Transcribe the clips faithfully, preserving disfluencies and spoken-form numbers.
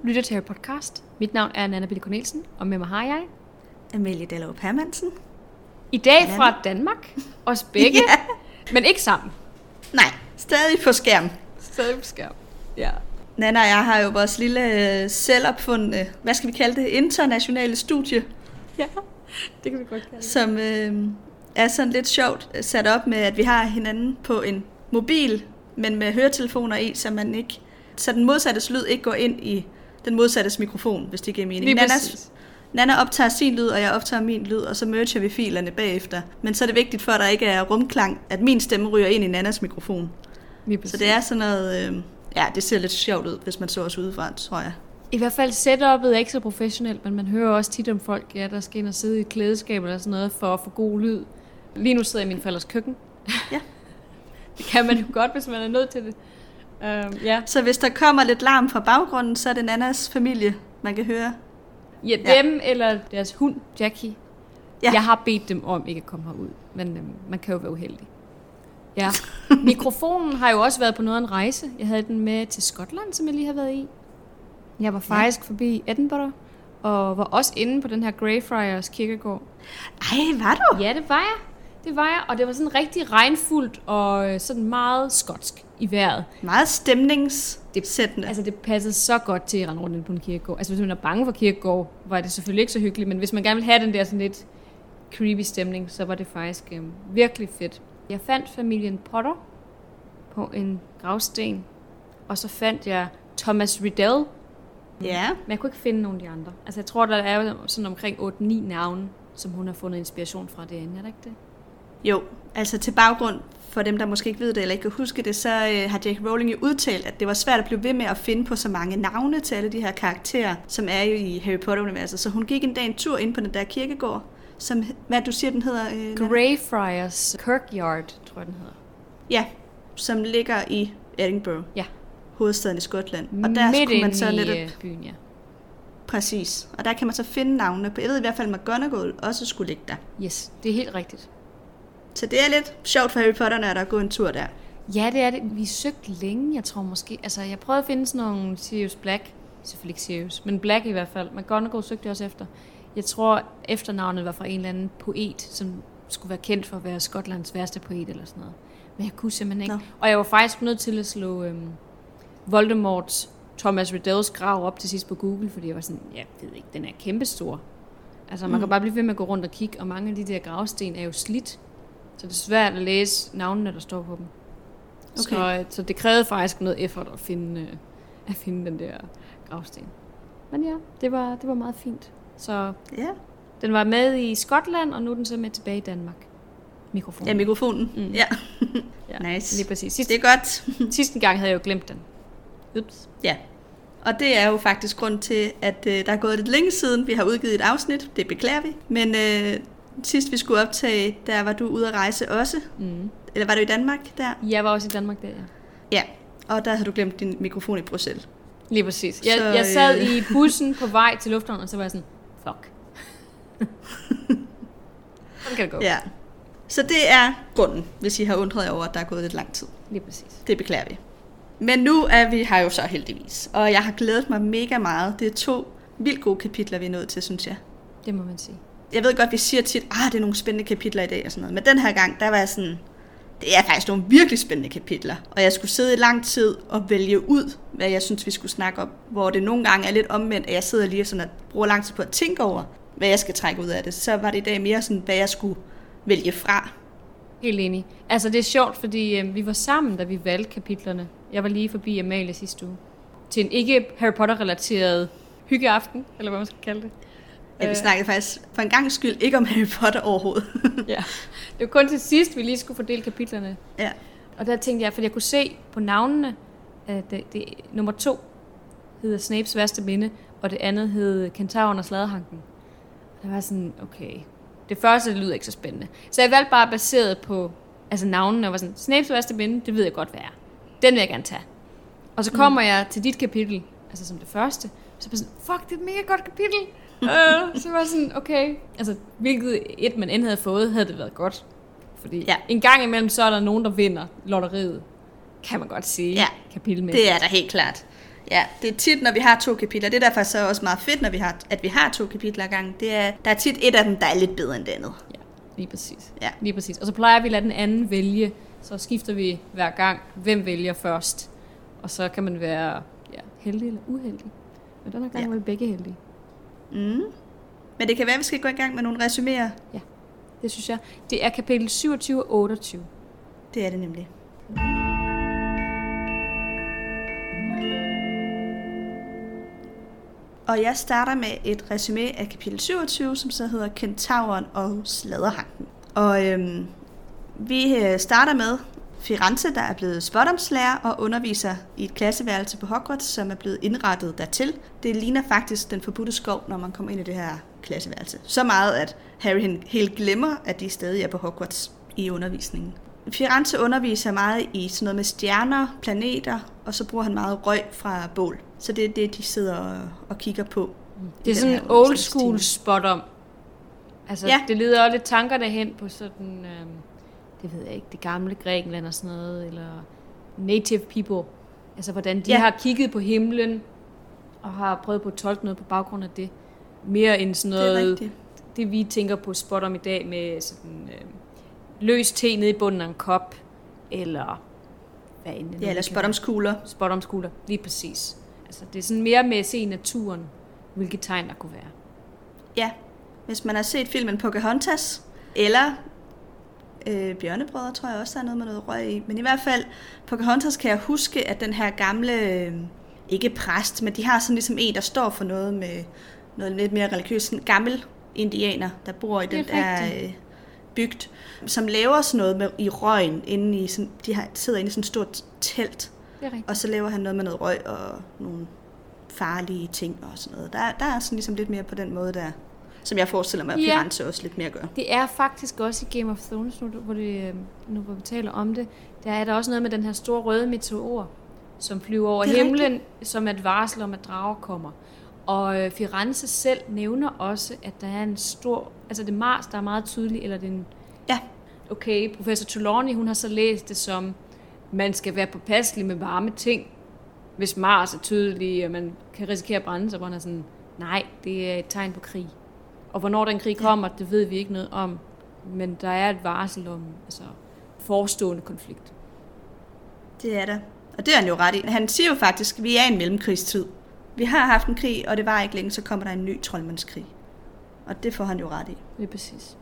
lytter til Harry Podcast. Mit navn er Nanna Bille Cornelsen, og med mig har jeg... Amelie Dellerup Hermansen. I dag fra Danmark. Os begge, ja. Men ikke sammen. Nej, stadig på skærm. Stadig på skærm, ja. Nanna og jeg har jo vores lille selvopfundne, hvad skal vi kalde det, internationale studie. Ja, det kan vi godt kalde det. Som øh, er sådan lidt sjovt sat op med, at vi har hinanden på en mobil, men med høretelefoner i, så man ikke, så den modsattes lyd ikke går ind i den modsattes mikrofon, hvis det giver mening. Lige Nannas, Nanna optager sin lyd, og jeg optager min lyd, og så merger vi filerne bagefter. Men så er det vigtigt for, at der ikke er rumklang, at min stemme ryger ind i Nannas mikrofon. Så det er sådan noget... Øh, ja, det ser lidt sjovt ud, hvis man så os udefra, tror jeg. I hvert fald setup'et er ikke så professionelt, men man hører også tit om folk, ja, der skal ind og sidde i et klædeskab eller sådan noget, for at få god lyd. Lige nu sidder jeg i min forældres køkken. Ja. Det kan man jo godt, hvis man er nødt til det. Uh, ja. Så hvis der kommer lidt larm fra baggrunden, så er det Nannas familie, man kan høre. Ja, dem ja. Eller deres hund, Jackie. Ja. Jeg har bedt dem om ikke at komme herud, men øhm, man kan jo være uheldig. Ja. Mikrofonen har jo også været på noget af en rejse. Jeg havde den med til Skotland, som jeg lige har været i. Jeg var faktisk ja. forbi Edinburgh, og var også inde på den her Greyfriars kirkegård. Ej, var du? Ja, det var jeg. Det var jeg, og det var sådan rigtig regnfuldt og sådan meget skotsk i vejret. Meget stemningssættende. Altså, det passede så godt til at rende rundt på en kirkegård. Altså, hvis man er bange for kirkegård, var det selvfølgelig ikke så hyggeligt, men hvis man gerne vil have den der sådan lidt creepy stemning, så var det faktisk øh, virkelig fedt. Jeg fandt familien Potter på en gravsten, og så fandt jeg Thomas Riddell. Ja. Men jeg kunne ikke finde nogen af de andre. Altså, jeg tror, der er sådan omkring otte ni navne, som hun har fundet inspiration fra derinde. Er det ikke det? Jo, altså til baggrund for dem, der måske ikke ved det eller ikke kan huske det, så øh, har J K Rowling jo udtalt, at det var svært at blive ved med at finde på så mange navne til alle de her karakterer, som er jo i Harry Potter-universet. Så hun gik en dag en tur ind på den der kirkegård, som, hvad du siger, den hedder? Øh, Greyfriars Kirkyard, tror jeg, den hedder. Ja, som ligger i Edinburgh, ja. hovedstaden i Skotland. Og der midt skulle man så i netop... byen, ja. Præcis. Og der kan man så finde navnene på. Jeg ved i hvert fald, at McGonagall også skulle ligge der. Yes, det er helt rigtigt. Så det er lidt sjovt for Harry Potter, når der går en tur der. Ja, det er det. Vi søgte længe, jeg tror måske. Altså, jeg prøvede at finde sådan nogle Sirius Black. Selvfølgelig ikke Sirius, men Black i hvert fald. McGonagall søgte jeg også efter. Jeg tror, efternavnet var fra en eller anden poet, som skulle være kendt for at være Skotlands værste poet eller sådan noget. Men jeg kunne simpelthen ikke. No. Og jeg var faktisk nødt til at slå øhm, Voldemorts Thomas Riddells grav op til sidst på Google, fordi jeg var sådan, jeg ved ikke, den er kæmpestor. Altså, man mm. kan bare blive ved med at gå rundt og kigge, og mange af de der gravsten er jo slidt. Så det er svært at læse navnene, der står på dem. Okay. Så, så det krævede faktisk noget effort at finde, øh, at finde den der gravsten. Men ja, det var, det var meget fint. Så yeah. Den var med i Skotland, og nu er den så med tilbage i Danmark. Mikrofonen. Ja, mikrofonen. Mm. Ja. Ja, nice. lige præcis. Sidste, det er godt. sidste gang havde jeg jo glemt den. Ups. Ja. Og det er jo faktisk grund til, at øh, der er gået lidt længe siden, vi har udgivet et afsnit. Det beklager vi. Men øh, sidst vi skulle optage, der var du ude at rejse også. Mm. Eller var du i Danmark der? Jeg var også i Danmark der, ja. Ja, og der havde du glemt din mikrofon i Bruxelles. Lige præcis. Jeg, så, jeg sad øh... i bussen på vej til lufthavnen, og så var jeg sådan, fuck. Sådan kan det gå. Ja. Så det er grunden, hvis I har undret jer over, at der er gået lidt lang tid. Lige præcis. Det beklager vi. Men nu er vi her jo så heldigvis, og jeg har glædet mig mega meget. Det er to vildt gode kapitler, vi er nået til, synes jeg. Det må man sige. Jeg ved godt, vi siger tit, ah, det er nogle spændende kapitler i dag og sådan noget. Men den her gang, der var jeg sådan, det er faktisk nogle virkelig spændende kapitler. Og jeg skulle sidde i lang tid og vælge ud, hvad jeg synes, vi skulle snakke om. Hvor det nogle gange er lidt omvendt, at jeg sidder lige sådan og bruger lang tid på at tænke over, hvad jeg skal trække ud af det. Så var det i dag mere sådan, hvad jeg skulle vælge fra. Helt enig. Altså det er sjovt, fordi øh, vi var sammen, da vi valgte kapitlerne. Jeg var lige forbi Amalie sidste uge. Til en ikke Harry Potter-relateret hyggeaften, eller hvad man skal kalde det. Ja, vi snakkede faktisk for en gangs skyld ikke om Harry Potter overhovedet. Ja, det var kun til sidst, vi lige skulle fordele kapitlerne. Ja. Og der tænkte jeg, fordi jeg kunne se på navnene, at det, det, nummer to hedder Snapes værste minde, og det andet hed Kentauren og Sladrehanken. Det var sådan, okay, det første det lyder ikke så spændende. Så jeg valgte bare baseret på altså navnene, og var sådan, Snapes værste minde, det ved jeg godt, hvad er. Den vil jeg gerne tage. Og så kommer mm. jeg til dit kapitel, altså som det første, så var sådan, fuck, det er et mega godt kapitel. uh, så var sådan, okay, altså hvilket et man end havde fået, havde det været godt. Fordi ja. En gang imellem, så er der nogen, der vinder lotteriet, kan man godt sige, ja, kapitelmæssigt. Det er der helt klart. Ja, det er tit, når vi har to kapitler. Det er derfor så også meget fedt, når vi har, at vi har to kapitler ad gangen. Det er, der er tit et af dem, der er lidt bedre end det andet. Ja, lige præcis. Ja. Lige præcis. Og så plejer vi at lade den anden vælge. Så skifter vi hver gang, hvem vælger først. Og så kan man være ja, heldig eller uheldig. Men den her gang ja. var vi begge heldige. Mm. Men det kan være, at vi skal gå i gang med nogle resuméer. Ja, det synes jeg. Det er kapitel syvogtyve og otteogtyve. Det er det nemlig. Og jeg starter med et resumé af kapitel syvogtyve, som så hedder Kentauren og Sladderhanken. Og øhm, vi starter med Firenze, der er blevet spådomslærer og underviser i et klasseværelse på Hogwarts, som er blevet indrettet dertil. Det ligner faktisk den forbudte skov, når man kommer ind i det her klasseværelse. Så meget, at Harry helt glemmer, at de stadig er på Hogwarts i undervisningen. Firenze underviser meget i sådan noget med stjerner, planeter, og så bruger han meget røg fra bål. Så det er det, de sidder og, og kigger på. Det er sådan en old school spot om. Altså, ja. Det leder også lidt tankerne hen på sådan, øh, det ved jeg ikke, det gamle Grækenland og sådan noget, eller native people. Altså, hvordan de ja. har kigget på himlen, og har prøvet på at tolke noget på baggrund af det. Mere end sådan noget, det, det vi tænker på spot om i dag, med sådan øh, løs te nede i bunden af en kop, eller hvad end det ja, eller spådomskugler. Spådomskugler, lige præcis. Altså, det er sådan mere med at se i naturen, hvilke tegn der kunne være. Ja, hvis man har set filmen Pocahontas, eller øh, Bjørnebrødre, tror jeg også, der er noget med noget røg i. Men i hvert fald, Pocahontas kan jeg huske, at den her gamle, øh, ikke præst, men de har sådan ligesom en, der står for noget med noget lidt mere religiøst, sådan en gammel indianer, der bor i den der øh, bygd, som laver sådan noget med, i røgen, inde i sådan, de har, sidder inde i sådan et stort telt. Og så laver han noget med noget røg og nogle farlige ting og sådan noget. Der, der er sådan ligesom lidt mere på den måde der, som jeg forestiller mig, at ja. Firenze også lidt mere gør. Det er faktisk også i Game of Thrones, nu hvor, det, nu hvor vi taler om det, der er der også noget med den her store røde meteor, som flyver over himlen, rigtigt. Som et varsel om, at drager kommer. Og Firenze selv nævner også, at der er en stor, altså det er Mars, der er meget tydelig, eller det er en, ja. Okay, professor Trelawney, hun har så læst det som, man skal være påpasselig med varme ting, hvis Mars er tydelig, og man kan risikere at brænde sig, hvor han er sådan, nej, det er et tegn på krig. Og hvornår den krig kommer, det ved vi ikke noget om, men der er et varsel om altså, forestående konflikt. Det er der. Og det er han jo ret i. Han siger jo faktisk, at vi er i en mellemkrigstid. Vi har haft en krig, og det var ikke længe, så kommer der en ny troldmandskrig. Og det får han jo ret i. Det er præcis.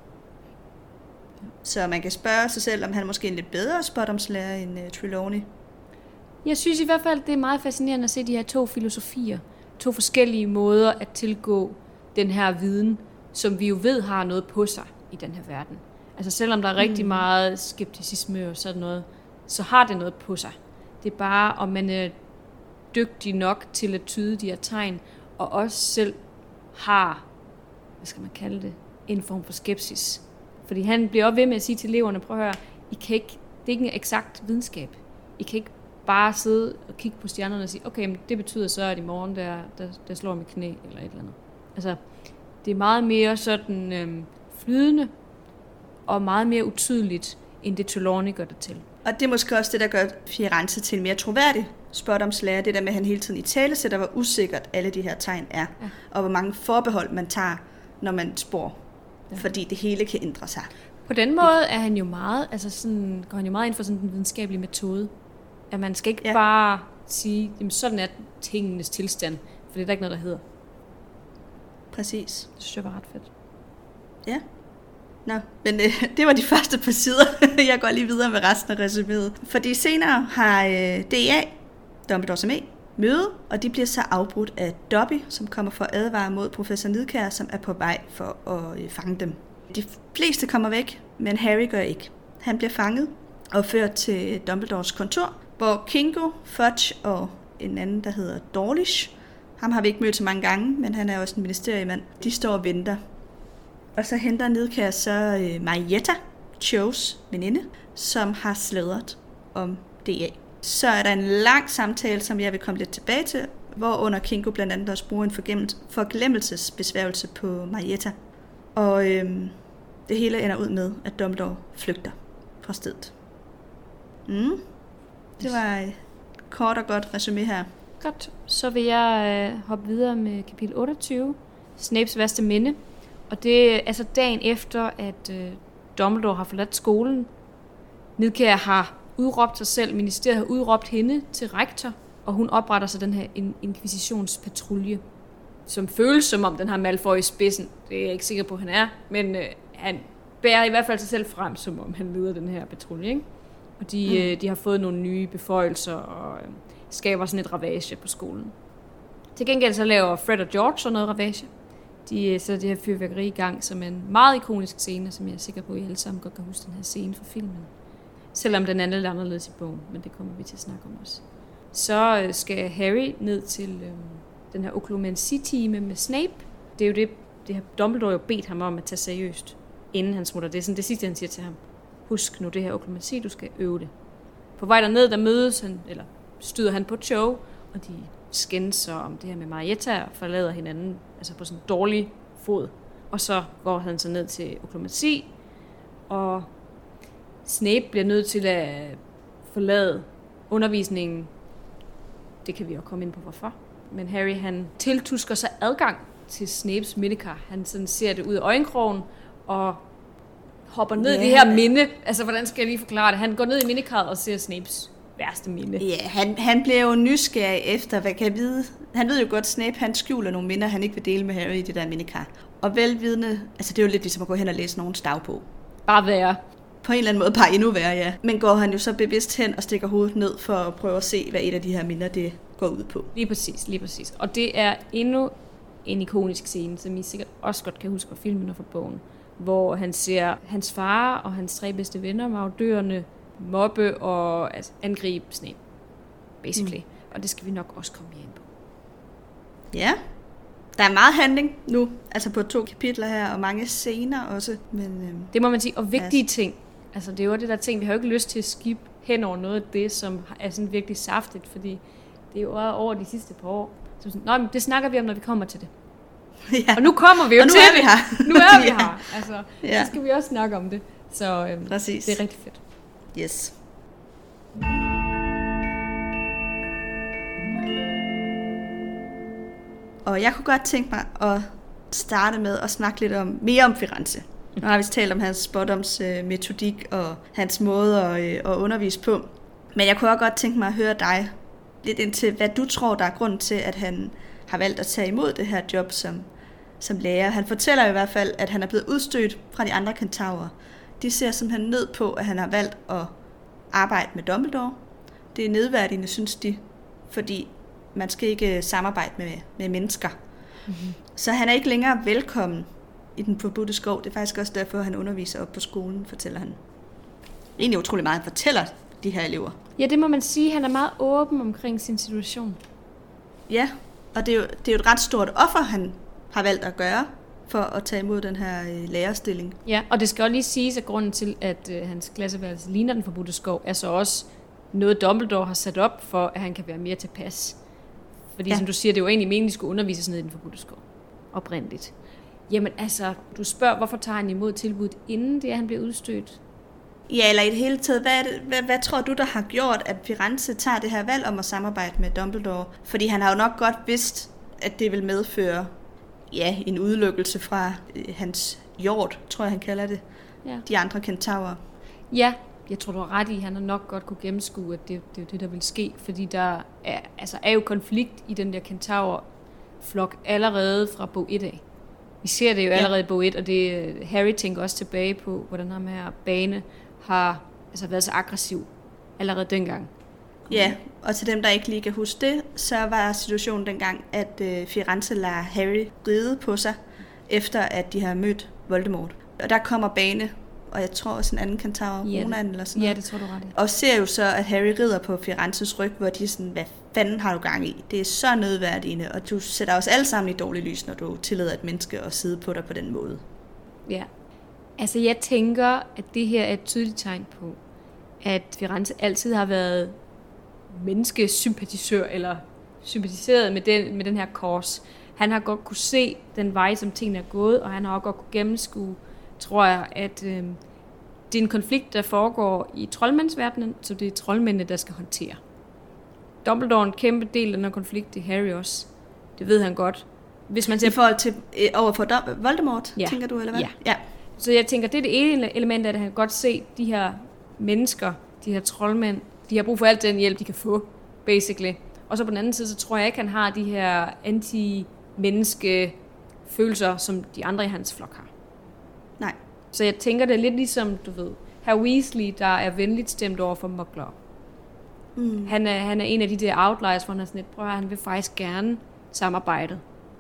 Så man kan spørge sig selv, om han måske er en lidt bedre spådomslærer end uh, Trelawney. Jeg synes i hvert fald, det er meget fascinerende at se de her to filosofier. To forskellige måder at tilgå den her viden, som vi jo ved har noget på sig i den her verden. Altså selvom der er rigtig mm. meget skepticisme og sådan noget, så har det noget på sig. Det er bare, om man er dygtig nok til at tyde de her tegn, og også selv har, hvad skal man kalde det, en form for skepsis. Fordi han bliver også ved med at sige til eleverne, prøv at høre, I kan ikke, det er ikke en eksakt videnskab. I kan ikke bare sidde og kigge på stjernerne og sige, okay, men det betyder så, at i morgen, der, der, der slår mit knæ, eller et eller andet. Altså, det er meget mere sådan øhm, flydende, og meget mere utydeligt, end det Trelawney gør det til. Og det er måske også det, der gør Firenze til en mere troværdig spådomslærer, det der med, at han hele tiden i tale sætter, hvor usikkert alle de her tegn er, ja. Og hvor mange forbehold man tager, når man spår. Ja. Fordi det hele kan ændre sig. På den måde er han jo meget, altså sådan, går han jo meget ind for sådan en videnskabelig metode. At man skal ikke ja. bare sige, jamen sådan er tingenes tilstand, for det er der ikke noget, der hedder. Præcis. Det synes jeg var ret fedt. Ja. Nå, men øh, det var de første par sider. Jeg går lige videre med resten af resuméet. Fordi senere har øh, D A, Dumbledore som E, møde, og de bliver så afbrudt af Dobby, som kommer for at advare mod professor Nidkjær, som er på vej for at øh, fange dem. De fleste kommer væk, men Harry gør ikke. Han bliver fanget og ført til Dumbledores kontor, hvor Kingo, Fudge og en anden, der hedder Dawlish, ham har vi ikke mødt så mange gange, men han er også en ministeriemand, de står og venter. Og så henter Nidkjær så øh, Marietta, Cho's veninde, som har sladret om D A. Så er der en lang samtale, som jeg vil komme lidt tilbage til, hvor under Kingo blandt andet også bruger en forglemmelsesbesværgelse på Marietta. Og øhm, det hele ender ud med, at Dumbledore flygter fra stedet. Mm. Det var et kort og godt resumé her. Godt, så vil jeg øh, hoppe videre med kapitel otteogtyve, Snapes værste minde. Og det er altså dagen efter, at øh, Dumbledore har forladt skolen. Nidkjær har udråbt sig selv, ministeriet har udråbt hende til rektor, og hun opretter sig den her inkvisitionspatrulje, som føles som om den har Malfoy i spidsen. Det er jeg ikke sikker på, at han er, men øh, han bærer i hvert fald sig selv frem, som om han leder den her patrulje, ikke? Og de, mm. øh, de har fået nogle nye beføjelser og øh, skaber sådan et ravage på skolen. Til gengæld så laver Fred og George sådan noget ravage. De sætter det her fyrværkeri i gang, som er en meget ikonisk scene, som jeg er sikker på, at I alle sammen godt kan huske den her scene fra filmen. Selvom den er lidt anderledes i bogen, men det kommer vi til at snakke om også. Så øh, skal Harry ned til øh, den her oklumensi-time med Snape. Det er jo det, det har Dumbledore jo bedt ham om at tage seriøst, inden han smutter. Det er sådan det sidste, han siger til ham. Husk nu det her oklumensi, du skal øve det. På vej derned, der mødes han, eller støder han på Cho, og de skænser om det her med Marietta og forlader hinanden, altså på sådan en dårlig fod. Og så går han så ned til oklumensi, og Snape bliver nødt til at forlade undervisningen. Det kan vi jo komme ind på, hvorfor. Men Harry, han tiltusker sig adgang til Snapes mindekar. Han sådan ser det ud af øjenkrogen, og hopper ned yeah. i det her minde. Altså, hvordan skal jeg lige forklare det? Han går ned i mindekarret og ser Snapes værste minde. Ja, yeah, han, han bliver jo nysgerrig efter, hvad kan jeg vide? Han ved jo godt, at Snape han skjuler nogle minder, han ikke vil dele med Harry i det der mindekar. Og velvidende, altså det er jo lidt ligesom at gå hen og læse nogens dagbog. Bare være. På en eller anden måde bare endnu værre, ja. Men går han jo så bevidst hen og stikker hovedet ned for at prøve at se, hvad et af de her minder det går ud på. Lige præcis, lige præcis. Og det er endnu en ikonisk scene, som I sikkert også godt kan huske fra filmen og fra bogen, hvor han ser hans far og hans tre bedste venner, marodørerne, mobbe og altså, angribe Snape, basically. Mm. Og det skal vi nok også komme ind på. Ja, der er meget handling nu, altså på to kapitler her, og mange scener også. Men, øhm, det må man sige, og vigtige altså. ting. Altså det er jo det der ting, vi har jo ikke lyst til at skip hen over noget af det, som er sådan virkelig saftigt, fordi det er jo over de sidste par år. Så sådan, nå, men det snakker vi om, når vi kommer til det. Ja. Og nu kommer vi jo og nu til er vi det. her. Nu er vi ja. her. Altså, ja. Så skal vi også snakke om det. Så øhm, det er rigtig fedt. Yes. Og jeg kunne godt tænke mig at starte med at snakke lidt om mere om Firenze. Nu har vi talt om hans spådoms øh, metodik og hans måde at, øh, at undervise på. Men jeg kunne også godt tænke mig at høre dig lidt ind til, hvad du tror, der er grund til, at han har valgt at tage imod det her job som, som lærer. Han fortæller i hvert fald, at han er blevet udstødt fra de andre kentaurer. De ser simpelthen ned på, at han har valgt at arbejde med Dumbledore. Det er nedværdigende, synes de, fordi man skal ikke samarbejde med, med mennesker. Mm-hmm. Så han er ikke længere velkommen i den forbudte skov. Det er faktisk også derfor, han underviser op på skolen, fortæller han. Egentlig utrolig meget, han fortæller de her elever. Ja, det må man sige. Han er meget åben omkring sin situation. Ja, og det er jo, det er jo et ret stort offer, han har valgt at gøre, for at tage imod den her øh, lærerstilling. Ja, og det skal også lige siges, at grunden til, at øh, hans klasseværelse ligner den forbudte skov, er så også noget, Dumbledore har sat op for, at han kan være mere tilpas. Fordi ja. Som du siger, det er jo egentlig meningen, at de skulle undervise ned i den forbudte skov. Oprindeligt. Jamen altså, du spørger, hvorfor tager han imod tilbuddet, inden det er, han bliver udstødt? Ja, eller i det hele taget, hvad, er det, hvad, hvad tror du, der har gjort, at Firenze tager det her valg om at samarbejde med Dumbledore? Fordi han har jo nok godt vidst, at det vil medføre ja, en udelukkelse fra øh, hans hjort, tror jeg, han kalder det. Ja. De andre kentaurer. Ja, jeg tror, du har ret i, han har nok godt kunne gennemskue, at det, det er det, der vil ske. Fordi der er, altså, er jo konflikt i den der kentaur-flok allerede fra bog et af. Vi ser det jo allerede ja. i bog et, og det, Harry tænker også tilbage på, hvordan ham her Bane har altså, været så aggressiv allerede dengang. Ja, og til dem, der ikke lige kan huske det, så var situationen dengang, at øh, Firenze lader Harry ride på sig, efter at de har mødt Voldemort. Og der kommer Bane, og jeg tror også en anden kentaur, ja, Ronan eller sådan noget. Ja, det tror du ret i. Og ser jo så, at Harry rider på Firenzes ryg, hvor de sådan, hvad fanden har du gang i? Det er så nedværdigende, og du sætter os alle sammen i dårlig lys, når du tillader et menneske at sidde på dig på den måde. Ja, altså jeg tænker, at det her er et tydeligt tegn på, at Firenze altid har været menneskesympatisør, eller sympatiseret med den, med den her kors. Han har godt kunne se den vej, som tingene er gået, og han har også godt kunne gennemskue, tror jeg, at øh, det er en konflikt, der foregår i troldmandsverdenen, så det er troldmændene, der skal håndtere. Dumbledore er en kæmpe del af den her konflikt, det er Harry også. Det ved han godt. Hvis man ser I forhold til øh, overfor Dom- Voldemort, ja. tænker du, eller hvad? Ja. ja. Så jeg tænker, det er det ene element af det, han kan godt se, de her mennesker, de her troldmænd, de har brug for alt den hjælp, de kan få, basically. Og så på den anden side, så tror jeg ikke, han har de her anti-menneske følelser, som de andre i hans flok har. Nej. Så jeg tænker, det er lidt ligesom, du ved, Herr Weasley, der er venligt stemt over for Mugler. Mm. Han, er, han er en af de der outliers, hvor han er sådan lidt, prøv at han vil faktisk gerne samarbejde.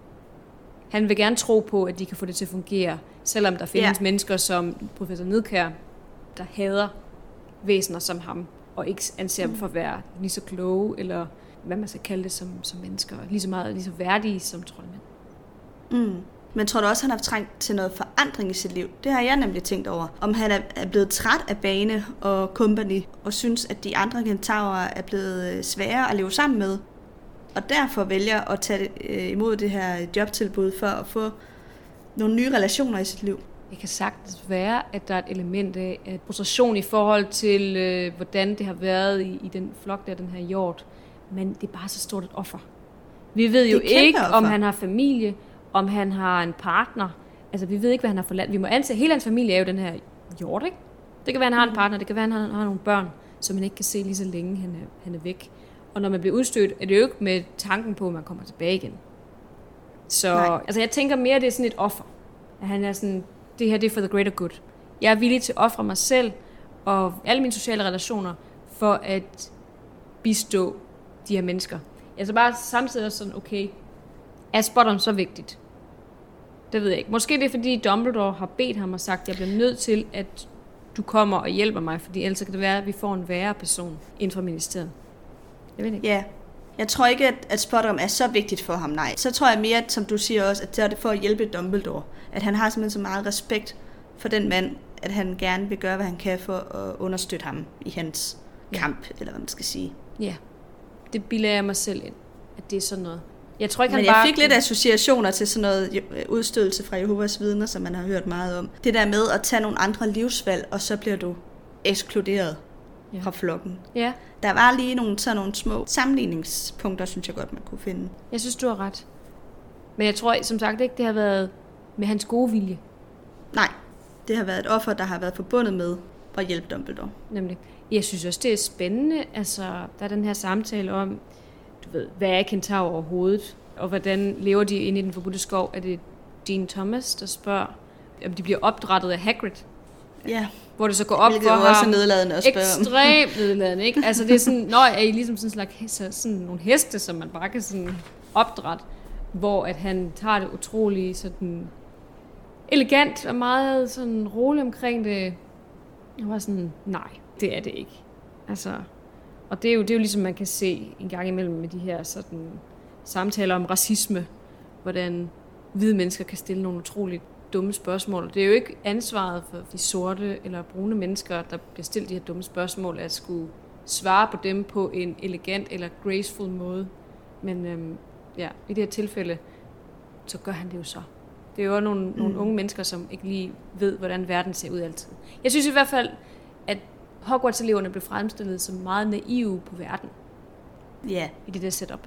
Han vil gerne tro på, at de kan få det til at fungere, selvom der findes yeah. mennesker som professor Nedkær, der hader væsener som ham, og ikke anser mm. dem for at være lige så kloge, eller hvad man skal kalde det som, som mennesker, lige så meget lige så værdige som troldmænd. Mm. Men tror du også, han har trængt til noget forandring i sit liv? Det har jeg nemlig tænkt over. Om han er blevet træt af Bane og company, og synes, at de andre kentaurer er blevet svære at leve sammen med, og derfor vælger at tage imod det her jobtilbud for at få nogle nye relationer i sit liv. Det kan sagtens være, at der er et element af at frustration i forhold til, øh, hvordan det har været i, i den flok der, den her hjort. Men det er bare så stort et offer. Vi ved jo ikke, offer. om han har familie, om han har en partner. Altså, vi ved ikke, hvad han har forladt. Vi må anse, at hele hans familie er jo den her hjort, ikke? Det kan være, at han har en partner, det kan være, at han har nogle børn, som man ikke kan se lige så længe, han er, han er væk. Og når man bliver udstødt, er det jo ikke med tanken på, at man kommer tilbage igen. Så Nej. altså, jeg tænker mere, at det er sådan et offer. At han er sådan, det her det er for the greater good. Jeg er villig til at ofre mig selv og alle mine sociale relationer for at bistå de her mennesker. Altså bare samtidig også sådan, okay, er Spotteren så vigtigt? Det ved jeg ikke. Måske det er, fordi Dumbledore har bedt ham og sagt, at jeg bliver nødt til, at du kommer og hjælper mig, fordi ellers kan det være, at vi får en værre person inden for ministeriet. Jeg ved ikke. Ja, jeg tror ikke, at, at Spotteren er så vigtigt for ham, nej. Så tror jeg mere, at, som du siger også, at det er det for at hjælpe Dumbledore. At han har simpelthen så meget respekt for den mand, at han gerne vil gøre, hvad han kan for at understøtte ham i hans ja. kamp, eller hvad man skal sige. Ja, det bilder jeg mig selv ind, at det er sådan noget. Jeg tror ikke, Men han jeg bare fik lidt associationer til sådan noget udstødelse fra Jehovas vidner, som man har hørt meget om. Det der med at tage nogle andre livsvalg, og så bliver du ekskluderet ja. fra flokken. Ja. Der var lige nogle, sådan nogle små sammenligningspunkter, synes jeg godt, man kunne finde. Jeg synes, du har ret. Men jeg tror som sagt ikke, det har været med hans gode vilje. Nej, det har været et offer, der har været forbundet med at hjælpe Dumbledore. Nemlig. Jeg synes også, det er spændende. Altså, der er den her samtale om, du ved, hvad er kentaur overhovedet? Og hvordan lever de inde i den forbudte skov? Er det Dean Thomas, der spørger, om de bliver opdrættet af Hagrid? Ja. Hvor det så går op Hvilket for ham. Også nedladende at spørge om. Ekstremt nedladende, ikke? Altså det er sådan, når er I ligesom sådan, slags, sådan nogle heste, som man bare kan sådan opdrætte, hvor at han tager det utrolig sådan elegant og meget sådan rolig omkring det. Jeg var sådan, nej, det er det ikke. Altså, og det er jo, det er jo ligesom man kan se en gang imellem med de her sådan samtaler om racisme, hvordan hvide mennesker kan stille nogle utroligt dumme spørgsmål. Det er jo ikke ansvaret for de sorte eller brune mennesker, der bliver stillet de her dumme spørgsmål, at skulle svare på dem på en elegant eller graceful måde. Men øhm, ja, i det her tilfælde, så gør han det jo så. Det er jo nogle, mm. nogle unge mennesker, som ikke lige ved, hvordan verden ser ud altid. Jeg synes i hvert fald, at Hogwarts-eleverne blev fremstillet som meget naive på verden. Ja. Yeah. I det der setup.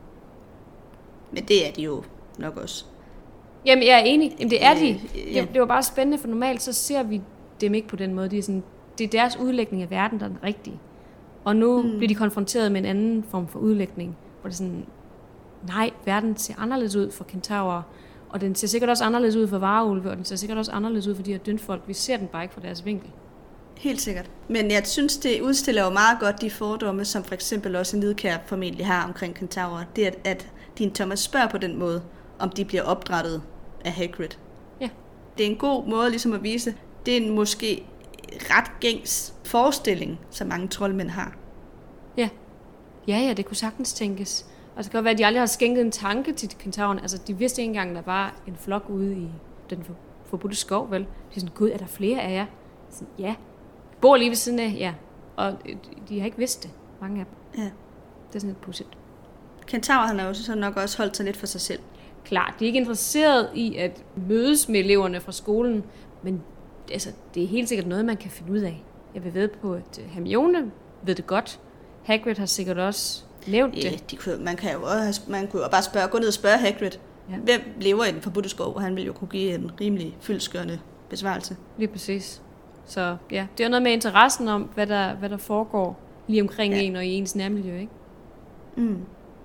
Men det er de jo nok også. Jamen, jeg er enig. Jamen, det er de. Det, det var bare spændende, for normalt så ser vi dem ikke på den måde. De er sådan, det er deres udlægning af verden, der er den rigtige. Og nu mm. bliver de konfronteret med en anden form for udlægning, hvor det er sådan, nej, verden ser anderledes ud for kentaurer, og den ser sikkert også anderledes ud for varulve, og den ser sikkert også anderledes ud for de her dynfolk. Vi ser den bare ikke fra deres vinkel. Helt sikkert. Men jeg synes, det udstiller jo meget godt de fordomme, som for eksempel også en Nedkær formentlig har omkring kentaurer. Det er, at Dean Thomas spørger på den måde, om de bliver opdrættet af Hagrid. Ja. Det er en god måde ligesom at vise, det er en måske ret gængs forestilling, som mange troldmænd har. Ja. Ja, ja, det kunne sagtens tænkes. Og det kan godt være, at de aldrig har skænket en tanke til kentauren. Altså, de vidste ikke engang, der var en flok ude i den forbudte skov, vel? De er sådan, gud, er der flere af jer? Sådan, ja. Bor lige ved siden af, ja. Og de har ikke vidst det, mange af dem. Ja. Det er sådan lidt pudsigt. Kentaur, han har jo så nok også holdt sig lidt for sig selv. Klart, de er ikke interesseret i at mødes med eleverne fra skolen, men altså, det er helt sikkert noget, man kan finde ud af. Jeg vil ved på, at Hermione ved det godt. Hagrid har sikkert også nævnt det. Ja, de kunne, man, kan jo også, man kunne jo bare spørge, gå ned og spørge Hagrid, ja. Hvem lever i den forbudte skov? Han ville jo kunne give en rimelig fyldestgørende besvarelse. Lige præcis. Så ja, det er noget med interessen om, hvad der, hvad der foregår lige omkring ja. en og i ens nærmiljø, ikke? Mm,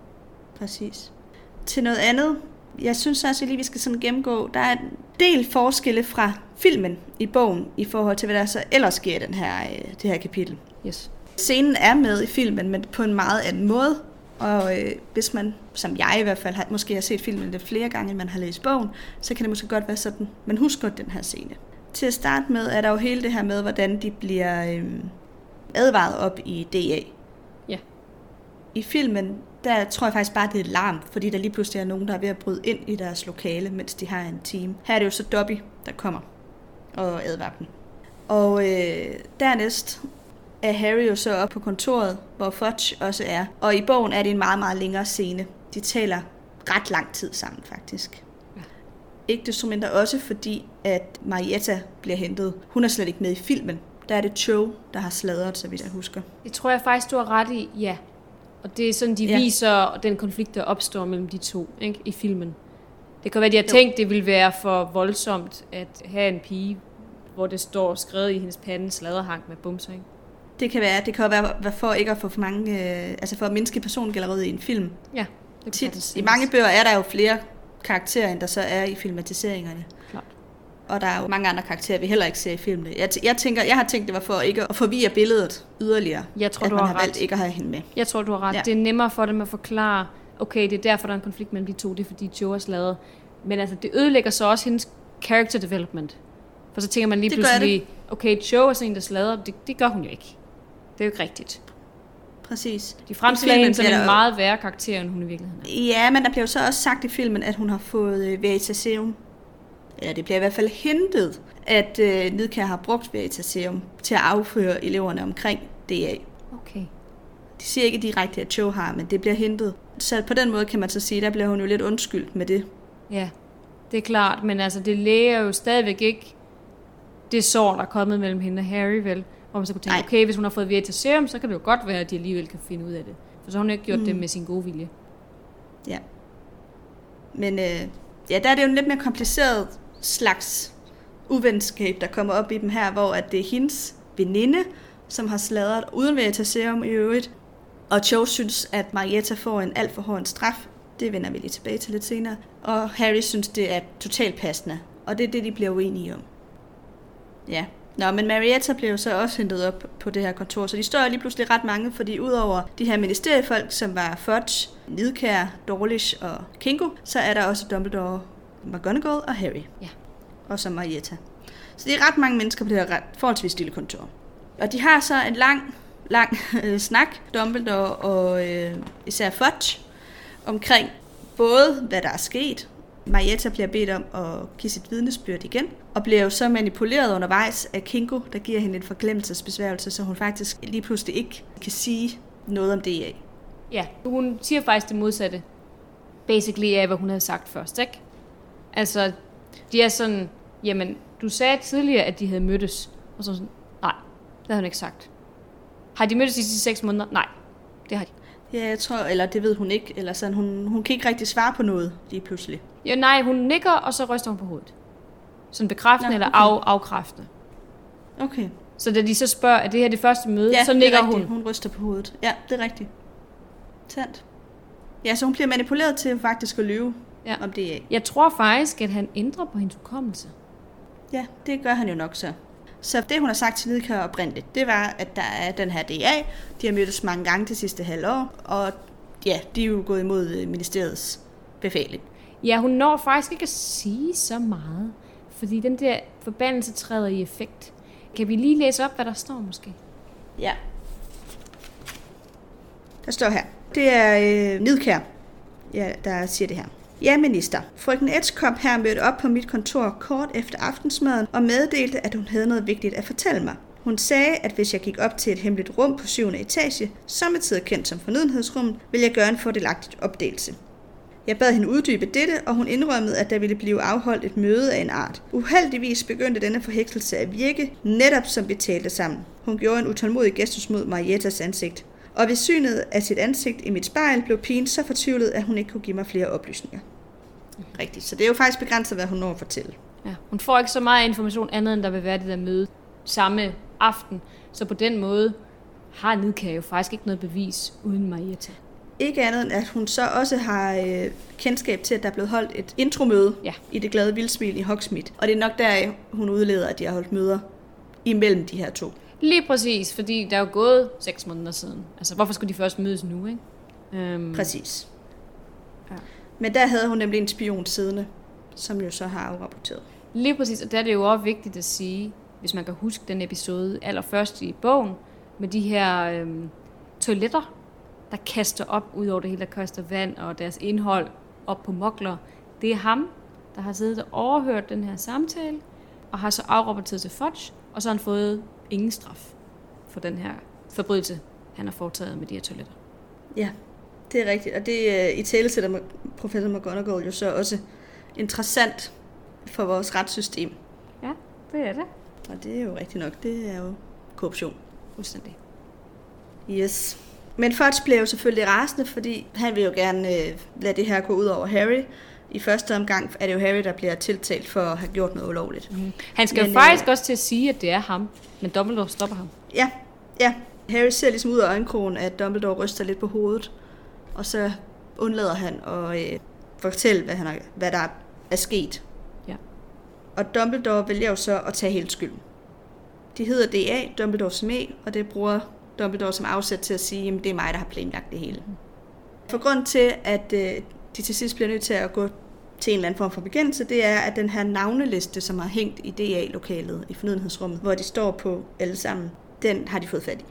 præcis. Til noget andet, jeg synes også lige, vi skal sådan gennemgå, der er en del forskelle fra filmen i bogen, i forhold til, hvad der så ellers sker i den her, det her kapitel. Yes. Scenen er med i filmen, men på en meget anden måde, og øh, hvis man, som jeg i hvert fald, har, måske har set filmen lidt flere gange, end man har læst bogen, så kan det måske godt være sådan, man husker den her scene. Til at starte med er der jo hele det her med, hvordan de bliver øh, advaret op i D A. Ja. I filmen, der tror jeg faktisk bare, det er larm, fordi der lige pludselig er nogen, der er ved at bryde ind i deres lokale, mens de har en team. Her er det jo så Dobby, der kommer og advarer dem. Og øh, dernæst er Harry jo så oppe på kontoret, hvor Fudge også er. Og i bogen er det en meget, meget længere scene. De taler ret lang tid sammen, faktisk. Ja. Ikke desto mindre også fordi, at Marietta bliver hentet. Hun er slet ikke med i filmen. Der er det Cho, der har sladret, så vidt jeg husker. Det tror jeg faktisk, du har ret i, ja. Og det er sådan, de ja. viser den konflikt, der opstår mellem de to, ikke, i filmen. Det kan være, de har jo. tænkt, det ville være for voldsomt at have en pige, hvor det står skrevet i hendes pande, sladderhang med bumser, ikke? Det kan være, det kan være for ikke at få for mange, øh, altså for at mindske persongalleriet i en film. Ja. Det Tit, I mange bøger er der jo flere karakterer, end der så er i filmatiseringerne. Klart. Og der er jo mange andre karakterer, vi heller ikke ser i filmene. Jeg, t- jeg, tænker, jeg har tænkt, det var for ikke at forvirre billedet yderligere, jeg tror, at du man har, har valgt ikke at have hende med. Jeg tror, du har ret. Ja. Det er nemmere for dem at forklare, okay, det er derfor, der er en konflikt mellem de to, det er fordi Joe er slaget. Men altså, det ødelægger så også hendes character development. For så tænker man lige det pludselig, okay, Joe er sådan en, der slader. Det, det gør hun jo ikke. Det er jo ikke rigtigt. Præcis. De fremstiller hende som en jo meget værre karakter, end hun i virkeligheden er. Ja, men der bliver jo så også sagt i filmen, at hun har fået Veritaserum. Eller det bliver i hvert fald hentet, at øh, Nidkjær har brugt Veritaserum til at afføre eleverne omkring D A. Okay. De siger ikke direkte, at Cho har, men det bliver hentet. Så på den måde kan man så sige, der bliver hun jo lidt undskyldt med det. Ja, det er klart, men altså det læger jo stadigvæk ikke det sår, der er kommet mellem hende og Harry, vel? Hvor man så kunne tænke, Nej. okay, hvis hun har fået Veritaserum, så kan det jo godt være, at de alligevel kan finde ud af det. For så har hun ikke gjort mm. det med sin gode vilje. Ja. Men øh, ja, der er det jo en lidt mere kompliceret slags uvenskab, der kommer op i dem her, hvor at det er hendes veninde, som har sladret uden Veritaserum i øvrigt. Og Cho synes, at Marietta får en alt for hård en straf. Det vender vi lige tilbage til lidt senere. Og Harry synes, det er totalt passende. Og det er det, de bliver uenige om. Ja. Nå, men Marietta bliver jo så også hentet op på det her kontor, så de står lige pludselig ret mange, fordi udover de her ministeriefolk, som var Fudge, Nidkjær, Dawlish og Kingo, så er der også Dumbledore, McGonagall og Harry. Ja. Og så Marietta. Så det er ret mange mennesker på det her ret forholdsvis lille kontor. Og de har så en lang, lang øh, snak, Dumbledore og øh, især Fudge, omkring både, hvad der er sket. Marietta bliver bedt om at give sit vidnesbyrd igen, og bliver jo så manipuleret undervejs af Kingo, der giver hende en forglemmelsesbesværgelse, så hun faktisk lige pludselig ikke kan sige noget om D A. Ja, hun siger faktisk det modsatte, basically af, hvad hun havde sagt først, ikke? Altså, de er sådan, jamen, du sagde tidligere, at de havde mødtes, og så sådan, nej, det havde hun ikke sagt. Har de mødtes i de sidste seks måneder? Nej, det har de. Ja, jeg tror, eller det ved hun ikke, eller sådan, hun, hun kan ikke rigtig svare på noget lige pludselig. Ja, nej, hun nikker, og så ryster hun på hovedet. Sådan bekræftende Nå, okay. eller af, afkræftende. Okay. Så da de så spørger, er det her det første møde, ja, så nikker hun. hun. hun ryster på hovedet. Ja, det er rigtigt. Sandt. Ja, så hun bliver manipuleret til faktisk at lyve ja. om D A. Jeg tror faktisk, at han ændrer på hendes hukommelse. Ja, det gør han jo nok så. Så det, hun har sagt til Nidkjær oprindeligt, det var, at der er den her D A. De har mødtes mange gange det sidste halvår, og ja, de er jo gået imod ministeriets befaling. Ja, hun når faktisk ikke at sige så meget, fordi den der forbandelse træder i effekt. Kan vi lige læse op, hvad der står måske? Ja. Der står her. Det er øh, Nidkjær, ja, der siger det her. Ja, minister. Frøken Edgecombe her mødte op på mit kontor kort efter aftensmaden og meddelte, at hun havde noget vigtigt at fortælle mig. Hun sagde, at hvis jeg gik op til et hemmeligt rum på syvende etage, som er tid kendt som fornødenhedsrummet, ville jeg gøre en fordelagtig opdagelse. Jeg bad hende uddybe dette, og hun indrømmede, at der ville blive afholdt et møde af en art. Uheldigvis begyndte denne forhekselse at virke, netop som vi talte sammen. Hun gjorde en utålmodig gestus mod Mariettas ansigt. Og ved synet af sit ansigt i mit spejl blev pigen så fortvivlet, at hun ikke kunne give mig flere oplysninger. Rigtigt, så det er jo faktisk begrænset, hvad hun når at fortælle. Ja, hun får ikke så meget information andet, end der vil være det der møde samme aften. Så på den måde har Nidkær jo faktisk ikke noget bevis uden Marietta. Ikke andet end, at hun så også har øh, kendskab til, at der er blevet holdt et intromøde ja. i Det Glade Vildsmil i Hogsmeade. Og det er nok der, hun udleder, at de har holdt møder imellem de her to. Lige præcis, fordi der er jo gået seks måneder siden. Altså, hvorfor skulle de først mødes nu, ikke? Øhm. Præcis. Ja. Men der havde hun nemlig en spion siddende, som jo så har afrapporteret. Lige præcis, og der er det jo også vigtigt at sige, hvis man kan huske den episode allerførst i bogen, med de her øhm, toiletter, der kaster op ud over det hele, der kaster vand og deres indhold op på mokler. Det er ham, der har siddet og overhørt den her samtale, og har så afrapporteret til Fudge, og så har han fået ingen straf for den her forbrydelse, han har foretaget med de her toiletter. Ja, det er rigtigt, og det i tale sætter professor McGonagall jo så også interessant for vores retssystem. Ja, det er det. Og det er jo rigtigt nok, det er jo korruption. Fuldstændig. Yes. Men Fudge bliver jo selvfølgelig rasende, fordi han vil jo gerne øh, lade det her gå ud over Harry. I første omgang er det jo Harry, der bliver tiltalt for at have gjort noget ulovligt. Mm. Han skal men, jo faktisk øh, også til at sige, at det er ham, men Dumbledore stopper ham. Ja, ja. Harry ser ligesom ud af øjenkrogen, at Dumbledore ryster lidt på hovedet, og så undlader han at øh, fortælle, hvad, han har, hvad der er sket. Ja. Og Dumbledore vælger jo så at tage hele skylden. De hedder D A, Dumbledore som E, og det bruger Dumbledore som afsæt til at sige, at det er mig, der har planlagt det hele. For grund til, at øh, de til sidst bliver nødt til at gå til en eller anden form for bekendelse, det er, at den her navneliste, som har hængt i D A-lokalet i fornødenhedsrummet, hvor de står på alle sammen, den har de fået fat i.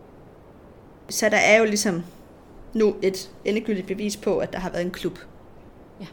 Så der er jo ligesom nu et endegyldigt bevis på, at der har været en klub. Ja.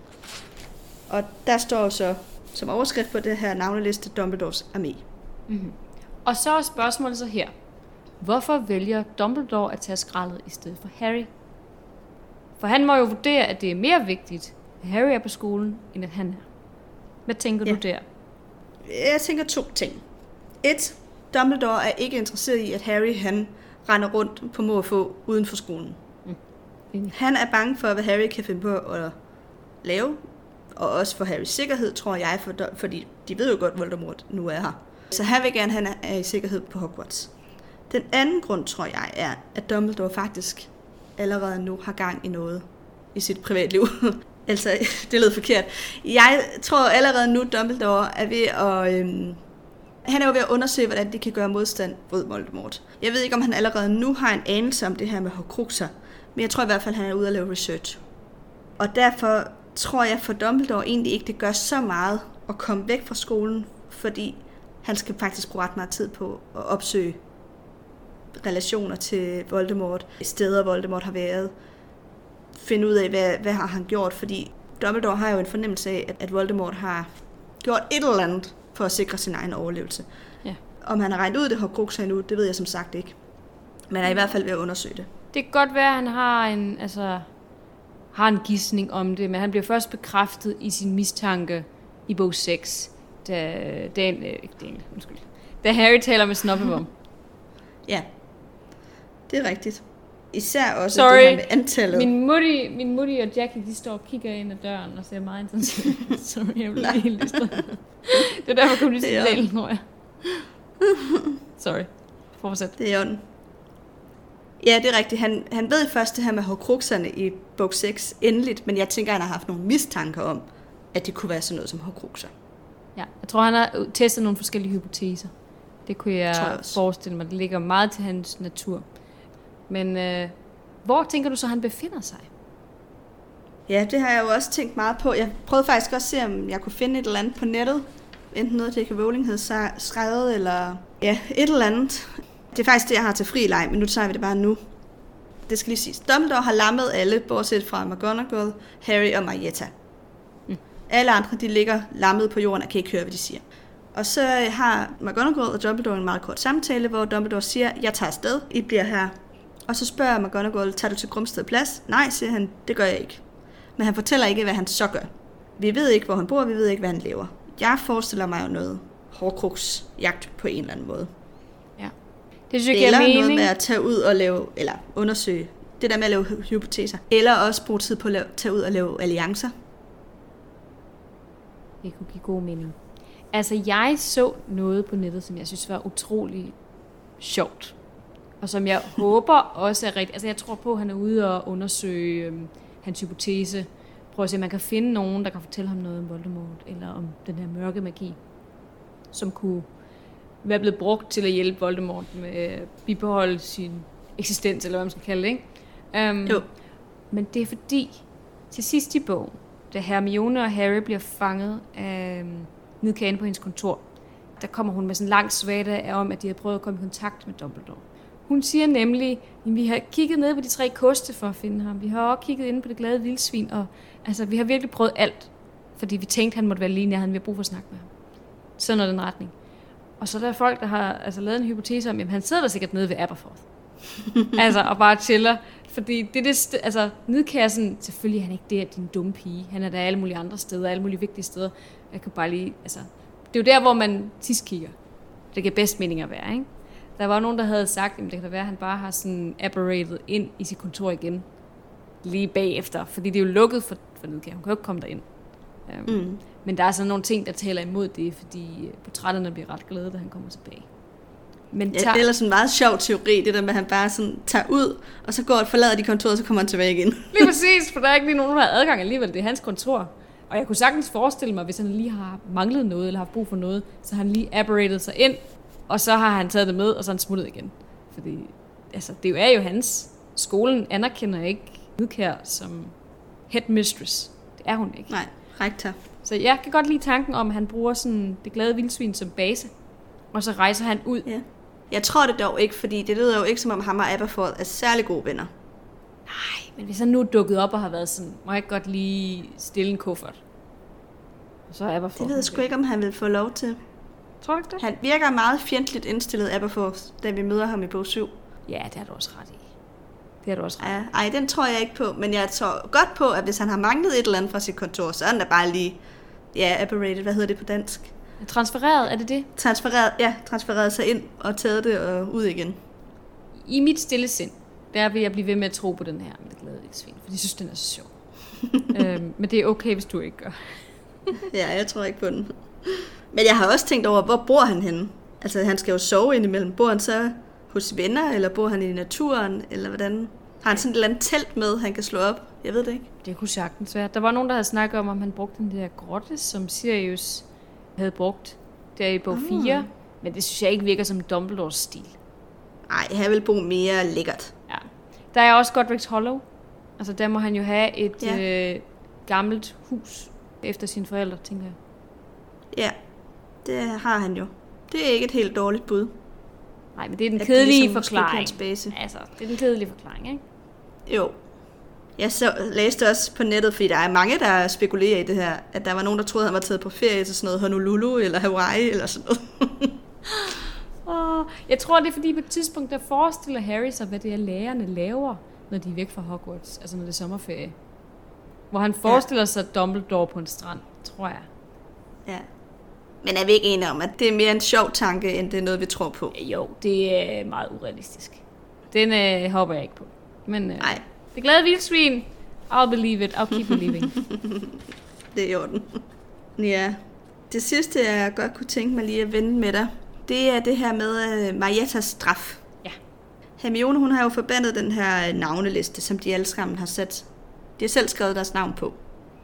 Og der står så som overskrift på det her navneliste Dumbledores armé. Mm-hmm. Og så er spørgsmålet så her. Hvorfor vælger Dumbledore at tage skraldet i stedet for Harry? For han må jo vurdere, at det er mere vigtigt, at Harry er på skolen, end at han er. Hvad tænker ja. du der? Jeg tænker to ting. Et, Dumbledore er ikke interesseret i, at Harry han render rundt på må og få uden for skolen. Mm. Han er bange for, hvad Harry kan finde på at lave, og også for Harrys sikkerhed, tror jeg, for, fordi de ved jo godt, at Voldemort nu er her. Så han vil gerne, at han er i sikkerhed på Hogwarts. Den anden grund, tror jeg, er, at Dumbledore faktisk allerede nu har gang i noget i sit privatliv. altså, det lød forkert. Jeg tror allerede nu, Dumbledore er ved at... Øhm, han er jo ved at undersøge, hvordan de kan gøre modstand mod Voldemort. Jeg ved ikke, om han allerede nu har en anelse om det her med Horcruxer, men jeg tror i hvert fald, at han er ude at lave research. Og derfor tror jeg for Dumbledore egentlig ikke, det gør så meget at komme væk fra skolen, fordi han skal faktisk bruge ret meget tid på at opsøge relationer til Voldemort, steder Voldemort har været, finde ud af, hvad, hvad har han gjort, fordi Dumbledore har jo en fornemmelse af, at, at Voldemort har gjort et eller andet for at sikre sin egen overlevelse. Ja. Om han har regnet ud det Horcruxer endnu, det ved jeg som sagt ikke. Men han er i hvert fald ved at undersøge det. Det kan godt være, at han har en, altså, har en gidsning om det, men han bliver først bekræftet i sin mistanke i bog seks, da, da, øh, ikke Daniel, undskyld, da Harry taler med Snobbebom. Ja, det er rigtigt. Især også Sorry. det her med antallet. Min mutti, min mutti og Jackie, de står og kigger ind ad døren og ser meget intensivt. Sorry, jeg bliver helt distraheret. Det er derfor, kom lige til delen, tror jeg. Sorry. Fortsæt. Det er jo den. Ja, det er rigtigt. Han, han ved først det her med Horcruxerne i bog seks endeligt, men jeg tænker, han har haft nogle mistanker om, at det kunne være sådan noget som Horcruxer. Ja, jeg tror, han har testet nogle forskellige hypoteser. Det kunne jeg, jeg forestille mig. Det ligger meget til hans natur. Men øh, hvor tænker du så, han befinder sig? Ja, det har jeg jo også tænkt meget på. Jeg prøvede faktisk også at se, om jeg kunne finde et eller andet på nettet. Enten noget, J K Rowling havde skrevet, eller ja, et eller andet. Det er faktisk det, jeg har til fri leg, men nu tager vi det bare nu. Det skal lige siges. Dumbledore har lammet alle, bortset fra McGonagall, Harry og Marietta. Mm. Alle andre, de ligger lammet på jorden og kan ikke høre, hvad de siger. Og så har McGonagall og Dumbledore en meget kort samtale, hvor Dumbledore siger, jeg tager afsted, I bliver her. Og så spørger McGonagall, tager du til Grumsted Plads? Nej, siger han, det gør jeg ikke. Men han fortæller ikke, hvad han så gør. Vi ved ikke, hvor han bor, vi ved ikke, hvad han lever. Jeg forestiller mig jo noget Horcrux-jagt på en eller anden måde. Ja. Det synes jeg eller giver mening. noget med at tage ud og lave, eller undersøge, det der med at lave hypoteser. Eller også bruge tid på at lave, tage ud og lave alliancer. Det kunne give god mening. Altså, jeg så noget på nettet, som jeg synes var utrolig sjovt. Og som jeg håber også er rigtigt. Altså, jeg tror på, at han er ude og undersøge øhm, hans hypotese. Prøv at se, om man kan finde nogen, der kan fortælle ham noget om Voldemort, eller om den her mørke magi, som kunne være blevet brugt til at hjælpe Voldemort med at bibeholde sin eksistens, eller hvad man skal kalde det, ikke? Um, jo. Men det er fordi, til sidst i bogen, da Hermione og Harry bliver fanget af nidkæren på hendes kontor, der kommer hun med sådan en lang svada om, at de har prøvet at komme i kontakt med Dumbledore. Hun siger nemlig, at vi har kigget ned på de tre koste for at finde ham. Vi har også kigget inde på det glade vildsvin, og altså, vi har virkelig prøvet alt, fordi vi tænkte, han måtte være lige nærheden, vi har brug for at snakke med ham. Sådan noget den retning. Og så er der folk, der har altså, lavet en hypotese om, at han sidder der sikkert nede ved Aberforth. altså, og bare chiller. Fordi det, det altså, nidkæren, selvfølgelig er han ikke der, din dumme pige. Han er der alle mulige andre steder, alle mulige vigtige steder. Jeg kan bare lige, altså, det er jo der, hvor man tisk kigger. Det giver bedst mening at være, ikke? Der var nogen, der havde sagt, at det kan da være, at han bare har sådan apparated ind i sit kontor igen. Lige bagefter. Fordi det er jo lukket for, for nidkæren. Hun kan jo ikke komme derind. Um, mm. Men der er sådan nogle ting, der taler imod det, fordi portrætterne bliver ret glade, da han kommer tilbage. Men tager... ja, det er sådan en meget sjov teori, det der med, at han bare sådan tager ud, og så går og forlader de kontoret, og så kommer han tilbage igen. Lige præcis, for der er ikke lige nogen, der har adgang alligevel. Det er hans kontor. Og jeg kunne sagtens forestille mig, hvis han lige har manglet noget, eller har brug for noget, så har han lige apparated sig ind, og så har han taget det med, og så er han smuttet igen. Fordi altså, det er jo hans. Skolen anerkender ikke nidkær som headmistress. Det er hun ikke. Nej, rektor. Så jeg kan godt lide tanken om, at han bruger sådan det glade vildsvin som base, og så rejser han ud. Ja. Jeg tror det dog ikke, fordi det lyder jo ikke som om ham og Aberforth er særlig gode venner. Nej, men hvis han nu er dukket op og har været sådan, må jeg godt lige stille en kuffert. Og så er Aberforth. Det ved jeg sgu ikke, om han vil få lov til. Tror du ikke det? Han virker meget fjendtligt indstillet, Aberforth, da vi møder ham i bog syv. Ja, det har du også ret i. Det har du også ret i. Ja, ej, den tror jeg ikke på, men jeg tror godt på, at hvis han har manglet et eller andet fra sit kontor, så er han da bare lige, ja, apparated, hvad hedder det på dansk? Transfereret, er det det? Transfereret, ja, transfereret sig ind og taget det og ud igen. I mit stille sind, der vil jeg blive ved med at tro på den her med det glade vildsvin, for jeg synes, den er så sjov. øhm, men det er okay, hvis du ikke gør. Ja, jeg tror ikke på den. Men jeg har også tænkt over, hvor bor han henne? Altså, han skal jo sove indimellem. Bor han så hos venner, eller bor han i naturen, eller hvordan? Har han sådan et eller andet telt med, han kan slå op? Jeg ved det ikke. Det kunne sagtens være. Der var nogen, der havde snakket om, om han brugte den der grotte, som Sirius havde brugt der i bog fire. Men det synes jeg ikke virker som Dumbledores stil. Nej, han vil bo mere lækkert. Ja. Der er også Godric's Hollow. Altså, der må han jo have et ja. øh, gammelt hus efter sine forældre, tænker jeg. Ja, det har han jo. Det er ikke et helt dårligt bud. Nej, men det er den kedelige ligesom forklaring. Altså, det er den kedelige forklaring, ikke? Jo. Jeg så, læste også på nettet, fordi der er mange, der spekulerer i det her, at der var nogen, der troede, han var taget på ferie til sådan noget Honolulu eller Hawaii eller sådan noget. oh, jeg tror, det er fordi på et tidspunkt, der forestiller Harry sig, hvad det er, lærerne laver, når de er væk fra Hogwarts, altså når det er sommerferie. Hvor han forestiller ja. sig Dumbledore på en strand, tror jeg. Ja. Men er vi ikke enige om, at det er mere en sjov tanke, end det er noget, vi tror på? Jo, det er meget urealistisk. Den øh, håber jeg ikke på. Men øh, nej. Det glade vildsvin, I'll believe it, I'll keep believing. Det er i orden. Ja, det sidste, jeg godt kunne tænke mig lige at vende med dig, det er det her med uh, Mariettas straf. Ja. Hermione, hun har jo forbandet den her navneliste, som de alle sammen har sat. De har selv skrevet deres navn på.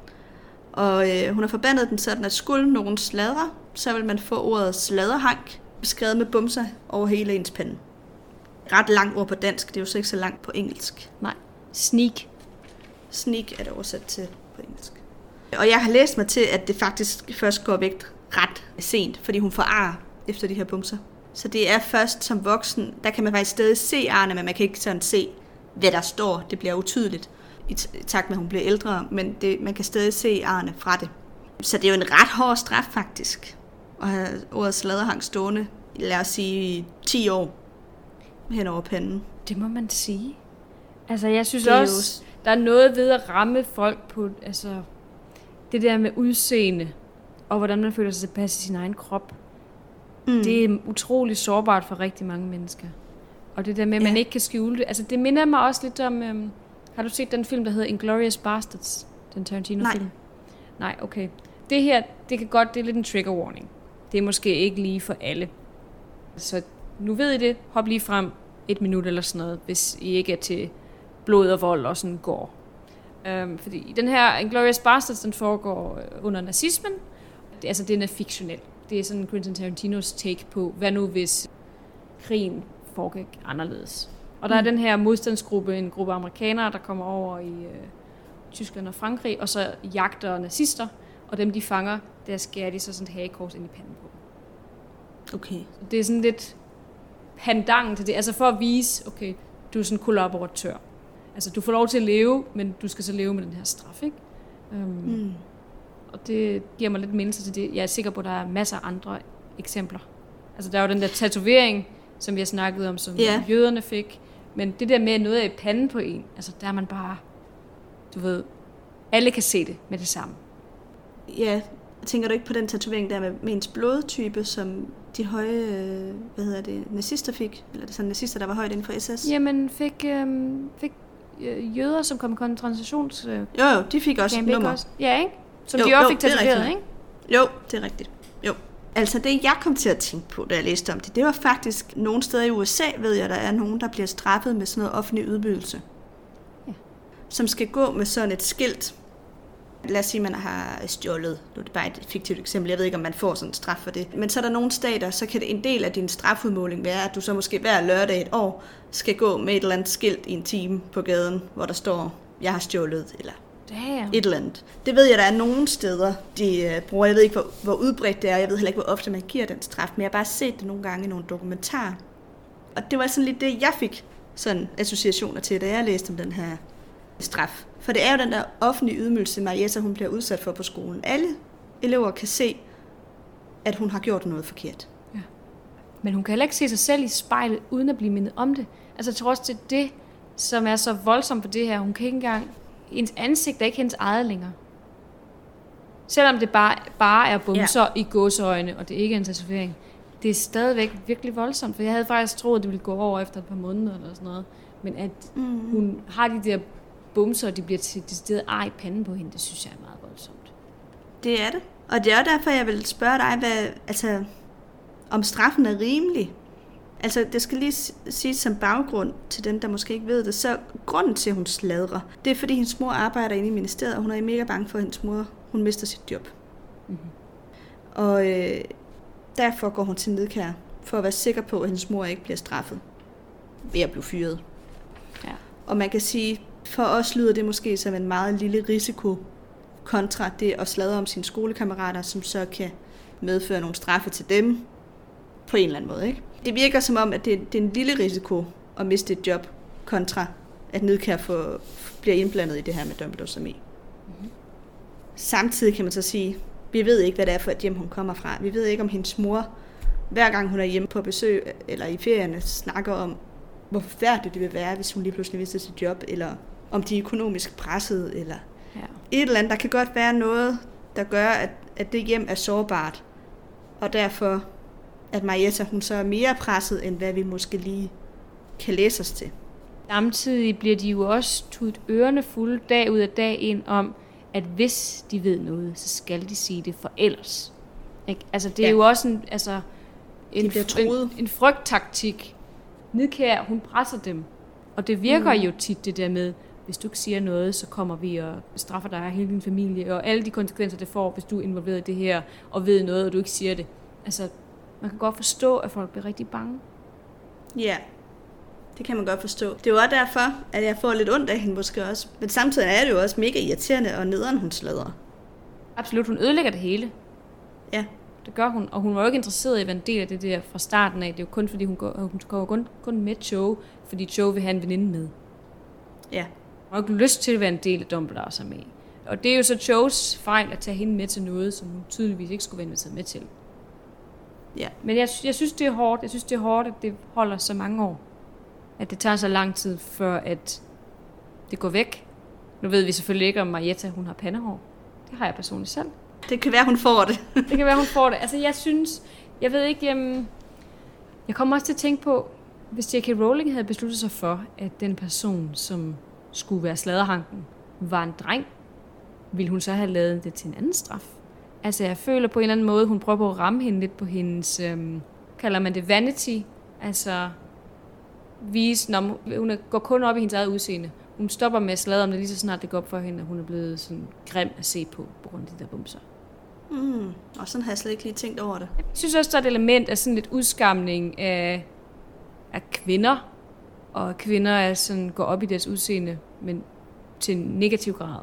Og øh, hun har forbandet den sådan, at skulle nogen sladre, så vil man få ordet sladrehank beskrevet med bumser over hele ens pande. Ret langt ord på dansk, det er jo så ikke så langt på engelsk. Nej. Sneak. Sneak er det oversat til på engelsk. Og jeg har læst mig til, at det faktisk først går væk ret sent, fordi hun får ar efter de her bumser. Så det er først som voksen, der kan man faktisk stadig se arne, men man kan ikke sådan se, hvad der står. Det bliver utydeligt i takt med, at hun bliver ældre, men det, man kan stadig se arne fra det. Så det er jo en ret hård straf faktisk, at have ordet sladderhang stående, lad os sige, ti år hen over panden. Det må man sige. Altså, jeg synes også, jo... der er noget ved at ramme folk på, altså, det der med udseende, og hvordan man føler sig tilpas i sin egen krop. Mm. Det er utroligt sårbart for rigtig mange mennesker. Og det der med, at man Ja. ikke kan skjule det. Altså, det minder mig også lidt om... Øhm, har du set den film, der hedder Inglourious Basterds? Den Tarantino-film? Nej. Nej, okay. Det her, det kan godt... Det er lidt en trigger warning. Det er måske ikke lige for alle. Så nu ved I det. Hop lige frem et minut eller sådan noget, hvis I ikke er til blod og vold og sådan går. Øhm, fordi den her Inglourious Basterds, den foregår under nazismen. Det, altså, den er fiktionel. Det er sådan Quentin Tarantinos take på, hvad nu hvis krigen foregik anderledes. Og der er den her modstandsgruppe, en gruppe amerikanere, der kommer over i øh, Tyskland og Frankrig, og så jagter nazister, og dem de fanger, der skærer de så sådan et hagekors ind i panden på. Okay. Så det er sådan lidt pandangen til det, altså for at vise, okay, du er sådan kollaboratør. Altså du får lov til at leve, men du skal så leve med den her straf, ikke? Um, Mm. Og det giver mig lidt mindelse til det. Jeg er sikker på, at der er masser af andre eksempler. Altså der er jo den der tatovering, som vi har snakket om, som Yeah. jøderne fik. Men det der med noget i panden på en, altså der er man bare, du ved, alle kan se det med det samme. Ja, tænker du ikke på den tatovering der med, med ens blodtype, som de høje, øh, hvad hedder det, nazister fik? Eller det er sådan nazister, der var højt inden for S S? Jamen fik, øhm, fik øh, jøder, som kom i koncentrations... Øh, Jo, jo, de fik også camp, nummer. også? Ja, ikke? Som Jo, de også jo, fik det er tatoveret, rigtigt. ikke? Jo, det er rigtigt. Jo. Altså det, jeg kom til at tænke på, da jeg læste om det, det var faktisk nogle steder i U S A, ved jeg, der er nogen, der bliver straffet med sådan noget offentlig ydmygelse. Ja. Som skal gå med sådan et skilt. Lad os sige, man har stjålet. Nu er det bare et fiktivt eksempel. Jeg ved ikke, om man får sådan en straf for det. Men så er der nogle stater, så kan det en del af din strafudmåling være, at du så måske hver lørdag et år skal gå med et eller andet skilt i en time på gaden, hvor der står, jeg har stjålet, eller Damn. et eller andet. Det ved jeg, der er nogle steder, de uh, bruger. Jeg ved ikke, hvor, hvor udbredt det er. Jeg ved heller ikke, hvor ofte man giver den straf. Men jeg har bare set det nogle gange i nogle dokumentarer. Og det var sådan lidt det, jeg fik sådan associationer til, da jeg læste om den her straf. For det er jo den der offentlige ydmygelse, Marietta, hun bliver udsat for på skolen. Alle elever kan se, at hun har gjort noget forkert. Ja. Men hun kan heller ikke se sig selv i spejlet, uden at blive mindet om det. Altså jeg tror også, det er det, som er så voldsomt på det her. Hun kan ikke engang... Hendes ansigt er ikke hendes eget længere. Selvom det bare, bare er bumser ja. i gåseøjne, og det ikke er en tatovering. Det er stadigvæk virkelig voldsomt, for jeg havde faktisk troet, at det ville gå over efter et par måneder eller sådan noget. Men at mm. hun har de der bumser, og de bliver til decideret ar i panden på hende, det synes jeg er meget voldsomt. Det er det. Og det er derfor, jeg vil spørge dig, hvad, altså, om straffen er rimelig. Altså, det skal lige siges som baggrund til dem, der måske ikke ved det. Så grunden til, at hun sladrer, det er, fordi hendes mor arbejder inde i ministeriet, og hun er mega bange for, at hendes mor hun mister sit job. Mm-hmm. Og øh, derfor går hun til Nidkjær, for at være sikker på, at hendes mor ikke bliver straffet ved at blive fyret. Ja. Og man kan sige, for os lyder det måske som en meget lille risiko kontra det at sladre om sine skolekammerater, som så kan medføre nogle straffe til dem på en eller anden måde, ikke? Det virker som om, at det, det er en lille risiko at miste et job, kontra at Nidkjær får, bliver indblandet i det her med Dumbledores armé. Mm-hmm. Samtidig kan man så sige, vi ved ikke, hvad det er for et hjem, hun kommer fra. Vi ved ikke, om hendes mor, hver gang hun er hjemme på besøg, eller i ferierne, snakker om, hvor forfærdeligt det vil være, hvis hun lige pludselig mister sit job, eller om de er økonomisk presset, eller ja. et eller andet. Der kan godt være noget, der gør, at, at det hjem er sårbart, og derfor at Marietta, hun så er mere presset, end hvad vi måske lige kan læse os til. Samtidig bliver de jo også tudt ørerne fulde dag ud af dag ind om, at hvis de ved noget, så skal de sige det, for ellers. Ikke? Altså det er ja. jo også en, altså, en, en, en frygttaktik. Nidkjær, hun presser dem. Og det virker mm. jo tit det der med, hvis du ikke siger noget, så kommer vi og straffer dig og hele din familie, og alle de konsekvenser, det får, hvis du er involveret i det her, og ved noget, og du ikke siger det. Altså, man kan godt forstå, at folk bliver rigtig bange. Ja, det kan man godt forstå. Det er jo også derfor, at jeg får lidt ondt af hende måske også. Men samtidig er det jo også mega irriterende, og nederen hun sladrer. Absolut, hun ødelægger det hele. Ja. Det gør hun, og hun var jo ikke interesseret i at være en del af det der fra starten af. Det er jo kun fordi, hun går, hun går kun, kun med Cho, fordi Cho vil have en veninde med. Ja. Hun har ikke lyst til at være en del af Dumbledores armé. Og det er jo så Chos fejl at tage hende med til noget, som hun tydeligvis ikke skulle være inviteret med til. Ja. Men jeg, jeg synes, det er hårdt. Jeg synes, det er hårdt, at det holder så mange år. At det tager så lang tid, før at det går væk. Nu ved vi selvfølgelig ikke, om Marietta, hun har pandehår. Det har jeg personligt selv. Det kan være, hun får det. Det kan være, hun får det. Altså, jeg synes, jeg ved ikke, jamen, jeg kommer også til at tænke på, Hvis J K Rowling havde besluttet sig for, at den person, som skulle være sladderhanken, var en dreng, ville hun så have lavet det til en anden straf? Altså, jeg føler på en eller anden måde, hun prøver på at ramme hende lidt på hendes, øhm, kalder man det vanity, altså vise, når hun går kun op i hendes eget udseende. Hun stopper med at sladre om det lige så snart det går op for hende, at hun er blevet sådan grim at se på, på grund af de der bumser. Mm, og sådan har jeg slet ikke lige tænkt over det. Jeg synes også, der er et element af sådan lidt udskamning af, af kvinder, og at kvinder er sådan, går op i deres udseende, men til en negativ grad.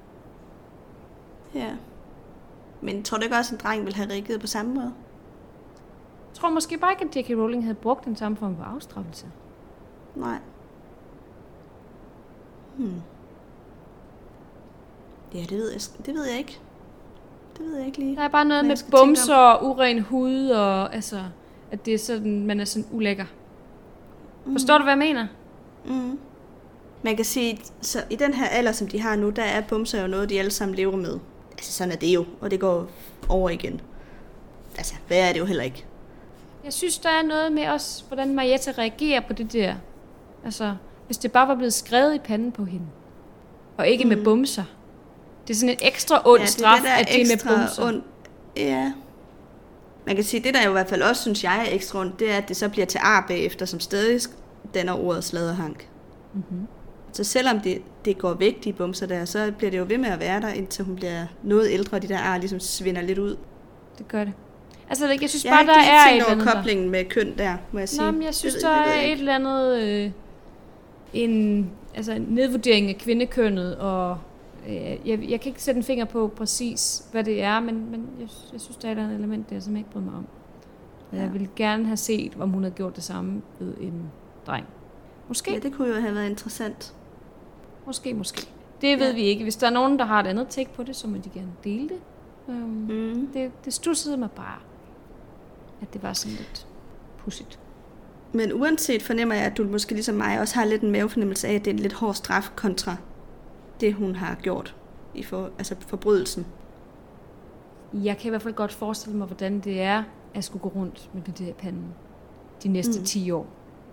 Ja. Men tror du ikke også, at en dreng ville have reageret på samme måde? Jeg tror måske bare ikke, at J K Rowling havde brugt den samme form for afstraffelse. Nej. Hmm. Ja, det ved jeg, det ved jeg ikke. Det ved jeg ikke lige. Der er bare noget med bumser og uren hud, og altså, at det er sådan, man er sådan ulækker. Mm. Forstår du, hvad jeg mener? Mm. Man kan sige, så i den her alder, som de har nu, der er bumser jo noget, de alle sammen lever med. Altså, sådan er det jo, og det går over igen. Altså, hvad er det jo heller ikke? Jeg synes, der er noget med også, hvordan Marietta reagerer på det der. Altså, hvis det bare var blevet skrevet i panden på hende, og ikke mm. med bumser. Det er sådan en ekstra ond ja, straf, det at det er med bumser. Und... Ja. Man kan sige, det der jo i hvert fald også, synes jeg er ekstra ondt, det er, at det så bliver til ar bagefter, som stadig danner ordet sladderhank. Mm-hmm. Så selvom det, det går væk, de bumser der, så bliver det jo ved med at være der, indtil hun bliver noget ældre, og de der ar ligesom svinder lidt ud. Det gør det. Altså, jeg synes jeg bare, der er et eller andet. Jeg har ikke koblingen med køn der, må jeg sige. Nå, men jeg synes, det, der det er et eller andet, øh, en, altså en nedvurdering af kvindekønnet, og øh, jeg, jeg kan ikke sætte en finger på præcis, hvad det er, men, men jeg, jeg synes, der er et eller andet element der, som jeg ikke bryder mig om. Ja. Jeg ville gerne have set, om hun havde gjort det samme ved en dreng. Måske. Ja, det kunne jo have været interessant. Måske, måske. Det ved ja. vi ikke. Hvis der er nogen, der har et andet take på det, så må de gerne dele det. Um, mm. Det, det stussede mig bare, at det var sådan lidt pudsigt. Men uanset fornemmer jeg, at du måske ligesom mig også har lidt en mavefornemmelse af, at det er en lidt hård straf kontra det, hun har gjort i for, altså forbrydelsen. Jeg kan i hvert fald godt forestille mig, hvordan det er at skulle gå rundt med det der i panden de næste mm. ti år.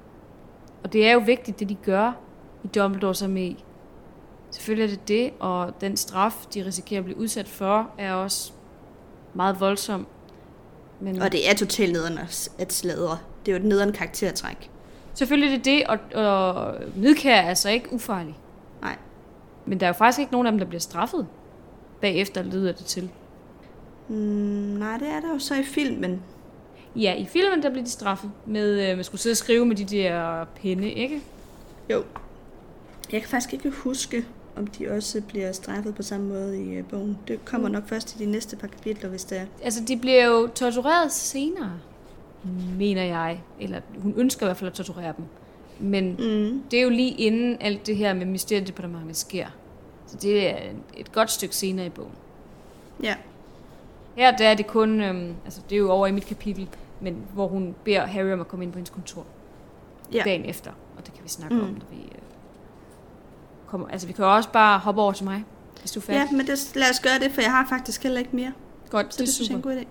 Og det er jo vigtigt, det de gør i Dumbledores armé. Selvfølgelig er det det, og den straf, de risikerer at blive udsat for, er også meget voldsom. Men og det er totalt nederen at sladre. Det er jo et nederen karaktertræk. Selvfølgelig er det det, og, og nidkær er altså ikke ufarlig. Nej. Men der er jo faktisk ikke nogen af dem, der bliver straffet bagefter, lyder det til. Mm, nej, det er der jo så i filmen. Ja, i filmen der bliver de straffet med, øh, man skulle sidde og skrive med de der pinde, ikke? Jo. Jeg kan faktisk ikke huske, om de også bliver straffet på samme måde i uh, bogen. Det kommer mm. nok først til de næste par kapitler, hvis det er. Altså, de bliver jo tortureret senere, mener jeg. Eller hun ønsker i hvert fald at torturere dem. Men mm. det er jo lige inden alt det her med Mysteriedepartementet sker. Så det er et godt stykke senere i bogen. Ja. Her der er det kun, øhm, altså det er jo over i mit kapitel, men hvor hun beder Harry om at komme ind på hendes kontor ja. dagen efter. Og det kan vi snakke mm. om, når vi øh, kommer. Altså vi kan jo også bare hoppe over til mig, hvis du er færdig. Ja, men det, lad os gøre det, for jeg har faktisk heller ikke mere. Godt, så det, det synes jeg er en god idé.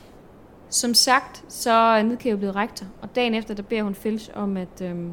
Som sagt, så er Nidkær jo blevet rektor, og dagen efter, der beder hun Filch om at øhm,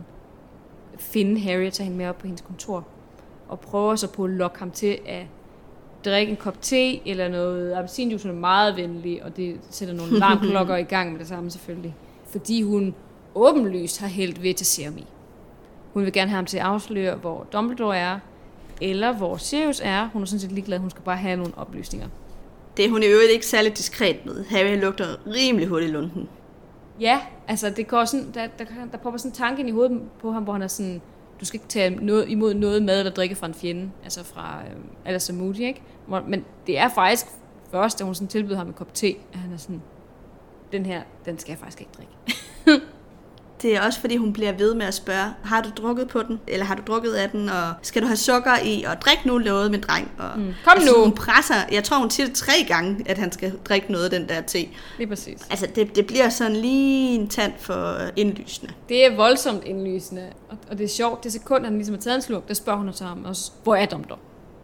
finde Harry og tage hende med op på hendes kontor, og prøver så på at lokke ham til at drikke en kop te, eller noget appelsinjuice, som er meget venlig, og det sætter nogle alarmklokker i gang med det samme selvfølgelig. Fordi hun åbenlyst har hældt ved til serum i. Hun vil gerne have ham til at afsløre, hvor Dumbledore er, eller hvor Sirius er. Hun er sådan set ligeglad, hun skal bare have nogle oplysninger. Det er hun i øvrigt ikke særlig diskret med. Harry lugter rimelig hurtigt i lunden. Ja, altså det går sådan, der, der, der popper sådan en tanke ind i hovedet på ham, hvor han er sådan, du skal ikke tage noget, imod noget mad eller drikke fra en fjende, altså fra øh, Alastor Moody, ikke? Men det er faktisk først, da hun sådan tilbyder ham en kop te, at han er sådan, den her, den skal jeg faktisk ikke drikke. Det er også fordi, hun bliver ved med at spørge, har du drukket på den? Eller har du drukket af den? Og skal du have sukker i? Og drik nu noget med dreng. Og, mm. Kom altså, nu! Hun presser, jeg tror hun siger det tre gange, at han skal drikke noget af den der te. Lige præcis. Altså det, det bliver sådan lige en tand for indlysende. Det er voldsomt indlysende. Og, og det er sjovt, det sekund, han ligesom har taget en slurk, der spørger hun så ham også, hvor er Dumbledore?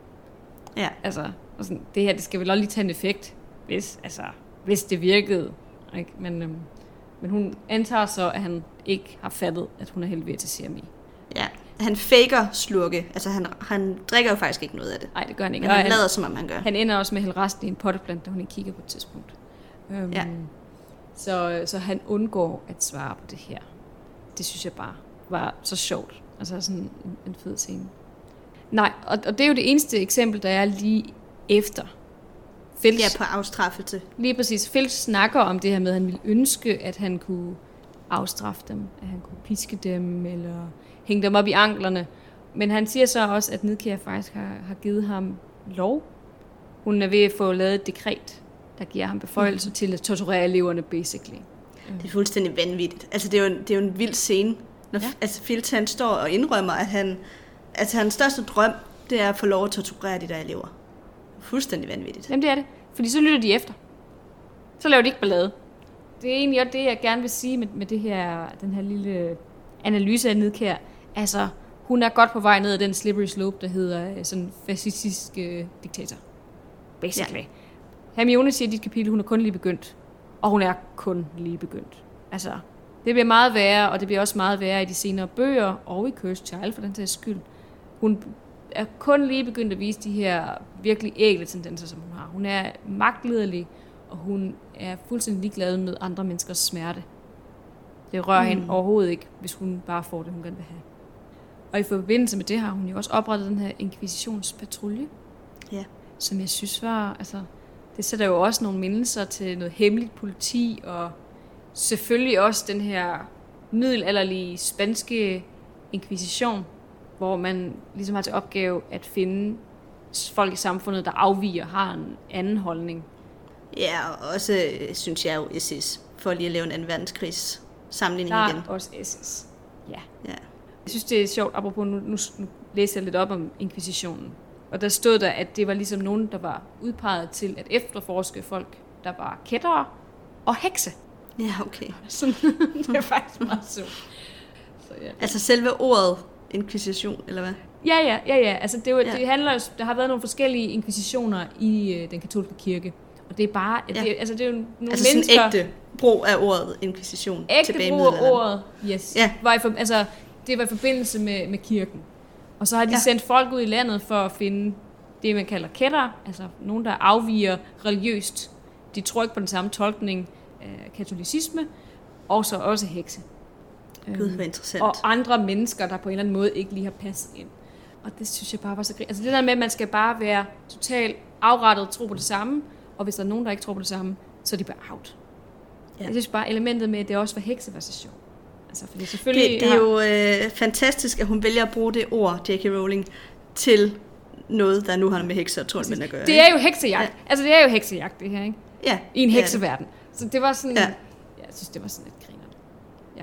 Ja. Altså, og sådan, det her, det skal vel også lige tage en effekt, hvis, altså, hvis det virkede. Ikke? Men, øhm, Men hun antager så, at han ikke har fattet, at hun er hældt ved til Sirmi. Ja, han faker slurke. Altså, han, han drikker jo faktisk ikke noget af det. Nej, det gør han ikke. Men han han lader, som om han gør. Han ender også med at hælde resten i en potteplant, da hun ikke kigger på et tidspunkt. Um, ja. så, så han undgår at svare på det her. Det synes jeg bare var så sjovt. Altså sådan en, en fed scene. Nej, og, og det er jo det eneste eksempel, der er lige efter. Filch, ja, på afstraffelse. Lige præcis. Filch snakker om det her med, at han ville ønske, at han kunne afstraffe dem. At han kunne piske dem, eller hænge dem op i anklerne. Men han siger så også, at Nidkjær faktisk har, har givet ham lov. Hun er ved at få lavet et dekret, der giver ham beføjelse mm. til at torturere eleverne, basically. Det er fuldstændig vanvittigt. Altså, det er jo en, det er jo en vild scene. Når ja. altså, Filch, han står og indrømmer, at han, altså, hans største drøm, det er at få lov at torturere de der elever. Fuldstændig vanvittigt. Jamen, det er det. Fordi så lytter de efter. Så laver de ikke ballade. Det er egentlig også det, jeg gerne vil sige med, med det her, den her lille analyse af Nidkjær. Altså, hun er godt på vej ned ad den slippery slope, der hedder sådan fascistisk øh, diktator. Basically. Ja. Hermione siger i dit kapitel, hun er kun lige begyndt. Og hun er kun lige begyndt. Altså, det bliver meget værre, og det bliver også meget værre i de senere bøger, og i Cursed Child for den sags skyld. Hun er kun lige begyndt at vise de her virkelig ægle tendenser, som hun har. Hun er magtliderlig, og hun er fuldstændig ligeglad med andre menneskers smerte. Det rører mm. hende overhovedet ikke, hvis hun bare får det, hun gerne vil have. Og i forbindelse med det har hun jo også oprettet den her inkvisitionspatrulje, ja. som jeg synes var, altså, det sætter jo også nogle mindelser til noget hemmeligt politi, og selvfølgelig også den her middelalderlige spanske inkvisition, hvor man ligesom har til opgave at finde folk i samfundet, der afviger, har en anden holdning. Ja, og også, synes jeg jo, S S, for lige at lave en anden verdenskrigs sammenligning der igen. Der er også S S, ja. ja. Jeg synes, det er sjovt, apropos, nu, nu, nu læser jeg lidt op om inkvisitionen. Og der stod der, at det var ligesom nogen, der var udpeget til at efterforske folk, der var kættere og hekse. Ja, okay. Sådan, det er faktisk meget sjovt. Så, ja. Altså selve ordet inkvisition, eller hvad? Ja, ja, ja, ja. Altså, det, var, ja. det handler, der har været nogle forskellige inkvisitioner i øh, den katolske kirke. Og det er bare, ja. det, altså det er jo nogle altså mennesker... Altså ægte brug af ordet inkvisition ægte tilbage i brug af ordet, yes. Ja. Var i for, altså, det var i forbindelse med, med kirken. Og så har de ja. sendt folk ud i landet for at finde det, man kalder kætter, altså nogen, der afviger religiøst. De tror ikke på den samme tolkning af katolicisme, og så også hekse. Gud, hvor interessant. Og andre mennesker, der på en eller anden måde ikke lige har passet ind. Og det synes jeg bare var så grin. Altså det der med, at man skal bare være totalt afrettet og tro på det samme, og hvis der er nogen, der ikke tror på det samme, så er de bare out. Ja. Jeg synes bare, elementet med, at det også var hekseversation. Altså, fordi selvfølgelig det, det er har... jo øh, fantastisk, at hun vælger at bruge det ord, J K Rowling, til noget, der nu har med hekser og troldmænd at gøre. Det er jo heksejagt. Ja. Altså, det er jo heksejagt, det her, ikke? Ja. I en hekseverden. Så det var sådan... Ja. Jeg synes, det var sådan et griner. Ja.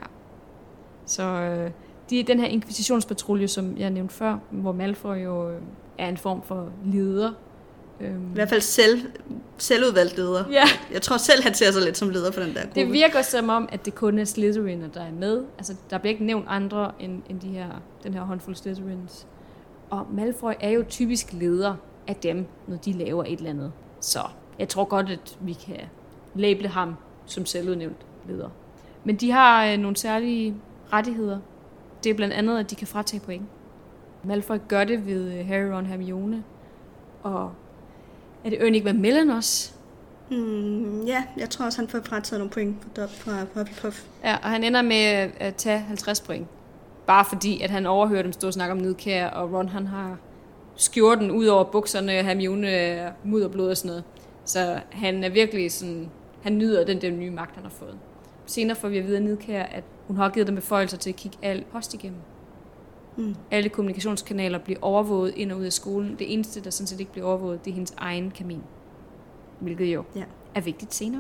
Så øh, de, den her inkvisitionspatrulje, som jeg nævnte før, hvor Malfoy jo øh, er en form for leder. Øhm. I hvert fald selv, selvudvalgt leder. Ja. Jeg tror selv, han ser sig lidt som leder for den der gruppe. Det virker som om, at det kun er Slytheriner, der er med. Altså, der bliver ikke nævnt andre end, end de her, den her håndfuld Slytherins. Og Malfoy er jo typisk leder af dem, når de laver et eller andet. Så jeg tror godt, at vi kan label ham som selvudnævnt leder. Men de har øh, nogle særlige rettigheder. Det er blandt andet, at de kan fratage point. Malfoy gør det ved øh, Harry, Ron, Hermione. Og er det Ernie Macmillan også? Mm, ja, jeg tror også, han får frataget nogle point fra Hufflepuff. Ja, og han ender med at tage halvtreds point. Bare fordi, at han overhører dem stå og snakke om Nidkjær, og Ron han har skjorten ud over bukserne, Hermione er mudderblod og sådan noget. Så han er virkelig sådan, han nyder den der nye magt, han har fået. Senere får vi at vide af Nidkjær, at hun har givet dem beføjelser til at kigge al post igennem. Mm. Alle kommunikationskanaler bliver overvåget ind og ud af skolen. Det eneste, der sådan set ikke bliver overvåget, det er hendes egen kamin. Hvilket jo ja. er vigtigt senere.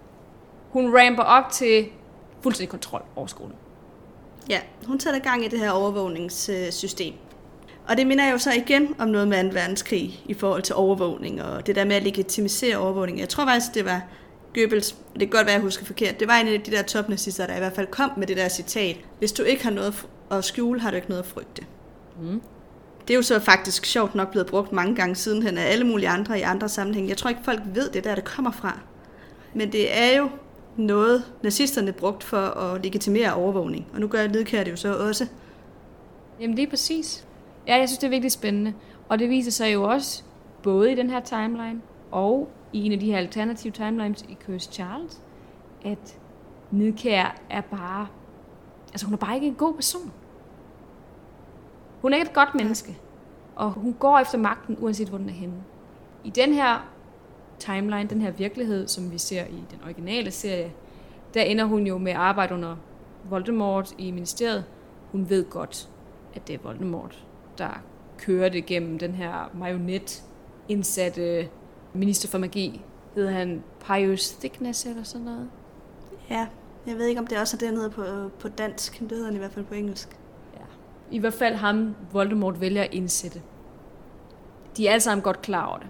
Hun ramper op til fuldstændig kontrol over skolen. Ja, hun sætter gang i det her overvågningssystem. Og det minder jo så igen om noget med anden verdenskrig i forhold til overvågning, og det der med at legitimisere overvågning. Jeg tror faktisk, det var Goebbels, det kan godt være, at jeg husker forkert, det var en af de der topnazister, der i hvert fald kom med det der citat. Hvis du ikke har noget at skjule, har du ikke noget at frygte. Mm. Det er jo så faktisk sjovt nok blevet brugt mange gange sidenhen af alle mulige andre i andre sammenhænge. Jeg tror ikke, folk ved det der, det kommer fra. Men det er jo noget, nazisterne brugt for at legitimere overvågning. Og nu gør Nidkjær det jo så også. Jamen lige præcis. Ja, jeg synes, det er virkelig spændende. Og det viser sig jo også, både i den her timeline, og i en af de her alternative timelines i Cursed Child, at Nidkjær er bare... Altså, hun er bare ikke en god person. Hun er ikke et godt menneske. Og hun går efter magten, uanset hvor den er henne. I den her timeline, den her virkelighed, som vi ser i den originale serie, der ender hun jo med at arbejde under Voldemort i ministeriet. Hun ved godt, at det er Voldemort, der kører det gennem den her marionet indsatte minister for magi. Hedder han Pius Thickness eller sådan noget? Ja, jeg ved ikke, om det også er dernede på, på dansk. Det hedder han i hvert fald på engelsk. Ja. I hvert fald ham, Voldemort vælger at indsætte. De er alle sammen godt klar over det.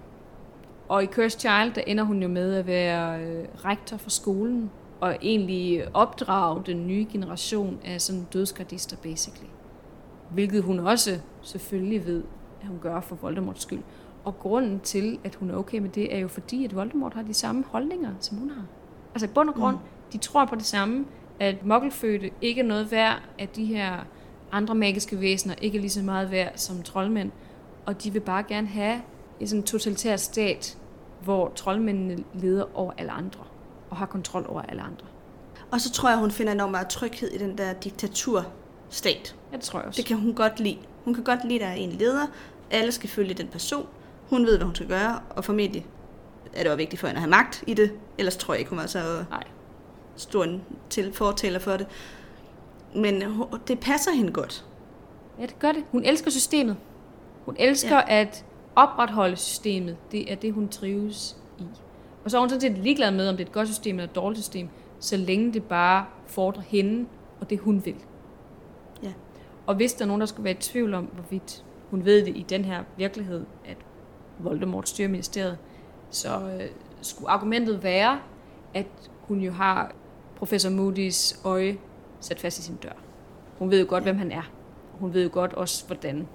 Og i Cursed Child, der ender hun jo med at være øh, rektor for skolen, og egentlig opdrage den nye generation af sådan dødsgardister, basically. Hvilket hun også selvfølgelig ved, at hun gør for Voldemorts skyld. Og grunden til, at hun er okay med det, er jo fordi, at Voldemort har de samme holdninger, som hun har. Altså i bund og grund, mm. de tror på det samme, at muggelfødte ikke er noget værd, at de her andre magiske væsener ikke er lige så meget værd som troldmænd, og de vil bare gerne have en sådan totalitær stat, hvor troldmændene leder over alle andre, og har kontrol over alle andre. Og så tror jeg, hun finder enormt meget tryghed i den der diktaturstat. Ja, det tror jeg også. Det kan hun godt lide. Hun kan godt lide, at der er en leder. Alle skal følge den person. Hun ved, hvad hun skal gøre, og formentlig er det også vigtigt for hende at have magt i det. Ellers tror jeg ikke, hun var så Nej. stor en til fortæller for det. Men det passer hende godt. Ja, det gør det. Hun elsker systemet. Hun elsker ja. at opretholde systemet. Det er det, hun trives i. Og så er hun sådan set ligeglad med, om det er et godt system eller et dårligt system, så længe det bare fordrer hende og det, hun vil. Ja. Og hvis der er nogen, der skulle være i tvivl om, hvorvidt hun ved det i den her virkelighed, at Voldemort styrer ministeriet, så øh, skulle argumentet være, at hun jo har professor Moody's øje sat fast i sin dør. Hun ved jo godt, ja. hvem han er. Hun ved jo godt også, hvordan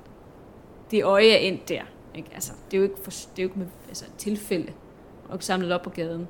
det øje er endt der. Ikke? Altså, det er jo ikke, for, det er jo ikke med altså, et tilfælde, og ikke samlet op på gaden.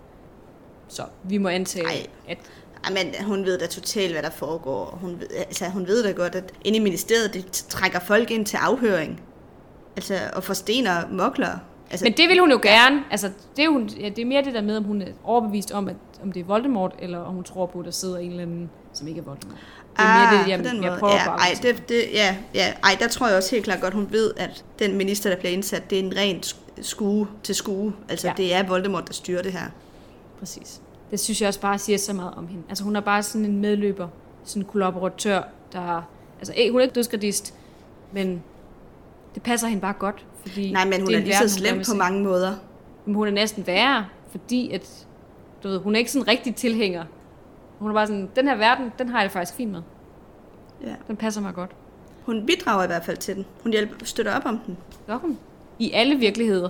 Så vi må antage, Ej. at... Ej, men hun ved da totalt, hvad der foregår. Hun ved, altså, hun ved da godt, at inde i ministeriet, det trækker folk ind til afhøring. Altså, og forstener mugglere. Altså, men det vil hun jo gerne. Altså, det, er hun, ja, det er mere det der med, om hun er overbevist om, at om det er Voldemort, eller om hun tror på, at der sidder en eller anden, som ikke er Voldemort. Det er ah, mere det, jeg, jeg prøver ja, på at ej, det, det, ja, ja, ej, der tror jeg også helt klart godt, hun ved, at den minister, der bliver indsat, det er en ren skue til skue. Altså, ja. Det er Voldemort, der styrer det her. Præcis. Det synes jeg også bare siger så meget om hende. Altså, hun er bare sådan en medløber, sådan en kollaboratør, der... Altså, hun er ikke dødsgardist, men det passer hende bare godt, fordi... Nej, men hun er, er lige så slem på mange måder. Men hun er næsten værre, fordi at... Du ved, hun er ikke sådan en rigtig tilhænger. Hun er bare sådan, den her verden, den har jeg det faktisk fint med. Ja. Den passer mig godt. Hun bidrager i hvert fald til den. Hun hjælper, støtter op om den. Gør hun. I alle virkeligheder.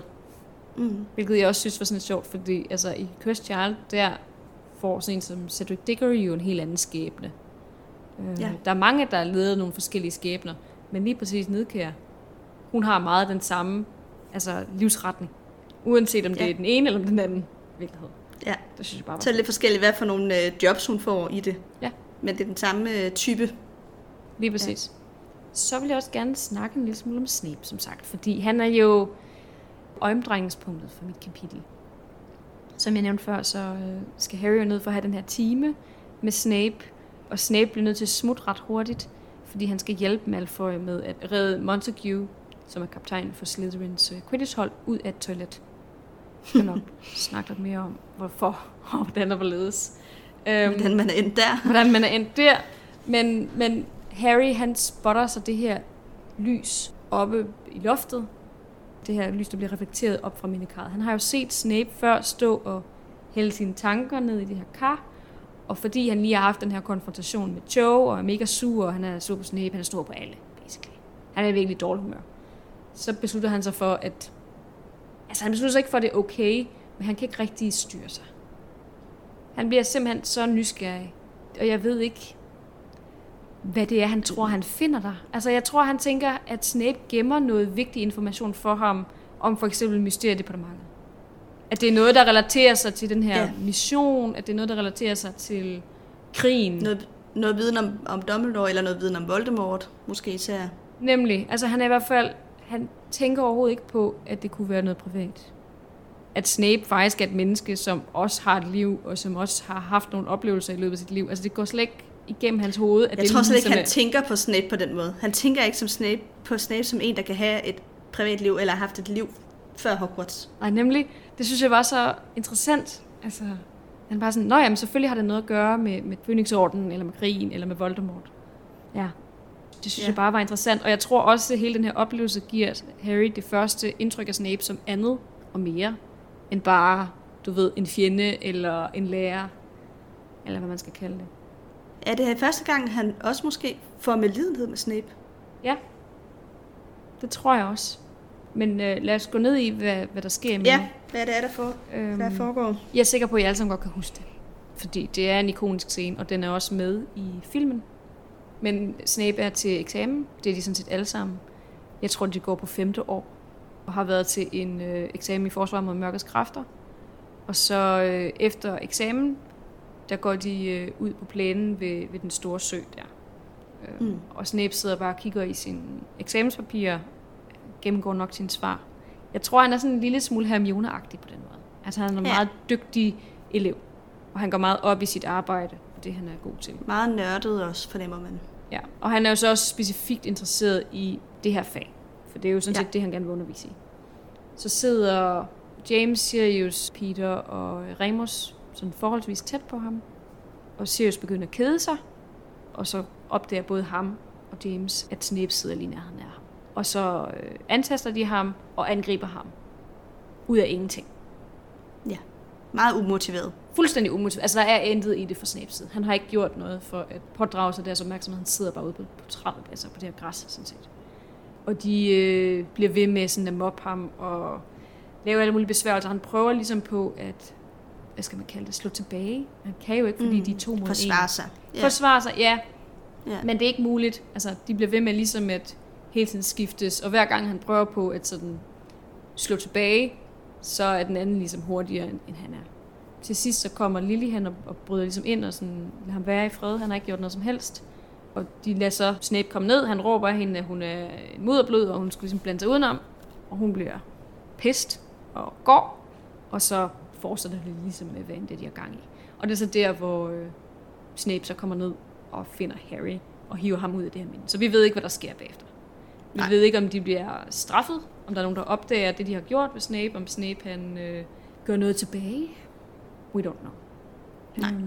Mm. Hvilket jeg også synes var sådan lidt sjovt, fordi altså, i Cursed Child, der får sådan en som Cedric Diggory jo en helt anden skæbne. Ja. Øh, der er mange, der leder nogle forskellige skæbner, men lige præcis Nidkjær, hun har meget den samme altså, livsretning. Uanset om ja. det er den ene eller den anden virkelighed. Ja, det synes jeg bare var så er det lidt forskelligt, hvad for nogle øh, jobs hun får i det. Ja. Men det er den samme øh, type. Lige præcis. Ja. Så vil jeg også gerne snakke en lille smule om Snape, som sagt. Fordi han er jo omdrejningspunktet for mit kapitel. Som jeg nævnte før, så øh, skal Harry jo ned for at have den her time med Snape. Og Snape bliver nødt til at smutte ret hurtigt, fordi han skal hjælpe Malfoy med at redde Montague, som er kaptajn for Slytherins øh, Quidditch-hold, ud af et toilet. Jeg skal nok snakke lidt mere om, hvorfor og hvordan og hvorledes. Øhm, hvordan man er endt der. Hvordan man er endt der. Men, men Harry, han spotter så det her lys oppe i loftet. Det her lys, der bliver reflekteret op fra mindekarret. Han har jo set Snape før stå og hælde sine tanker ned i det her kar. Og fordi han lige har haft den her konfrontation med Cho, og er mega sur, og han er sur på Snape, han er stor på alle, basically. Han er virkelig dårlig humør. Så beslutter han sig for, at... Altså, han beslutter sig ikke for, at det er okay, men han kan ikke rigtig styre sig. Han bliver simpelthen så nysgerrig. Og jeg ved ikke, hvad det er, han tror, han finder der. Altså, jeg tror, han tænker, at Snape gemmer noget vigtig information for ham, om for eksempel Mysteriedepartementet. At det er noget, der relaterer sig til den her Ja. mission, at det er noget, der relaterer sig til krigen. Noget, noget viden om, om Dumbledore, eller noget viden om Voldemort, måske især. Nemlig, altså han er i hvert fald, han tænker overhovedet ikke på, at det kunne være noget privat. At Snape faktisk er et menneske, som også har et liv, og som også har haft nogle oplevelser i løbet af sit liv. Altså det går slet ikke igennem hans hoved. At Jeg det tror slet ikke, ligesom han tænker på Snape på den måde. Han tænker ikke som Snape, på Snape som en, der kan have et privatliv, eller har haft et liv før Hogwarts. Nej, nemlig, det synes jeg var så interessant. Altså, han bare sådan, nå jamen, selvfølgelig har det noget at gøre med, med Phoenix-ordenen, eller med krigen, eller med Voldemort. Ja, det synes Ja. jeg bare var interessant. Og jeg tror også, at hele den her oplevelse giver Harry det første indtryk af Snape som andet og mere, end bare, du ved, en fjende, eller en lærer, eller hvad man skal kalde det. Er det her første gang, han også måske får medlidenhed med Snape? Ja, det tror jeg også. Men øh, lad os gå ned i, hvad, hvad der sker med Ja, hvad det er, der, for, øhm, hvad der foregår. Jeg er sikker på, at I alle sammen godt kan huske det. Fordi det er en ikonisk scene, og den er også med i filmen. Men Snape er til eksamen. Det er de sådan set alle sammen. Jeg tror, de går på femte år. Og har været til en øh, eksamen i forsvar mod mørkets kræfter. Og så øh, efter eksamen, der går de øh, ud på plænen ved, ved den store sø der. Øh, Mm. Og Snape sidder bare og kigger i sine eksamenspapirer, gennemgår nok sine svar. Jeg tror, han er sådan en lille smule Hermione-agtig på den måde. Altså han er en Ja. meget dygtig elev, og han går meget op i sit arbejde, og det han er god til. Meget nørdet også, fornemmer man. Ja. Og han er jo så også specifikt interesseret i det her fag, for det er jo sådan set Ja. det, han gerne vil undervise i. Så sidder James, Sirius, Peter og Remus sådan forholdsvis tæt på ham, og Sirius begynder at kede sig, og så opdager både ham og James, at Snape sidder lige nærheden af ham. Og så øh, antaster de ham og angriber ham. Ud af ingenting. Ja, meget umotiveret. Fuldstændig umotiveret. Altså, der er intet i det fra Snapes side. Han har ikke gjort noget for at pådrage sig deres opmærksomhed. Han sidder bare ude på, på trappet, altså på det her græs, sådan set. Og de øh, bliver ved med sådan at mobbe ham og lave alle mulige besværgelser. Han prøver ligesom på at, hvad skal man kalde det, slå tilbage. Han kan jo ikke, fordi mm. de er to mod en. Forsvare sig. Ja. Forsvare sig, ja. Ja. Men det er ikke muligt. Altså, de bliver ved med ligesom at hele tiden skiftes, og hver gang han prøver på at sådan slå tilbage, så er den anden ligesom hurtigere, end, end han er. Til sidst så kommer Lily hen og, og bryder ligesom ind og sådan, lader ham være i fred. Han har ikke gjort noget som helst. Og de lader så Snape komme ned. Han råber af hende, at hun er en mudderblod, og hun skulle ligesom blande sig udenom. Og hun bliver pist og går. Og så fortsætter det ligesom med, hvad end det de har gang i. Og det er så der, hvor øh, Snape så kommer ned og finder Harry og hiver ham ud af det her minde. Så vi ved ikke, hvad der sker bagefter. Vi Nej. ved ikke, om de bliver straffet, om der er nogen, der opdager det, de har gjort ved Snape, om Snape han øh, gør noget tilbage. We don't know. Nej. Um,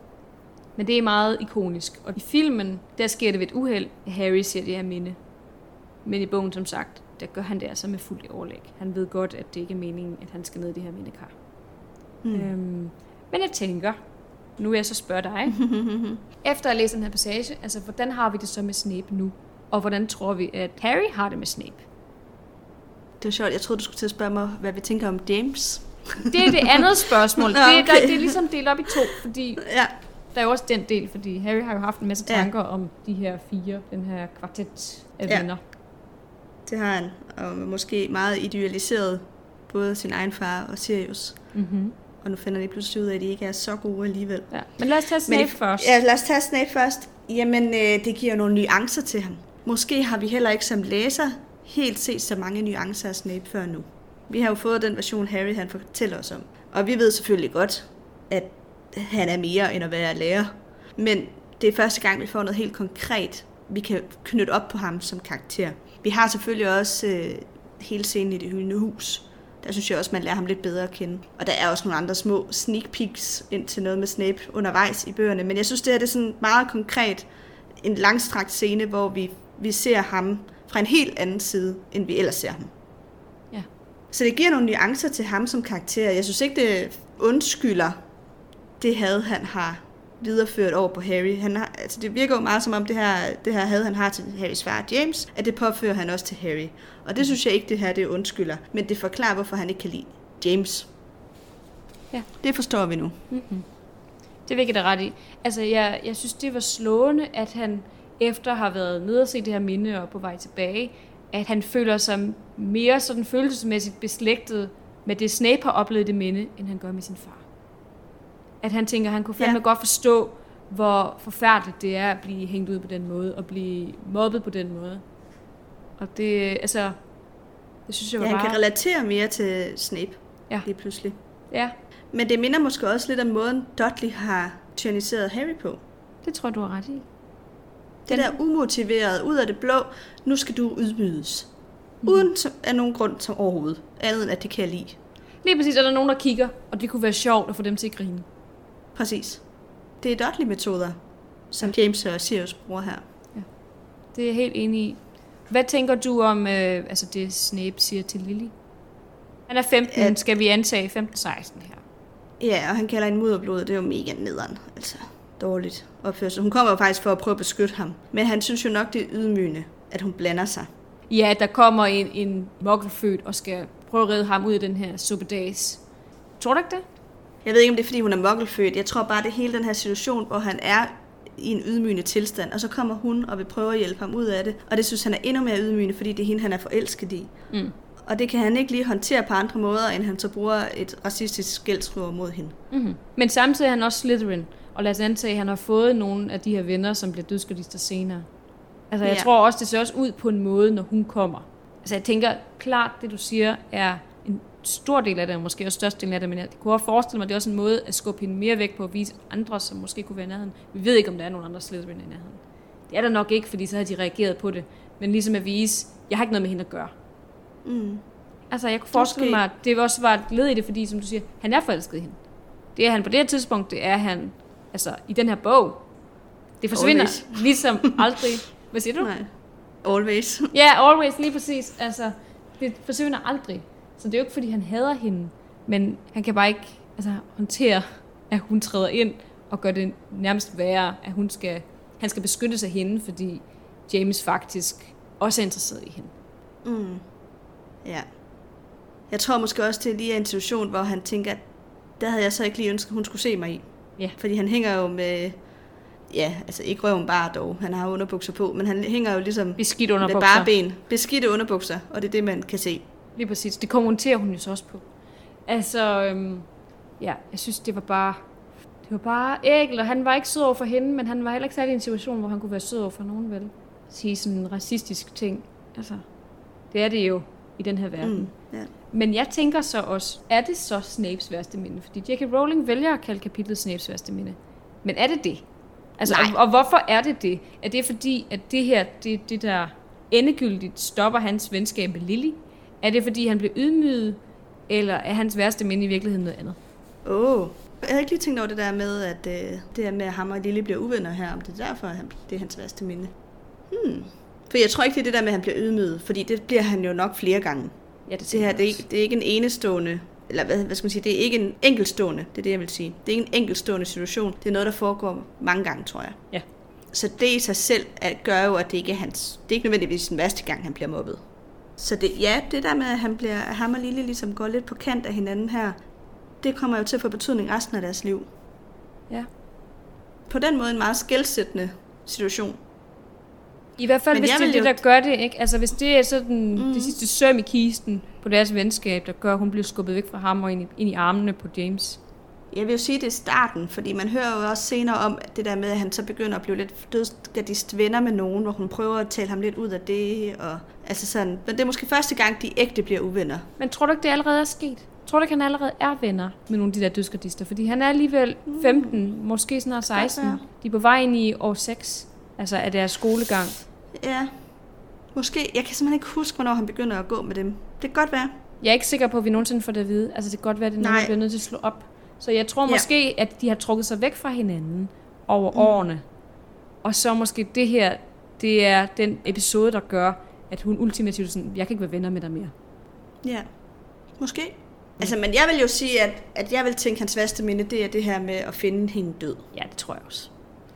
men det er meget ikonisk. Og i filmen, der sker det ved et uheld, at Harry ser det her minde. Men i bogen, som sagt, der gør han det altså med fuldt overlæg. Han ved godt, at det ikke er meningen, at han skal ned i det her mindekar. Mm. Øhm, men jeg tænker, nu vil jeg så spørge dig. Efter at læse den her passage, altså hvordan har vi det så med Snape nu? Og hvordan tror vi, at Harry har det med Snape? Det var sjovt. Jeg troede, du skulle til at spørge mig, hvad vi tænker om James. Det er det andet spørgsmål. Nå, Det, er, okay. der, det er ligesom delt op i to, fordi Ja. der er jo også den del, fordi Harry har jo haft en masse Ja. tanker om de her fire, den her kvartet af Ja. venner. Det har han. Og måske meget idealiseret både sin egen far og Sirius. Mm-hmm. Og nu finder de pludselig ud af, at de ikke er så gode alligevel. Ja. Men lad os tage Snape Men, først. Ja, lad os tage Snape først. Jamen, øh, det giver nogle nuancer til ham. Måske har vi heller ikke som læser helt set så mange nuancer af Snape før nu. Vi har jo fået den version, Harry han fortæller os om. Og vi ved selvfølgelig godt, at han er mere end at være lærer. Men det er første gang, vi får noget helt konkret, vi kan knytte op på ham som karakter. Vi har selvfølgelig også øh, hele scenen i Det Hyldende Hus. Der synes jeg også, man lærer ham lidt bedre at kende. Og der er også nogle andre små sneak peeks ind til noget med Snape undervejs i bøgerne. Men jeg synes, det her det er sådan meget konkret en langstrakt scene, hvor vi, vi ser ham fra en helt anden side, end vi ellers ser ham. Ja. Så det giver nogle nuancer til ham som karakter. Jeg synes ikke, det undskylder det had, han har videreført over på Harry. Han har, altså det virker jo meget som om det her, det her had, han har til Harrys far James, at det påfører han også til Harry. Og det synes jeg ikke, det her det undskylder. Men det forklarer, hvorfor han ikke kan lide James. Ja. Det forstår vi nu. Mm-hmm. Det vil jeg ret i. Altså, jeg, jeg synes, det var slående, at han efter at have været nede og se det her minde og på vej tilbage, at han føler sig mere sådan følelsesmæssigt beslægtet med det Snape har oplevet det minde, end han gør med sin far. At han tænker, at han kunne fandme Ja. godt forstå, hvor forfærdeligt det er at blive hængt ud på den måde, og blive mobbet på den måde. Og det, altså, det synes jeg var Ja, han bare... kan relatere mere til Snape, Ja. lige pludselig. Ja, Men det minder måske også lidt om måden, Dudley har tyranniseret Harry på. det tror jeg, du har ret i. Det Den- der umotiveret, ud af det blå, nu skal du ydmyges. Mm. Uden som, af nogen grund som overhovedet. Andet end at det kan jeg lide. Lige præcis er der nogen, der kigger, og det kunne være sjovt at få dem til at grine. Præcis. Det er Dudley-metoder, som James og Sirius bruger her. Det er jeg helt enig i. Hvad tænker du om øh, altså det, Snape siger til Lily? Han er femten, At- skal vi antage femten seksten her. Ja, og han kalder hende mudderblod, det er jo mega nederen. Altså, dårligt opførsel. Hun kommer jo faktisk for at prøve at beskytte ham. Men han synes jo nok, det er ydmygende, at hun blander sig. Ja, der kommer en, en mokkelfødt og skal prøve at redde ham ud af den her suppedags. Tror du ikke det? Jeg ved ikke, om det er, fordi hun er mokkelfødt. Jeg tror bare, det er hele den her situation, hvor han er i en ydmygende tilstand, og så kommer hun og vil prøve at hjælpe ham ud af det. Og det synes han er endnu mere ydmygende, fordi det er hende, han er forelsket i. Mm. Og det kan han ikke lige håndtere på andre måder, end han så bruger et racistisk skældsord mod hende. Mm-hmm. Men samtidig er han også Slytherin, og lad os antage, at han har fået nogle af de her venner, som bliver dødsgardister senere. Altså, jeg Ja. tror også, det ser også ud på en måde, når hun kommer. Altså, jeg tænker, klart, det du siger, er en stor del af det, og måske også størstedelen af det, men jeg kunne også forestille mig, at det er også en måde at skubbe hende mere væk på at vise andre, som måske kunne være i nærheden. Vi ved ikke, om der er nogen andre Slytherin i nærheden. Det er der nok ikke, fordi så havde de reageret på det. Men ligesom at vise, jeg har ikke noget med hende at gøre. Mm. Altså, jeg kunne forestille Måske. mig, at det også var et led i det, fordi, som du siger, han er forelsket i hende. Det er han på det her tidspunkt, det er han, altså, i den her bog. Det forsvinder Always. ligesom aldrig. Hvad siger du? Nej. Always. Ja, yeah, always, lige præcis. Altså, det forsvinder aldrig. Så det er jo ikke, fordi han hader hende, men han kan bare ikke altså, håndtere, at hun træder ind og gør det nærmest værre, at hun skal, han skal beskytte sig hende, fordi James faktisk også er interesseret i hende. Mm. Ja. Jeg tror måske også, det er lige en situation, hvor han tænker, at der havde jeg så ikke lige ønsket, at hun skulle se mig i. Ja. Fordi han hænger jo med, ja, altså ikke røven bare dog, han har underbukser på, men han hænger jo ligesom Beskidt med underbukser. bare ben, beskidte underbukser, og det er det, man kan se. Lige præcis. Det kommenterer hun jo så også på. Altså, øhm, ja, jeg synes, det var bare... Det var bare ægelt, og han var ikke sød over for hende, men han var heller ikke særlig i en situation, hvor han kunne være sød over for nogen, vel? Sige sådan en racistisk ting. Altså, det er det jo i den her verden. Mm, ja. Men jeg tænker så også, er det så Snapes værste minde? Fordi J K Rowling vælger at kalde kapitlet Snapes værste minde. Men er det det? Altså, og, og hvorfor er det det? Er det fordi, at det her, det, det der endegyldigt stopper hans venskab med Lily? Er det fordi, han blev ydmyget? Eller er hans værste minde i virkeligheden noget andet? Åh, oh. Jeg havde ikke lige tænkt over det der med, at øh, det her med, at ham og Lily bliver uvenner her, om det er derfor, at han, det er hans værste minde. Hmm. For jeg tror ikke, det er det der med, at han bliver ydmyget, fordi det bliver han jo nok flere gange. Ja, det, Det her, det er, ikke, det er ikke en enestående, eller hvad, hvad skal man sige, det er ikke en enkeltstående, det er det, jeg vil sige. Det er ikke en enkeltstående situation, det er noget, der foregår mange gange, tror jeg. Ja. Så det i sig selv at gør jo, at det ikke er hans, det er ikke nødvendigvis den værste gang, han bliver mobbet. Så det, ja, det der med, at, han bliver, at ham og Lily ligesom går lidt på kant af hinanden her, det kommer jo til at få betydning resten af deres liv. Ja. På den måde en meget skelsættende situation. I hvert fald, Men hvis jeg det er vil det, jo- der gør det, ikke? Altså, hvis det er sådan Mm. mm. det sidste søm i kisten på deres venskab, der gør, at hun bliver skubbet væk fra ham og ind i, ind i armene på James. Jeg vil jo sige, det er starten, fordi man hører jo også senere om det der med, at han så begynder at blive lidt dødsgardist venner med nogen, hvor hun prøver at tale ham lidt ud af det. Og, altså sådan. Men det er måske første gang, de ægte bliver uvenner. Men tror du ikke, det allerede er sket? Tror du ikke, han allerede er venner med nogle af de der dødsgardister? Fordi han er alligevel femten, måske snart seksten. være. De er på vej ind i år seks, altså af deres skolegang. Ja, måske. Jeg kan simpelthen ikke huske, hvornår han begynder at gå med dem. Det kan godt være. Jeg er ikke sikker på, at vi nogensinde får det at vide. Altså, det kan godt være, at det er noget, Nej. vi bliver nødt til at slå op. Så jeg tror Ja. måske, at de har trukket sig væk fra hinanden over mm. årene. Og så måske det her, det er den episode, der gør, at hun ultimativt sådan, jeg kan ikke være venner med dig mere. Ja, måske. Altså, men jeg vil jo sige, at, at jeg vil tænke, at hans værste minde, det er det her med at finde hende død. Ja, det tror jeg også.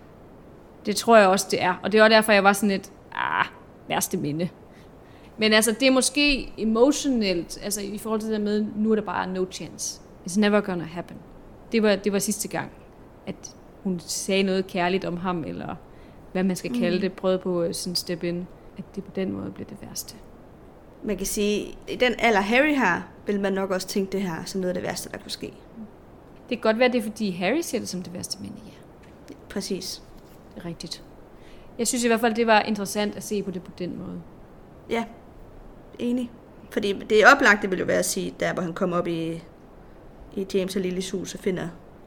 Det tror jeg også, det er. Og det er også derfor, jeg var sådan lidt, ah, værste minde. Men altså, det er måske emotionelt, altså i forhold til det der med, nu er der bare no chance. It's never gonna happen. Det var, det var sidste gang, at hun sagde noget kærligt om ham, eller hvad man skal kalde det, prøvede på uh, sådan step in, at det på den måde blev det værste. Man kan sige, i den alder Harry har, vil man nok også tænke det her som noget af det værste, der kunne ske. Det kan godt være, det er fordi Harry ser det som det værste, men ja. Præcis. Det er rigtigt. Jeg synes i hvert fald, det var interessant at se på det på den måde. Ja, enig. Fordi det er oplagt, det vil jo være at sige, der hvor han kommer op i, i James og Lillys hus og finder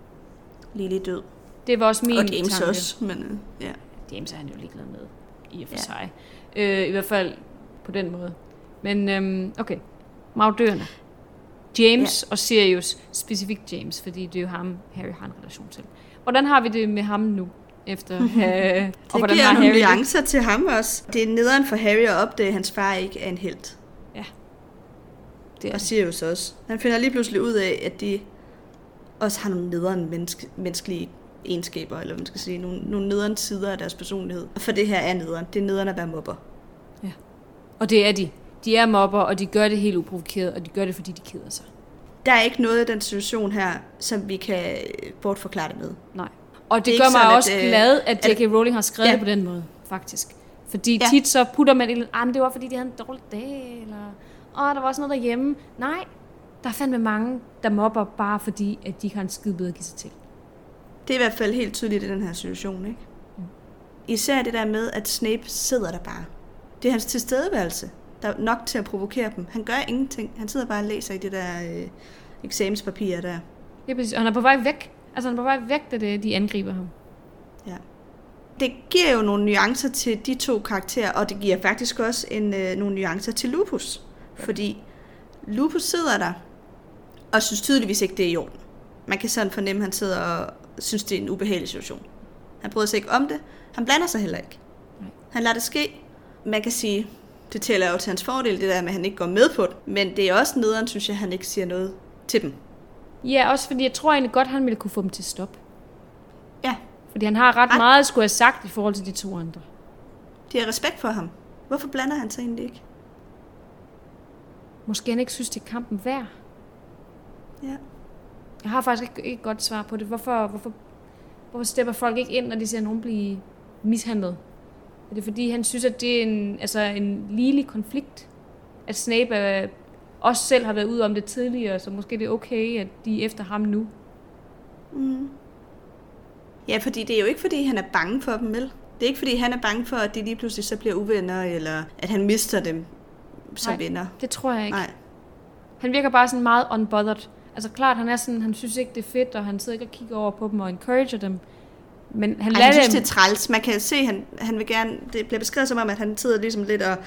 Lily død. Det var også min og James tanke. også, men ja. James er han jo ligeglad med, i og for ja. sig. Øh, I hvert fald på den måde. Men øhm, okay, marudørerne. James ja. og Sirius, specifikt James, fordi det er jo ham, Harry har en relation til. Hvordan har vi det med ham nu? Efter, øh, det og hvordan giver har nogle Harry nuancer til ham også. Det er nederen for Harry at opdage, at hans far ikke er en helt. Ja. Det er og Sirius også. Han finder lige pludselig ud af, at de også har nogle nederen menneske, menneskelige egenskaber, eller hvad man skal sige, nogle, nogle nederen sider af deres personlighed. For det her er nederen. Det er nederen at være mobber. Ja. Og det er de. De er mobber, og de gør det helt uprovokeret, og de gør det, fordi de keder sig. Der er ikke noget i den situation her, som vi kan bortforklare det med. Nej. Og det, det gør mig sådan, også at, glad, at J K. at, Rowling har skrevet ja. det på den måde, faktisk. Fordi ja. tit så putter man et ah, men det var fordi, de havde en dårlig dag, eller åh, der var også noget derhjemme. Nej, der er fandme mange, der mobber bare fordi, at de ikke har en skide bedre at give sig til. Det er i hvert fald helt tydeligt i den her situation, ikke? Mm. Især det der med, at Snape sidder der bare. Det er hans tilstedeværelse, der er nok til at provokere dem. Han gør ingenting. Han sidder bare og læser i det der øh, eksamenspapirer der. Ja, præcis. Og han er på vej væk. Altså han er på vej væk, da det, de angriber ham. Ja. Det giver jo nogle nuancer til de to karakterer, og det giver faktisk også en, øh, nogle nuancer til Lupus. Ja. Fordi Lupus sidder der, og synes tydeligvis ikke, det er i orden. Man kan sådan fornemme, at han sidder og synes, det er en ubehagelig situation. Han bryder sig ikke om det. Han blander sig heller ikke. Nej. Han lader det ske. Man kan sige, det tæller jo til hans fordel, det der med, at han ikke går med på det. Men det er også nederen, synes jeg, at han ikke siger noget til dem. Ja, også fordi jeg tror egentlig godt, han ville kunne få dem til stop. Ja. Fordi han har ret, ret meget, skulle have sagt i forhold til de to andre. De har respekt for ham. Hvorfor blander han sig egentlig ikke? Måske han ikke synes, det er kampen værd. Ja. Jeg har faktisk ikke, ikke godt svar på det. Hvorfor, hvorfor, hvorfor stepper folk ikke ind, når de ser nogen blive mishandlet? Er det fordi, han synes, at det er en, altså en ligelig konflikt? At Snape er, også selv har været ude om det tidligere, så måske det er okay, at de er efter ham nu? Mm. Ja, fordi det er jo ikke, fordi han er bange for dem, vel? Det er ikke, fordi han er bange for, at de lige pludselig så bliver uvenner, eller at han mister dem som Nej, venner. Det tror jeg ikke. Nej. Han virker bare sådan meget unbothered. Altså klart, han er sådan, han synes ikke, det er fedt, og han sidder ikke og kigger over på dem og encourager dem. Men han Ej, lader han synes, dem... det er træls. Man kan se, han, han vil gerne... Det bliver beskrevet som om, at han sidder ligesom lidt og...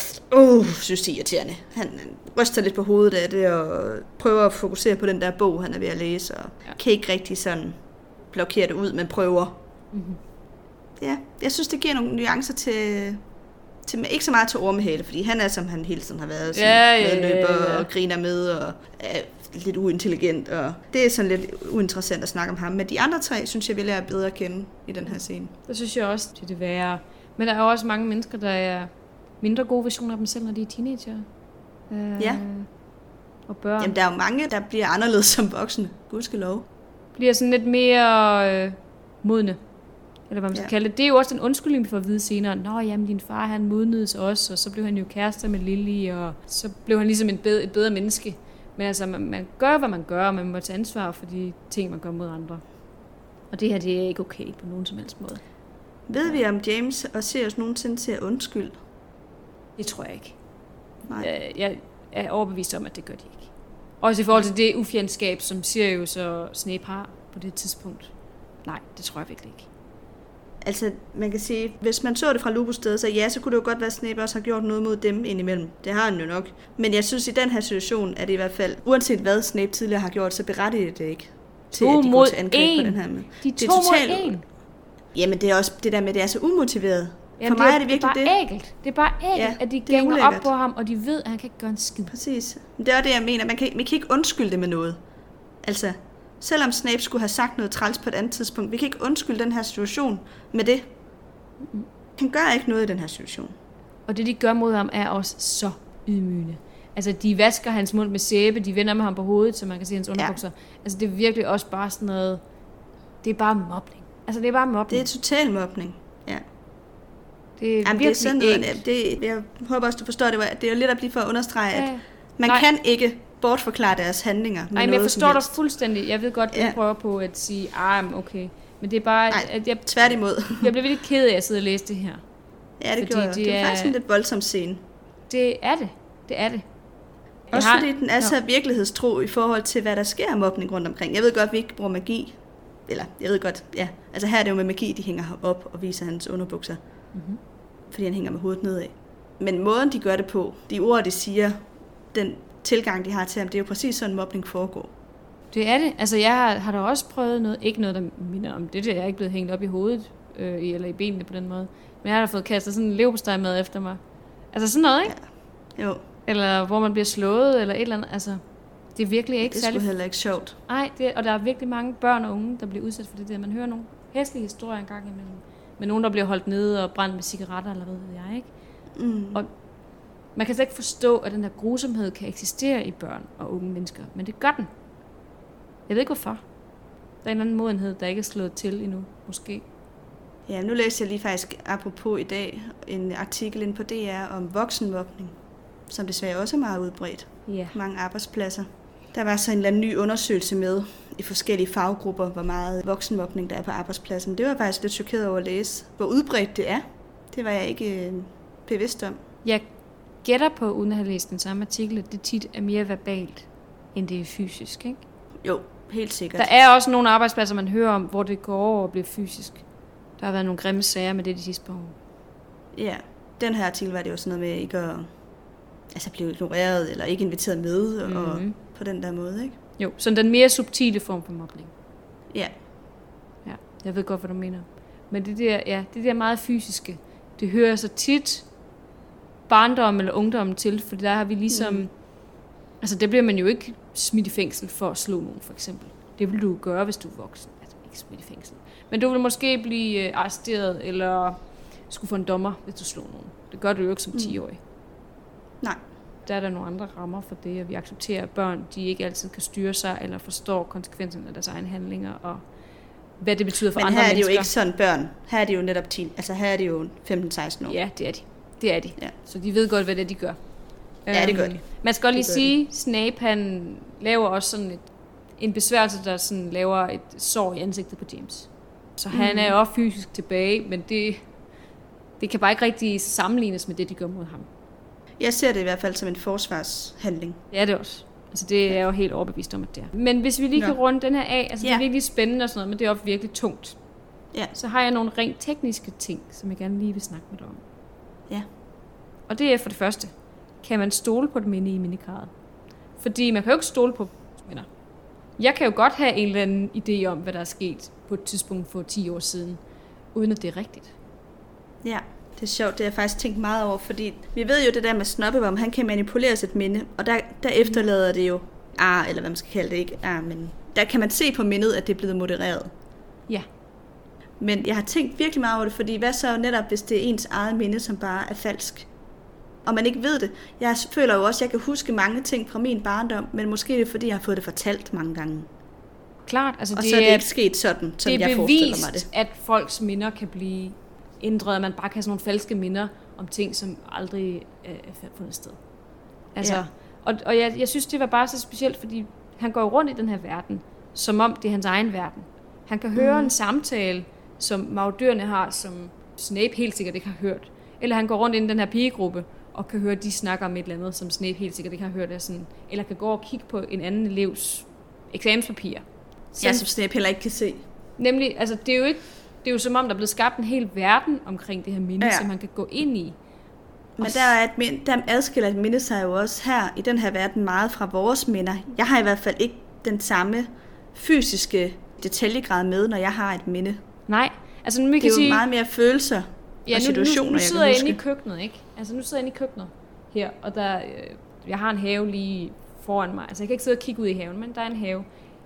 Uh, synes det er irriterende. Han, han ryster lidt på hovedet af det, og prøver at fokusere på den der bog, han er ved at læse, og ja. Kan ikke rigtig sådan blokere det ud, men prøver. Mm-hmm. Ja, jeg synes, det giver nogle nuancer til... til ikke så meget til Ormehale, fordi han er, som han hele tiden har været, sådan ja, ja, medløber ja, ja. og griner med, og er lidt uintelligent, og det er sådan lidt uinteressant at snakke om ham. Men de andre tre, synes jeg, vi lærer bedre at kende i den her scene. Det synes jeg også, det er det værre. Men der er jo også mange mennesker, der er mindre gode versioner af dem selv, når de er teenager. Øh, ja. Og børn. Jamen, der er jo mange, der bliver anderledes som voksne. Gudskelov. Bliver sådan lidt mere øh, modne. Eller hvad man skal ja. kalde det. Det er jo også en undskyldning, vi får at vide senere. Nå, jamen, din far, han modnedes også, og så blev han jo kærester med Lily, og så blev han ligesom en bedre, et bedre menneske. Men altså, man, man gør, hvad man gør, og man må tage ansvar for de ting, man gør mod andre. Og det her, det er ikke okay på nogen som helst måde. Ved vi, om James og Sirius nogensinde til undskyld? Det tror jeg ikke. Nej. Jeg, jeg er overbevist om, at det gør de ikke. Også i forhold til det ufjendskab, som Sirius og Snape har på det tidspunkt. Nej, det tror jeg virkelig ikke. Altså, man kan sige, hvis man så det fra Lupus sted, så ja, så kunne det jo godt være, at Snape også har gjort noget mod dem indimellem. Det har han jo nok. Men jeg synes, i den her situation er det i hvert fald, uanset hvad Snape tidligere har gjort, så berettiger det ikke til, to at de går til angreb en. på den her måde. De det er to totalt... mod en. Jamen, det er også det der med, at det er så umotiveret. Jamen, for mig det er, er det virkelig det. Er bare ægelt. Det er bare ægelt, ja, at de gænger op på ham, og de ved, at han kan ikke gøre en skid. Præcis. Det er det, jeg mener. Man kan, man kan ikke undskylde det med noget. Altså, selvom Snape skulle have sagt noget træls på et andet tidspunkt, vi kan ikke undskylde den her situation med det. Han gør ikke noget i den her situation. Og det, de gør mod ham, er også så ydmygende. Altså, de vasker hans mund med sæbe, de vender med ham på hovedet, så man kan se hans underbukser. Ja. Altså, det er virkelig også bare sådan noget... Det er bare mobning. Altså, det er bare mobning. Det er total mobning, ja. Det er Jamen, virkelig det er sådan noget, det, jeg håber også, du forstår det. Det er jo lidt at blive for at understrege, ja. at man Nej. kan ikke bortforklare deres handlinger. Nej, men jeg forstår dig fuldstændig. Jeg ved godt, at du ja. prøver på at sige, ah, okay. Men det er bare, Ej, at jeg... tværtimod. jeg blev virkelig ked af at sidde og læse det her. Ja, det gjorde jeg. Det, det er faktisk en lidt voldsom scene. Det er det. Det er det. Jeg Også har... fordi den er så virkelighedstro i forhold til, hvad der sker af mobning rundt omkring. Jeg ved godt, at vi ikke bruger magi. Eller, jeg ved godt, ja. Altså her er det jo med magi, de hænger op og viser hans underbukser. Mm-hmm. Fordi han hænger med hovedet nedad. Men måden, de gør det på, de ord, de siger, den tilgang, de har til ham, det er jo præcis sådan, mobning foregår. Det er det. Altså, jeg har, har da også prøvet noget, ikke noget, der minder om det, det er jeg ikke blevet hængt op i hovedet, øh, eller i benene på den måde. Men jeg har da fået kastet sådan en leverpostej med efter mig. Altså sådan noget, ikke? Ja. Jo. Eller hvor man bliver slået, eller et eller andet. Altså, det er virkelig ikke det særlig... Det er heller ikke sjovt. Nej, det, og der er virkelig mange børn og unge, der bliver udsat for det der. Man hører nogle hæslige historier engang imellem. Med nogen, der bliver holdt nede og brændt med cigaretter, eller hvad ved jeg, ikke? Mm. Og man kan slet ikke forstå, at den der grusomhed kan eksistere i børn og unge mennesker. Men det gør den. Jeg ved ikke hvorfor. Der er en eller anden modenhed, der ikke er slået til endnu, måske. Ja, nu læste jeg lige faktisk, apropos i dag, en artikel inde på D R om voksenmobning, som desværre også er meget udbredt ja. på mange arbejdspladser. Der var så en eller anden ny undersøgelse med i forskellige faggrupper, hvor meget voksenmobning der er på arbejdspladsen. Det var faktisk lidt chokeret over at læse, hvor udbredt det er. Det var jeg ikke øh, bevidst om. Jeg gætter på, uden at have læst den samme artikel, at det tit er mere verbalt, end det er fysisk, ikke? Jo, helt sikkert. Der er også nogle arbejdspladser, man hører om, hvor det går over og bliver fysisk. Der har været nogle grimme sager med det de sidste par år. Ja, den her artikel var det jo sådan noget med ikke at altså blive ignoreret eller ikke inviteret med mm-hmm. og på den der måde, ikke? Jo, sådan den mere subtile form for mobning. Ja. Ja, jeg ved godt, hvad du mener. Men det der, ja, det der meget fysiske, det hører så tit barndom eller ungdom til, for der har vi ligesom... Mm. Altså, der bliver man jo ikke smidt i fængsel for at slå nogen, for eksempel. Det vil du gøre, hvis du er voksen. Altså, ikke smidt i fængsel. Men du vil måske blive arresteret, eller skulle få en dommer, hvis du slår nogen. Det gør du jo ikke som ti-årig. Nej. Der er der nogle andre rammer for det, og vi accepterer, at børn, de ikke altid kan styre sig, eller forstår konsekvenserne af deres egne handlinger, og hvad det betyder for Men andre mennesker. Men her er det jo ikke sådan børn. Her er det jo netop teen. Altså her er det jo femten seksten år. Ja, det er de. Det er de. Ja. Så de ved godt, hvad det er, de gør. Ja, det gør de. Man skal godt lige sige, at Snape, han laver også sådan et, en besværgelse, der sådan laver et sår i ansigtet på James. Så han mm. er også fysisk tilbage, men det, det kan bare ikke rigtig sammenlignes med det, de gør mod ham. Jeg ser det i hvert fald som en forsvarshandling. Ja, det er også. Altså, det er jeg jo helt overbevist om, at det er. Men hvis vi lige kan runde den her af, altså ja. Det er virkelig spændende og sådan noget, men det er også virkelig tungt. Ja. Så har jeg nogle rent tekniske ting, som jeg gerne lige vil snakke med dig om. Ja. Og det er for det første, kan man stole på et minde i mindekarret? Fordi man kan jo ikke stole på minder. Jeg kan jo godt have en eller anden idé om, hvad der er sket på et tidspunkt for ti år siden, uden at det er rigtigt. Ja, det er sjovt. Det har jeg faktisk tænkt meget over, fordi vi ved jo det der med Snobbevom, han kan manipulere sit minde, og der, der efterlader det jo ar, eller hvad man skal kalde det, ikke ar, men der kan man se på mindet, at det er blevet modereret. Ja. Men jeg har tænkt virkelig meget over det, fordi hvad så netop, hvis det er ens eget minde, som bare er falsk? Og man ikke ved det. Jeg føler jo også, at jeg kan huske mange ting fra min barndom, men måske er det, fordi jeg har fået det fortalt mange gange. Klart. Altså og det så er det er, ikke sket sådan, som jeg forestiller mig det. Det er bevist, at folks minder kan blive ændret, at man bare kan have sådan nogle falske minder om ting, som aldrig øh, er fundet sted. Altså, ja. Og, og jeg, jeg synes, det var bare så specielt, fordi han går rundt i den her verden, som om det er hans egen verden. Han kan høre mm. en samtale, som marodørerne har, som Snape helt sikkert ikke har hørt. Eller han går rundt ind i den her pigegruppe, og kan høre, at de snakker om et eller andet, som Snape helt sikkert ikke har hørt. Sådan, eller kan gå og kigge på en anden elevs eksamenspapirer. Ja, som Snape heller ikke kan se. Nemlig, altså det er jo ikke, det er jo som om, der er blevet skabt en hel verden omkring det her minde, ja. Som man kan gå ind i. Men der, er et minde, der adskiller et minde sig jo også her i den her verden meget fra vores minder. Jeg har i hvert fald ikke den samme fysiske detaljegrad med, når jeg har et minde. Nej, altså nu kan det er jo sige, meget mere følelser ja, og situationer, nu, nu sidder jeg jeg inde i køkkenet, ikke? Altså nu sidder jeg inde i køkkenet her, og der, øh, jeg har en have lige foran mig. Altså jeg kan ikke sidde og kigge ud i haven, men der er en have.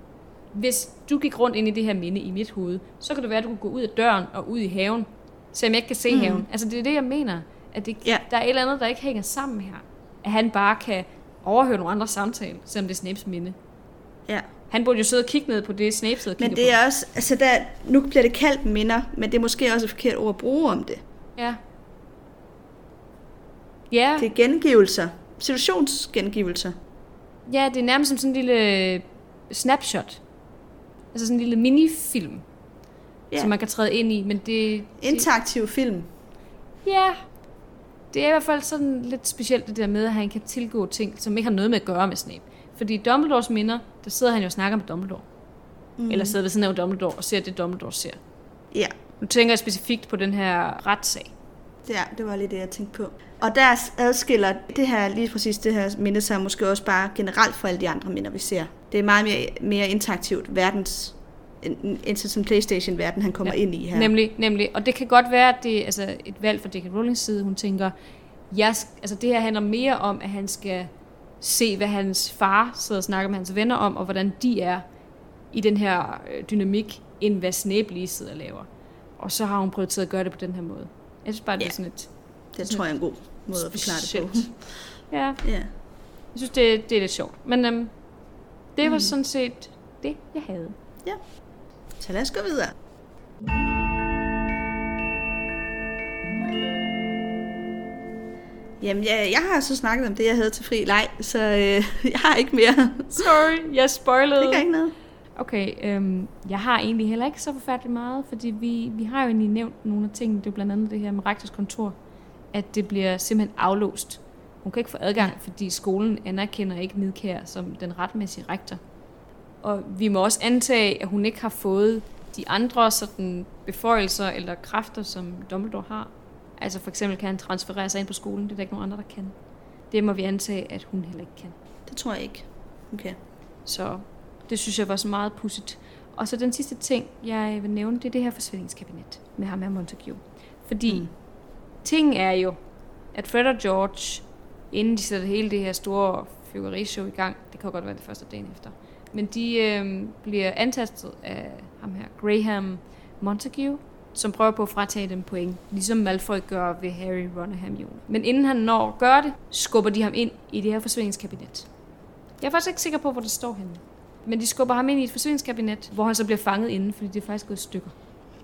Hvis du gik rundt ind i det her minde i mit hoved, så kan det være, at du kunne gå ud af døren og ud i haven, selvom jeg ikke kan se mm. haven. Altså det er det, jeg mener. At det, ja. Der er et eller andet, der ikke hænger sammen her. At han bare kan overhøre nogle andre samtaler, selvom det er Snapes minde. Ja. Han burde jo sidde og kigge ned på det, Snape sidder og kigger på. Men det er på. Også, altså der, nu bliver det kaldt minder, men det er måske også et forkert ord at bruge om det. Ja. Ja. Det er gengivelser. Situationsgengivelser. Ja, det er nærmest som sådan en lille snapshot. Altså sådan en lille minifilm, ja. Som man kan træde ind i. Men det, interaktiv film. Ja, det er i hvert fald sådan lidt specielt det der med, at han kan tilgå ting, som ikke har noget med at gøre med Snape. Fordi Dumbledores minder, der sidder han jo og snakker med Dumbledore. Mm. Eller sidder ved sådan en Dumbledore og ser det, Dumbledore ser. Ja. Nu tænker jeg specifikt på den her retssag. Ja, det var lige det, jeg tænkte på. Og der adskiller det her, lige præcis det her minde, sig måske også bare generelt for alle de andre minder, vi ser. Det er meget mere, mere interaktivt, verdens, en sådan PlayStation-verden, han kommer ja, ind i her. Nemlig, nemlig. Og det kan godt være, at det er altså et valg fra J K Rowlings side. Hun tænker, jeg, altså det her handler mere om, at han skal se, hvad hans far sidder og snakker med hans venner om, og hvordan de er i den her dynamik, end hvad Snape lige sidder og laver. Og så har hun prioriteret at gøre det på den her måde. Jeg synes bare, det ja. er sådan et... Det tror jeg er en god måde at forklare det på. Ja. ja. Jeg synes, det, det er lidt sjovt. Men øhm, det var mm. sådan set det, jeg havde. Ja. Så lad os gå videre. Jamen, jeg, jeg har så snakket om det, jeg havde til fri leg, så øh, jeg har ikke mere. Sorry, jeg spoilede. Det gør ikke noget. Okay, øhm, jeg har egentlig heller ikke så forfærdeligt meget, fordi vi, vi har jo egentlig nævnt nogle af tingene. Det er blandt andet det her med rektors kontor, at det bliver simpelthen aflåst. Hun kan ikke få adgang, fordi skolen anerkender ikke Nidkjær som den retmæssige rektor. Og vi må også antage, at hun ikke har fået de andre sådan beføjelser eller kræfter, som Dumbledore har. Altså for eksempel kan han transferere sig ind på skolen. Det er der ikke nogen andre, der kan. Det må vi antage, at hun heller ikke kan. Det tror jeg ikke. Okay. Så det synes jeg var så meget pudsigt. Og så den sidste ting, jeg vil nævne, det er det her forsvindingskabinet med ham her Montague. Fordi mm. ting er jo, at Fred og George, inden de sætter hele det her store fyrværkerishow i gang, det kan jo godt være det første dagen efter, men de øh, bliver antastet af ham her, Graham Montague, som prøver på at fratage dem point, ligesom Malfoy gør ved Harry, Ron og Hermione. Men inden han når at gøre det, skubber de ham ind i det her forsvindingskabinet. Jeg er faktisk ikke sikker på, hvor det står henne. Men de skubber ham ind i et forsvindingskabinet, hvor han så bliver fanget inde, fordi det er faktisk gået i stykker.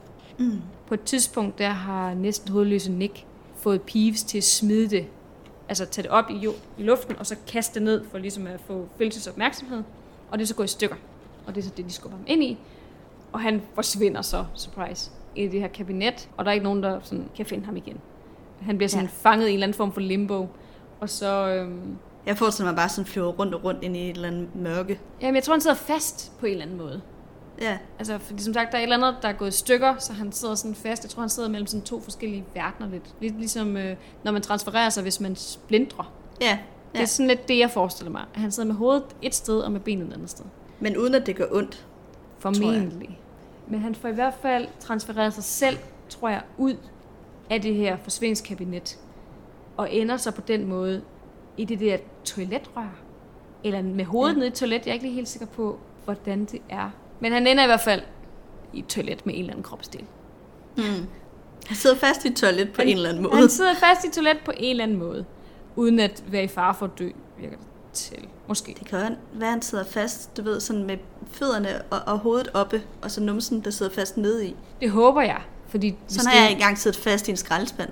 Mm. På et tidspunkt, der har næsten hovedløse Nick fået Peeves til at smide det, altså tage det op i, jo, i luften, og så kaste det ned, for ligesom at få Filches opmærksomhed. Og det er så gået i stykker. Og det er så det, de skubber ham ind i. Og han forsvinder så, surprise, i det her kabinet, og der er ikke nogen, der sådan kan finde ham igen. Han bliver sådan ja. fanget i en eller anden form for limbo, og så... Øhm, jeg forestiller mig bare sådan flyver rundt og rundt ind i et eller andet mørke. Jamen, jeg tror, han sidder fast på en eller anden måde. Ja. Altså, fordi som sagt, der er et eller andet, der er gået i stykker, så han sidder sådan fast. Jeg tror, han sidder mellem sådan to forskellige verdener lidt. Lidt ligesom, øh, når man transfererer sig, hvis man splintrer. Ja. ja. Det er sådan lidt det, jeg forestiller mig. At han sidder med hovedet et sted, og med benet et andet sted. Men uden at det gør ondt. Formentlig. Men han får i hvert fald transfereret sig selv, tror jeg, ud af det her forsvindingskabinet. Og ender så på den måde i det der toiletrør. Eller med hovedet ja. nede i et toilet. Jeg er ikke lige helt sikker på, hvordan det er. Men han ender i hvert fald i et toilet med en eller anden kropsdel. Mm. Han sidder fast i et toilet på han, en eller anden måde. Han sidder fast i et toilet på en eller anden måde. Uden at være i fare for at dø, virker det til. Måske. Det kan være, han sidder fast, du ved, sådan med fødderne og, og hovedet oppe, og så numsen, der sidder fast nede i. Det håber jeg. Fordi sådan har jeg engang siddet fast i en skraldespand.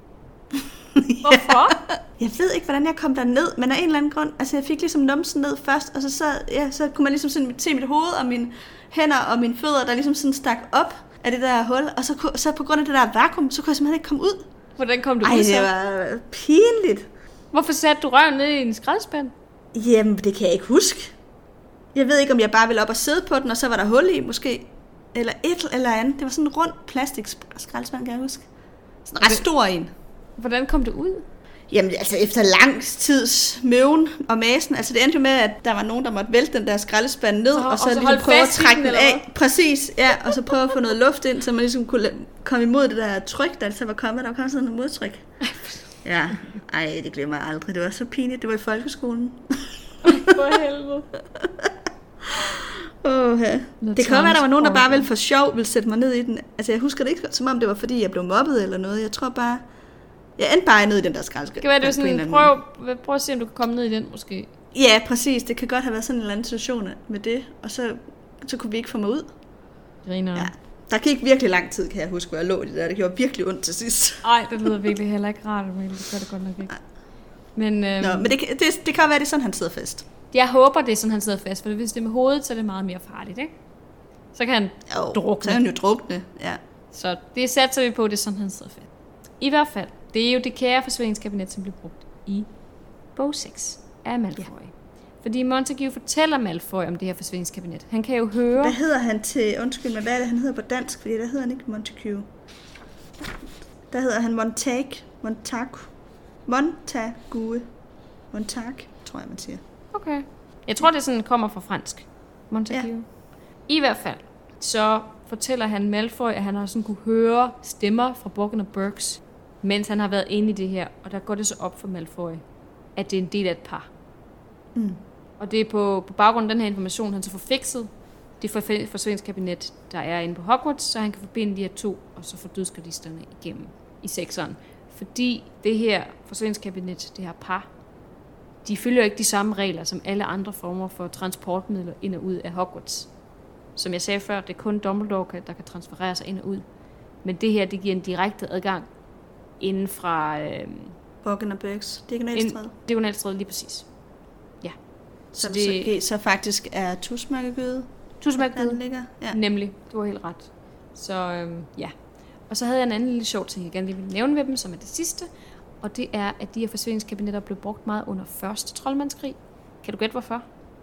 Hvorfor? Jeg ved ikke, hvordan jeg kom der ned, men af en eller anden grund, altså jeg fik ligesom numsen ned først, og så, så, ja, så kunne man ligesom sådan se mit hoved og mine hænder og mine fødder, der ligesom sådan stak op af det der hul, og så, så på grund af det der vakuum, så kunne jeg simpelthen ikke komme ud. Hvordan kom du Ej, ud så? Ej, det var pinligt. Hvorfor satte du røven ned i en skraldespand? Jamen, det kan jeg ikke huske. Jeg ved ikke, om jeg bare ville op og sidde på den, og så var der hul i, måske. Eller et eller andet. Det var sådan en rund plastik skraldespand, kan jeg huske. Sådan en ret stor en. Hvordan kom du ud? Jamen, altså efter lang tids møven og masen. Altså det endte jo med, at der var nogen, der måtte vælte den der skraldespand ned, så, og så, og så ligesom prøve at trække den af. Præcis, ja. Og så prøve at få noget luft ind, så man ligesom kunne komme imod det der tryk, der så var kommet. Der var kommet sådan noget modtryk. Ja, ej, det glemmer jeg aldrig. Det var så pinligt. Det var i folkeskolen. For helvede. Åh, ja. Det kan være, der var nogen, der bare ville for sjov ville sætte mig ned i den. Altså, jeg husker det ikke, som om det var, fordi jeg blev mobbet eller noget. Jeg tror bare... Jeg endte bare ned i den der skraldespand. Det kan være, det var sådan, prøv, prøv at se, om du kan komme ned i den, måske. Ja, præcis. Det kan godt have været sådan en eller anden situation med det. Og så, så kunne vi ikke få mig ud. Griner. Ja. Der gik virkelig lang tid, kan jeg huske, hvor jeg lå i det der. Det gjorde virkelig ondt til sidst. Nej, det lyder virkelig heller ikke rart. Men det gør det godt nok ikke. Men, øhm, Nå, men det, det, det kan være, det er sådan, han sidder fast. Jeg håber, det er sådan, han sidder fast, for hvis det er med hovedet, så er det meget mere farligt, ikke? Så kan han jo, drukne. Så kan han jo drukne, ja. Så det satser vi på, det er sådan, han sidder fast. I hvert fald, det er jo det kære forsvindingskabinet, som bliver brugt i bog seks af Malfoy. Ja. Fordi Montague fortæller Malfoy om det her forsvindingskabinet. Han kan jo høre... Hvad hedder han til... Undskyld, men hvad er det, han hedder på dansk? Fordi der hedder han ikke Montague. Der hedder han Montague. Montague. Montague. Montague, tror jeg, man siger. Okay. Jeg tror, det sådan kommer fra fransk. Montague. Ja. I hvert fald, så fortæller han Malfoy, at han har sådan kunne høre stemmer fra Borgin og Burkes, mens han har været inde i det her. Og der går det så op for Malfoy, at det er en del af et par. Mm. Og det er på, på baggrund af den her information, han så får fikset det forsvindingskabinet, der er inde på Hogwarts, så han kan forbinde de her to, og så få dødsgardisterne igennem i sekseren. Fordi det her forsvindingskabinet, det her par, de følger ikke de samme regler som alle andre former for transportmidler ind og ud af Hogwarts. Som jeg sagde før, det er kun Dumbledore, der kan transferere sig ind og ud. Men det her, det giver en direkte adgang inden fra... Øh, Borgin og Burkes. Diagonalstræde. Diagonalstræde, lige præcis. Ja. Så, så, det, så faktisk er Tusmørkegøde. Tusmørkegøde ligger. Ja. Nemlig. Du har helt ret. Så øhm, ja. Og så havde jeg en anden lille sjov ting, jeg gerne lige vil nævne ved dem, som er det sidste. Og det er, at de her forsvindingskabinetter blev brugt meget under første troldmandskrig. Kan du gætte, hvorfor?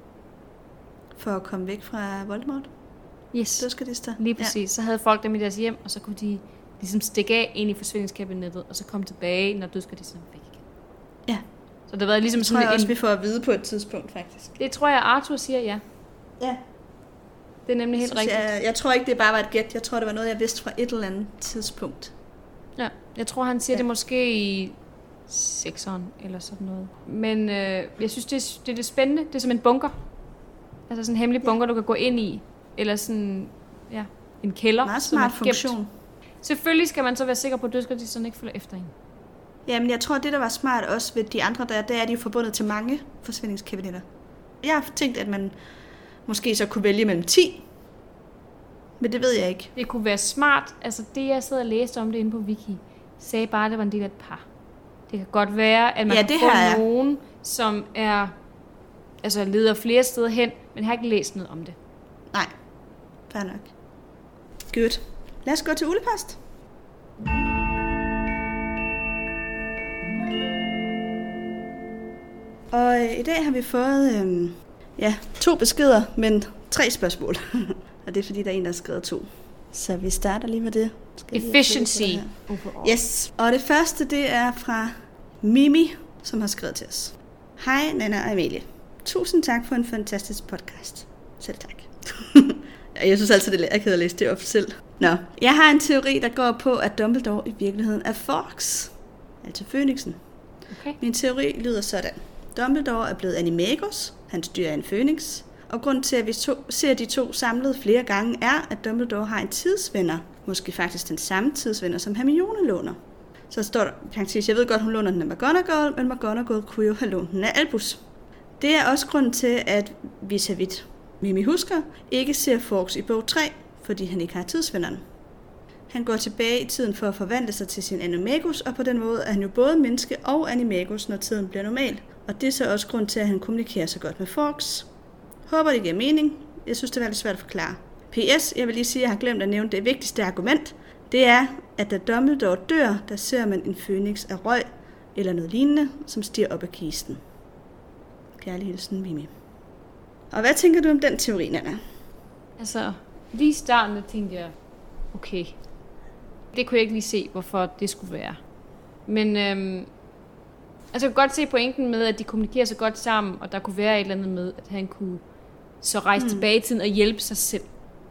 For at komme væk fra Voldemort? Yes. Dødsgardister. Lige præcis. Ja. Så havde folk dem i deres hjem, og så kunne de ligesom stikke af ind i forsvindingskabinettet, og så komme tilbage, når dødsgardisterne væk igen. Ja. Så det har været ligesom det sådan tror jeg en... også, vi får at vide på et tidspunkt, faktisk. Det tror jeg, Arthur siger ja. Ja. Det er nemlig helt rigtigt. Jeg, jeg tror ikke, det bare var et gæt. Jeg tror, det var noget, jeg vidste fra et eller andet tidspunkt. Ja, jeg tror, han siger ja. det måske i sekseren eller sådan noget. Men øh, jeg synes, det er, det er lidt spændende. Det er som en bunker. Altså sådan en hemmelig bunker, ja. Du kan gå ind i. Eller sådan, ja, en kælder. Meget smart funktion. Gemt. Selvfølgelig skal man så være sikker på, at dødsgardisterne ikke følger efter en. Ja, men jeg tror, det der var smart også ved de andre der, det er, at de er forbundet til mange forsvindingskabinetter. Jeg har tænkt, at man måske så kunne vælge mellem ti. Men det ved jeg ikke. Det kunne være smart. Altså det, jeg sidder og læste om det inde på Wiki, sagde bare, at det var en del af et par. Det kan godt være, at man ja, kan få her, ja. nogen, som er, altså leder flere steder hen, men jeg har ikke læst noget om det. Nej, fair nok. Godt. Lad os gå til ulepost. Og øh, i dag har vi fået øh, ja, to beskeder, men tre spørgsmål. Og det er fordi, der er en, der har skrevet to. Så vi starter lige med det. Efficiency. Yes. Og det første, det er fra Mimi, som har skrevet til os. Hej, Nana og Emilie. Tusind tak for en fantastisk podcast. Selv tak. Jeg synes altid, det er akavet at læse det op selv. Nå, jeg har en teori, der går på, at Dumbledore i virkeligheden er Fawkes. Altså Fønixen. Okay. Min teori lyder sådan. Dumbledore er blevet Animagus, han styrer en Fønix, og grunden til, at vi to, ser de to samlet flere gange, er, at Dumbledore har en tidsvenner, måske faktisk den samme tidsvenner, som Hermione låner. Så står der, faktisk, jeg ved godt, hun låner den af McGonagall, men McGonagall kunne jo have lånt den af Albus. Det er også grunden til, at vi så vidt Mimi husker, ikke ser Fawkes i bog tre, fordi han ikke har tidsvennerne. Han går tilbage i tiden for at forvandle sig til sin Animagus, og på den måde er han jo både menneske og Animagus, når tiden bliver normal. Og det er så også grund til, at han kommunikerer så godt med Fawkes. Håber, det giver mening. Jeg synes, det var lidt svært at forklare. P S. Jeg vil lige sige, at jeg har glemt at nævne det vigtigste argument. Det er, at da Dumbledore dør, der ser man en fønix af røg eller noget lignende, som stiger op af kisten. Kærlig hilsen, Mimi. Og hvad tænker du om den teori, Nana? Altså, lige i starten der tænkte jeg, okay, det kunne jeg ikke lige se, hvorfor det skulle være. Men øhm, altså, jeg kunne godt se pointen med, at de kommunikerer så godt sammen, og der kunne være et eller andet med, at han kunne så rejse hmm. tilbage i tiden og hjælpe sig selv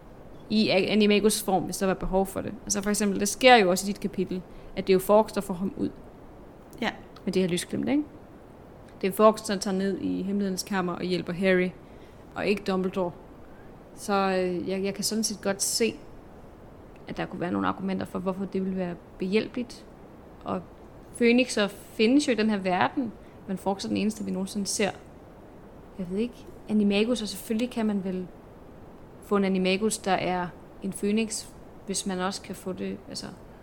i Animagus form, hvis der var behov for det. Altså for eksempel, det sker jo også i dit kapitel, at det er jo Fawkes, der får ham ud. Ja. Med det her lysglimt, ikke? Det er Fawkes, der tager ned i hemmelighedens kammer og hjælper Harry, og ikke Dumbledore. Så øh, jeg, jeg kan sådan set godt se, at der kunne være nogle argumenter for, hvorfor det ville være behjælpeligt. Og Fønixer findes jo i den her verden, men Fawkes er den eneste, vi nogensinde ser. Jeg ved ikke. Animagus, og selvfølgelig kan man vel få en Animagus, der er en Fønix, hvis man også kan få det. Altså,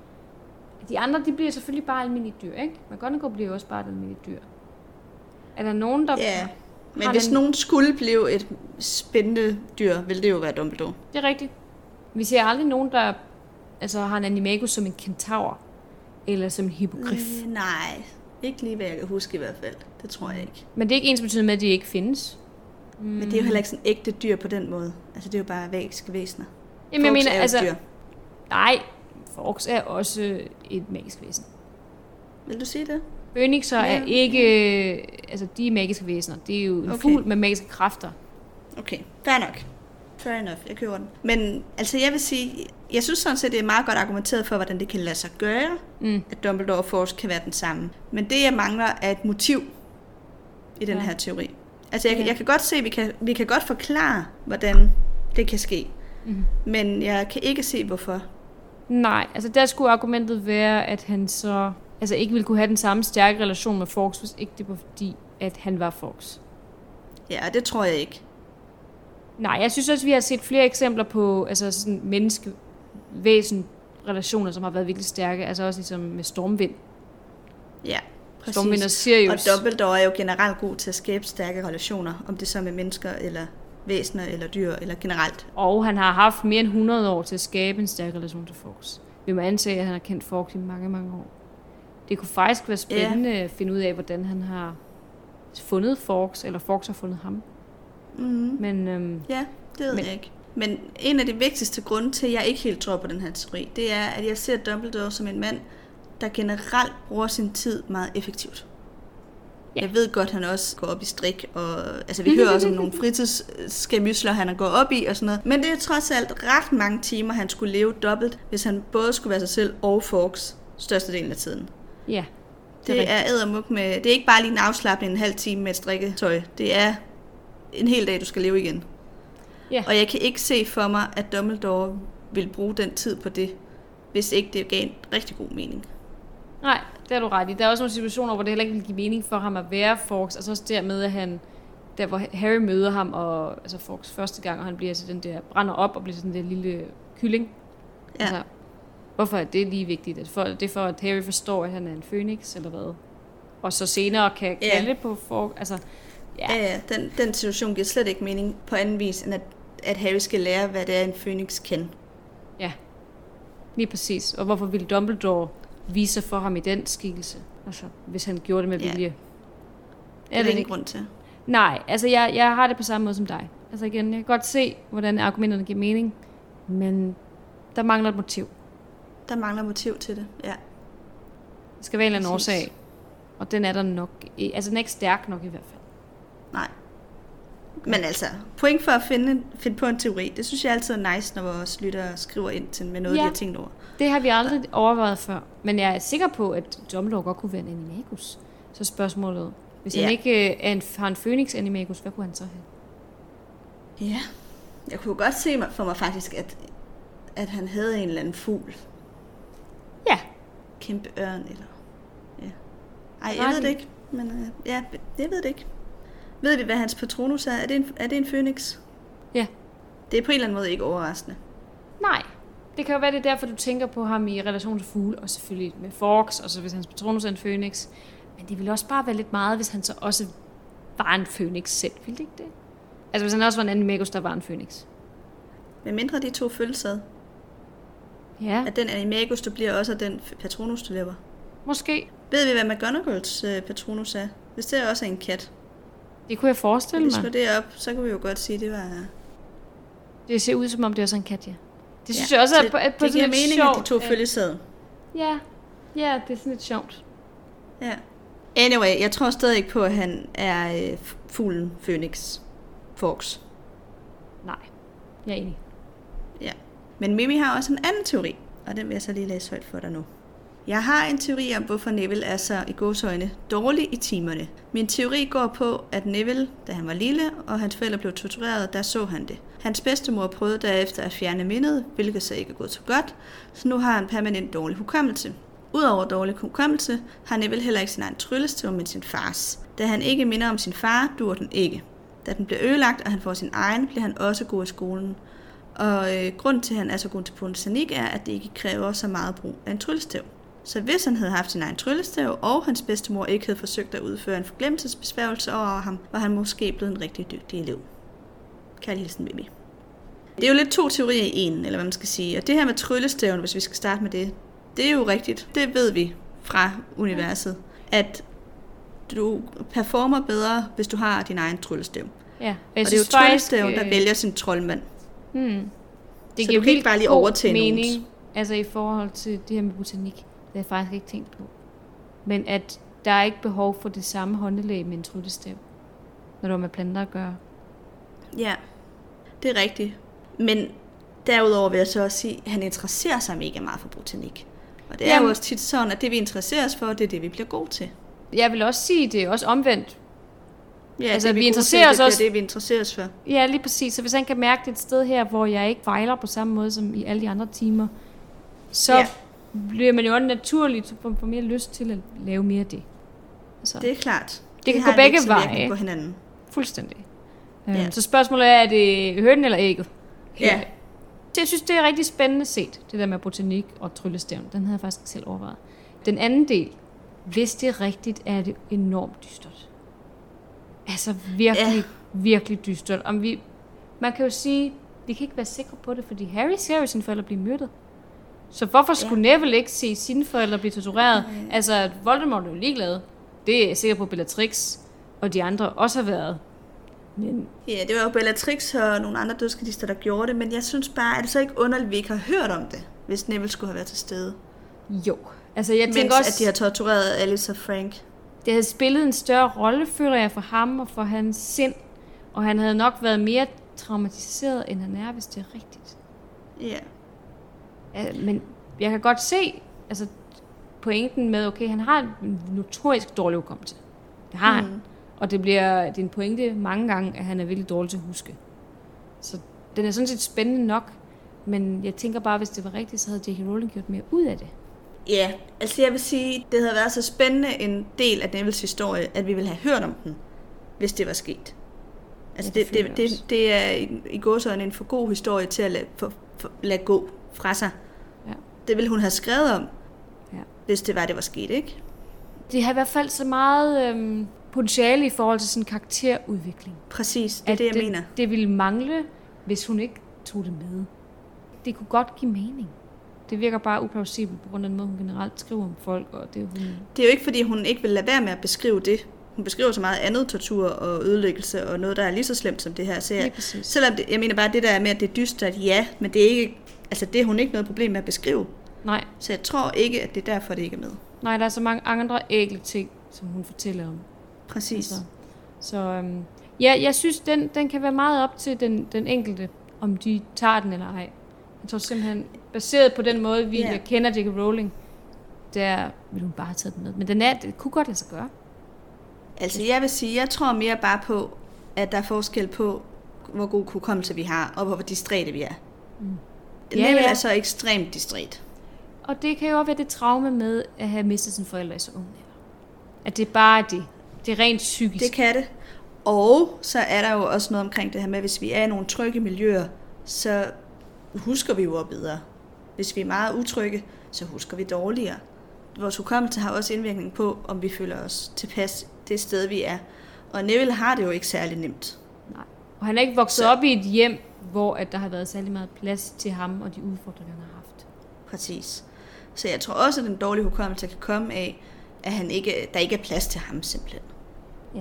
de andre, de bliver selvfølgelig bare almindelige dyr, ikke? McGonagall bliver jo også bare et almindeligt dyr. Er der nogen, der... Ja, Men Har hvis den- nogen skulle blive et spændende dyr, ville det jo være Dumbledore. Det er rigtigt. Vi ser aldrig nogen, der altså, har en animagus som en kentaur. Eller som en hippogriff. Øh, nej, ikke lige hvad jeg kan huske i hvert fald. Det tror jeg ikke. Men det er ikke ens betydende med, at de ikke findes. Mm. Men det er jo heller ikke sådan ægte dyr på den måde. Altså det er jo bare magiske væsener. Jamen, jeg Fawkes mener, er jo altså... dyr. Nej, Fawkes er også et magisk væsen. Vil du sige det? Phoenixer Ja. er ikke... Altså, de er magiske væsener. Det er jo en Okay. fugl med magiske kræfter. Okay, fair nok. Fair enough, jeg køber den. Men altså jeg vil sige, jeg synes sådan set, det er meget godt argumenteret for, hvordan det kan lade sig gøre, Mm. at Dumbledore og Fawkes kan være den samme. Men det, jeg mangler, er et motiv i den Ja. her teori. Altså jeg, Ja. jeg kan godt se, at vi kan, vi kan godt forklare, hvordan det kan ske. Mm. Men jeg kan ikke se, hvorfor. Nej, altså der skulle argumentet være, at han så altså ikke ville kunne have den samme stærke relation med Fawkes, hvis ikke det var fordi, at han var Fawkes. Ja, det tror jeg ikke. Nej, jeg synes også, vi har set flere eksempler på altså sådan menneske-væsen-relationer, som har været virkelig stærke. Altså også ligesom med Stormvind. Ja, præcis. Stormvind og Sirius. Og Dumbledore er jo generelt god til at skabe stærke relationer, om det så er med mennesker, eller væsener, eller dyr, eller generelt. Og han har haft mere end hundrede år til at skabe en stærk relation til Fawkes. Vi må antage, at han har kendt Fawkes i mange, mange år. Det kunne faktisk være spændende yeah. at finde ud af, hvordan han har fundet Fawkes, eller Fawkes har fundet ham. Mm-hmm. Men øhm, Ja, det ved Men- jeg ikke. Men en af de vigtigste grunde til, at jeg ikke helt tror på den her teori, det er, at jeg ser Dumbledore som en mand, der generelt bruger sin tid meget effektivt. Ja. Jeg ved godt, at han også går op i strik, og altså, vi hører også om nogle fritidsskærmysler, han har gået op i og sådan noget. Men det er trods alt ret mange timer, han skulle leve dobbelt, hvis han både skulle være sig selv og Fawkes størstedelen af tiden. ja, Det, det er eddermuk med, det er ikke bare lige en afslapning en halv time med et strikketøj. Det er en hel dag, du skal leve igen. Ja. Og jeg kan ikke se for mig, at Dumbledore vil bruge den tid på det, hvis ikke det gav en rigtig god mening. Nej, det har du ret i. Der er også nogle situationer, hvor det heller ikke vil give mening for ham at være Fawkes. Altså også dermed, at han, der hvor Harry møder ham, og altså Fawkes første gang, og han bliver altså den der, brænder op og bliver sådan den der lille kylling. Ja. Altså, hvorfor er det lige vigtigt? At for, det er for, at Harry forstår, at han er en Phoenix, eller hvad? Og så senere kan Ja. kalde på Fawkes. Altså, ja. Ja, ja den, den situation giver slet ikke mening på anden vis, end at, at Harry skal lære, hvad det er, en Phoenix kan. Ja, lige præcis. Og hvorfor ville Dumbledore vise sig for ham i den skikkelse? Altså, hvis han gjorde det med Ja. vilje. Det er der ingen grund til. Nej, altså jeg, jeg har det på samme måde som dig. Altså igen, jeg kan godt se, hvordan argumenterne giver mening, men der mangler et motiv. Der mangler motiv til det, ja. Det skal være en eller anden Præcis. årsag, og den er der nok. i- Altså den er ikke stærk nok i hvert fald. Nej. Men altså, point for at finde, finde på en teori, det synes jeg altid er nice, når vores lyttere skriver ind til med noget, Ja. de har tænkt over. Det har vi aldrig overvejet før, men jeg er sikker på, at Dumbledore godt kunne være en animagus. Så spørgsmålet, hvis Ja. han ikke øh, er en, har en Phoenix animagus, hvad kunne han så have? Ja. Jeg kunne godt se mig for mig faktisk, at, at han havde en eller anden fugl. Ja, Kæmpe ørn, eller... Ja. Ej, jeg Ret ved i. det ikke. Men øh, ja, jeg ved det ikke. Ved vi, hvad hans patronus er? Er det en, er det en Phoenix? ja. Det er på en eller anden måde ikke overraskende. Nej. Det kan jo være, det er derfor, du tænker på ham i relation til fugle, og selvfølgelig med Fawkes, og så hvis hans patronus er en Phoenix. Men det ville også bare være lidt meget, hvis han så også var en Phoenix selv, ville det ikke det? Altså hvis han også var en animagus, der var en Phoenix. Men mindre de to følges ad. Ja, At den animagus, der bliver også af den patronus, du lever. måske. Ved vi, hvad McGonagalls øh, patronus er? Hvis det også er en kat. Det kunne jeg forestille Hvis vi mig. slår det op, så kan vi jo godt sige, at det var... Det ser ud som om, det er sådan en kat, ja. Det synes Ja, jeg også er det, på, på det sådan giver lidt mening, sjovt. at de to øh, følges ad. Ja, ja, det er sådan lidt sjovt. Ja. Anyway, jeg tror stadig ikke på, at han er øh, fuglen Phoenix. Fawkes. Nej, jeg er enig. Ja. Men Mimi har også en anden teori, og den vil jeg så lige læse højt for dig nu. Jeg har en teori om, hvorfor Neville er så i gåseøjne dårlig i timerne. Min teori går på, at Neville, da han var lille, og hans forældre blev tortureret, der så han det. Hans bedstemor prøvede derefter at fjerne mindet, hvilket så ikke er gået så godt, så nu har han permanent dårlig hukommelse. Udover dårlig hukommelse, har Neville heller ikke sin egen tryllestav med sin fars. Da han ikke minder om sin far, dur den ikke. Da den bliver ødelagt, og han får sin egen, bliver han også god i skolen. Og øh, grunden til, at han er så god til Pontianik, er, at det ikke kræver så meget brug af en tryllestav. Så hvis han havde haft sin egen tryllestav, og hans bedstemor ikke havde forsøgt at udføre en forglemmelsesbesværgelse over ham, var han måske blevet en rigtig dygtig elev. Kærlig hilsen, Bibi. Det er jo lidt to teorier i en, eller hvad man skal sige. Og det her med tryllestaven, hvis vi skal starte med det, det er jo rigtigt. Det ved vi fra universet, at du performer bedre, hvis du har din egen tryllestav. Ja, og det er jo tryllestaven, der vælger sin troldmand. Hmm. Det så giver du kan ikke bare lige overtage mening, nogen. Altså i forhold til det her med botanik. Det har jeg faktisk ikke tænkt på. Men at der er ikke behov for det samme håndelag med en tryllestav, når du har med planter at gøre. Ja, det er rigtigt. Men derudover vil jeg så også sige, at han interesserer sig mega meget for botanik. Og det er Jamen. jo også tit sådan, at det vi interesserer os for, det er det, vi bliver gode til. Jeg vil også sige, at det er også omvendt. Ja, altså, det, vi, vi interesserer os også. Det er det, vi interesserer os for. Ja, lige præcis. Så hvis han kan mærke det et sted her, hvor jeg ikke fejler på samme måde som i alle de andre timer, så ja. bliver man jo også naturligt, så får mere lyst til at lave mere af det. Altså, det er klart. Det, det kan gå begge veje. På hinanden. Fuldstændig. Ja. Så spørgsmålet er, er det hønen eller ægget? Ja. Jeg synes, det er rigtig spændende set, det der med botanik og tryllestaven. Den havde jeg faktisk selv overvejet. Den anden del, hvis det er rigtigt, er det enormt dystert. Altså virkelig, ja. virkelig dystert. Om vi, man kan jo sige, vi kan ikke være sikre på det, fordi Harry ser jo sine forældre blive myrdet. Så hvorfor skulle ja. Neville ikke se sine forældre blive tortureret? Ja. Altså, Voldemort er jo ligeglad. Det er jeg sikker på, at Bellatrix og de andre også har været. Men ja, det var jo Bellatrix og nogle andre dødskadister, der gjorde det, men jeg synes bare, at det så ikke underligt, at vi ikke har hørt om det, hvis Neville skulle have været til stede. Jo. Altså, jeg Mens tænker også, at de har tortureret Alice og Frank. Det havde spillet en større rolle, føler jeg, for ham og for hans sind, og han havde nok været mere traumatiseret, end han er, hvis det er rigtigt. Ja. Ja, men jeg kan godt se, altså pointen med, okay, han har en notorisk dårlig hukommelse. Det har mm. han. Og det bliver din pointe mange gange, at han er virkelig dårlig til at huske. Så den er sådan set spændende nok, men jeg tænker bare, hvis det var rigtigt, så havde J K Rowling gjort mere ud af det. Ja, altså jeg vil sige, det havde været så spændende en del af Nevilles historie, at vi ville have hørt om den, hvis det var sket. Altså ja, det, det, det, det, det er i, i gåseøjne en for god historie til at lade, for, for, lade gå fra sig. Ja. Det ville hun have skrevet om, ja. hvis det var, det var sket, ikke? Det har i hvert fald så meget øhm, potentiale i forhold til sådan en karakterudvikling. Præcis, det er det, jeg det, mener. Det ville mangle, hvis hun ikke tog det med. Det kunne godt give mening. Det virker bare uplausibelt på grund af den måde, hun generelt skriver om folk. Og det, hun... det er jo ikke, fordi hun ikke vil lade være med at beskrive det. Hun beskriver så meget andet tortur og ødelæggelse og noget, der er lige så slemt som det her. Så jeg, selvom det, jeg mener bare, det der med, at det er dystert, ja, men det er ikke, altså det er hun ikke noget problem med at beskrive. Nej. Så jeg tror ikke, at det er derfor, det ikke er med. Nej, der er så mange andre ægle ting, som hun fortæller om. Præcis. Altså, så øhm, ja, jeg synes, den, den kan være meget op til den, den enkelte, om de tager den eller ej. Jeg tror simpelthen, baseret på den måde, vi yeah. kender J K Rowling, der vil hun bare have taget den med. Men den er, det kunne godt lade sig gøre. Altså jeg vil sige, jeg tror mere bare på, at der er forskel på, hvor god hukommelse vi har, og hvor distræte vi er. Mm. Ja, Neville ja. er så ekstremt distræt. Og det kan jo også være det traume med at have mistet sine forældre i så unge. At det er bare det. Det er rent psykisk. Det kan det. Og så er der jo også noget omkring det her med, hvis vi er i nogle trygge miljøer, så husker vi jo bedre. Hvis vi er meget utrygge, så husker vi dårligere. Vores hukommelse har også indvirkning på, om vi føler os tilpas det sted, vi er. Og Neville har det jo ikke særlig nemt. Nej. Og han er ikke vokset så. op i et hjem, hvor at der har været særlig meget plads til ham og de udfordringer, han har haft. Præcis. Så jeg tror også, at den dårlige hukommelse kan komme af, at han ikke, der ikke er plads til ham simpelthen. Ja,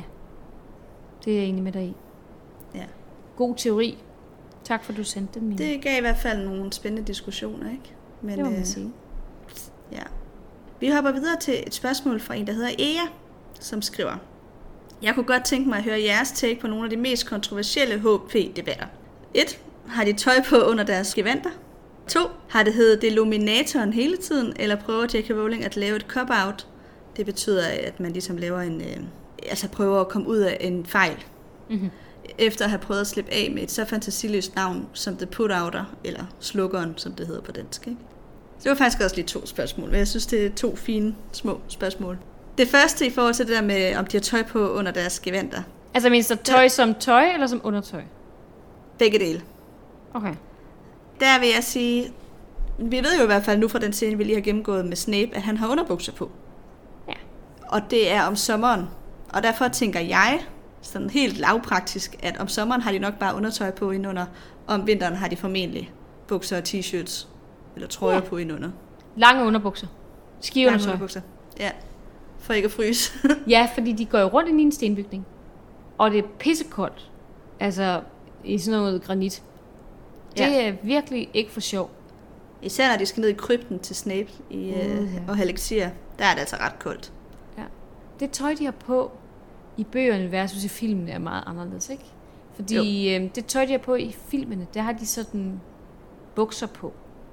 det er jeg enig med dig i. Ja. God teori. Tak for, at du sendte den, Mine. Det gav i hvert fald nogle spændende diskussioner, ikke? Men, det må man øh, sige. Ja. Vi hopper videre til et spørgsmål fra en, der hedder Ea, som skriver: Jeg kunne godt tænke mig at høre jeres take på nogle af de mest kontroversielle H P-debatter. et. Har de tøj på under deres gevanter? to. Har det heddet Deluminatoren hele tiden, eller prøver J K Rowling at lave et cop-out? Det betyder, at man ligesom laver en, øh, altså prøver at komme ud af en fejl. Mm-hmm. Efter at have prøvet at slippe af med et så fantasiløst navn som The Put-Outer, eller Slukkeren, som det hedder på dansk. Ikke? Det var faktisk også lige to spørgsmål, men jeg synes, det er to fine, små spørgsmål. Det første i forhold til det der med, om de har tøj på under deres gevanter. Altså mindst der tøj som tøj, eller som undertøj? Begge dele. Okay. Der vil jeg sige, vi ved jo i hvert fald nu fra den scene, vi lige har gennemgået med Snape, at han har underbukser på. Ja. Og det er om sommeren. Og derfor tænker jeg, sådan helt lavpraktisk, at om sommeren har de nok bare undertøj på indunder, og om vinteren har de formentlig bukser og t-shirts, eller trøjer ja. på indunder. Lange underbukser. Skiundertøj. Lange underbukser, ja. For ikke at fryse. Ja, fordi de går jo rundt ind i en stenbygning. Og det er pissekoldt. Altså, i sådan noget granit. Det ja. er virkelig ikke for sjov. Især når de skal ned i krypten til Snape i, uh, uh, ja. og Helixir, der er det altså ret koldt. Ja. Det tøj, de har på i bøgerne versus i filmene, er meget anderledes, ikke? Fordi øh, det tøj, de har på i filmene, der har de sådan bukser på.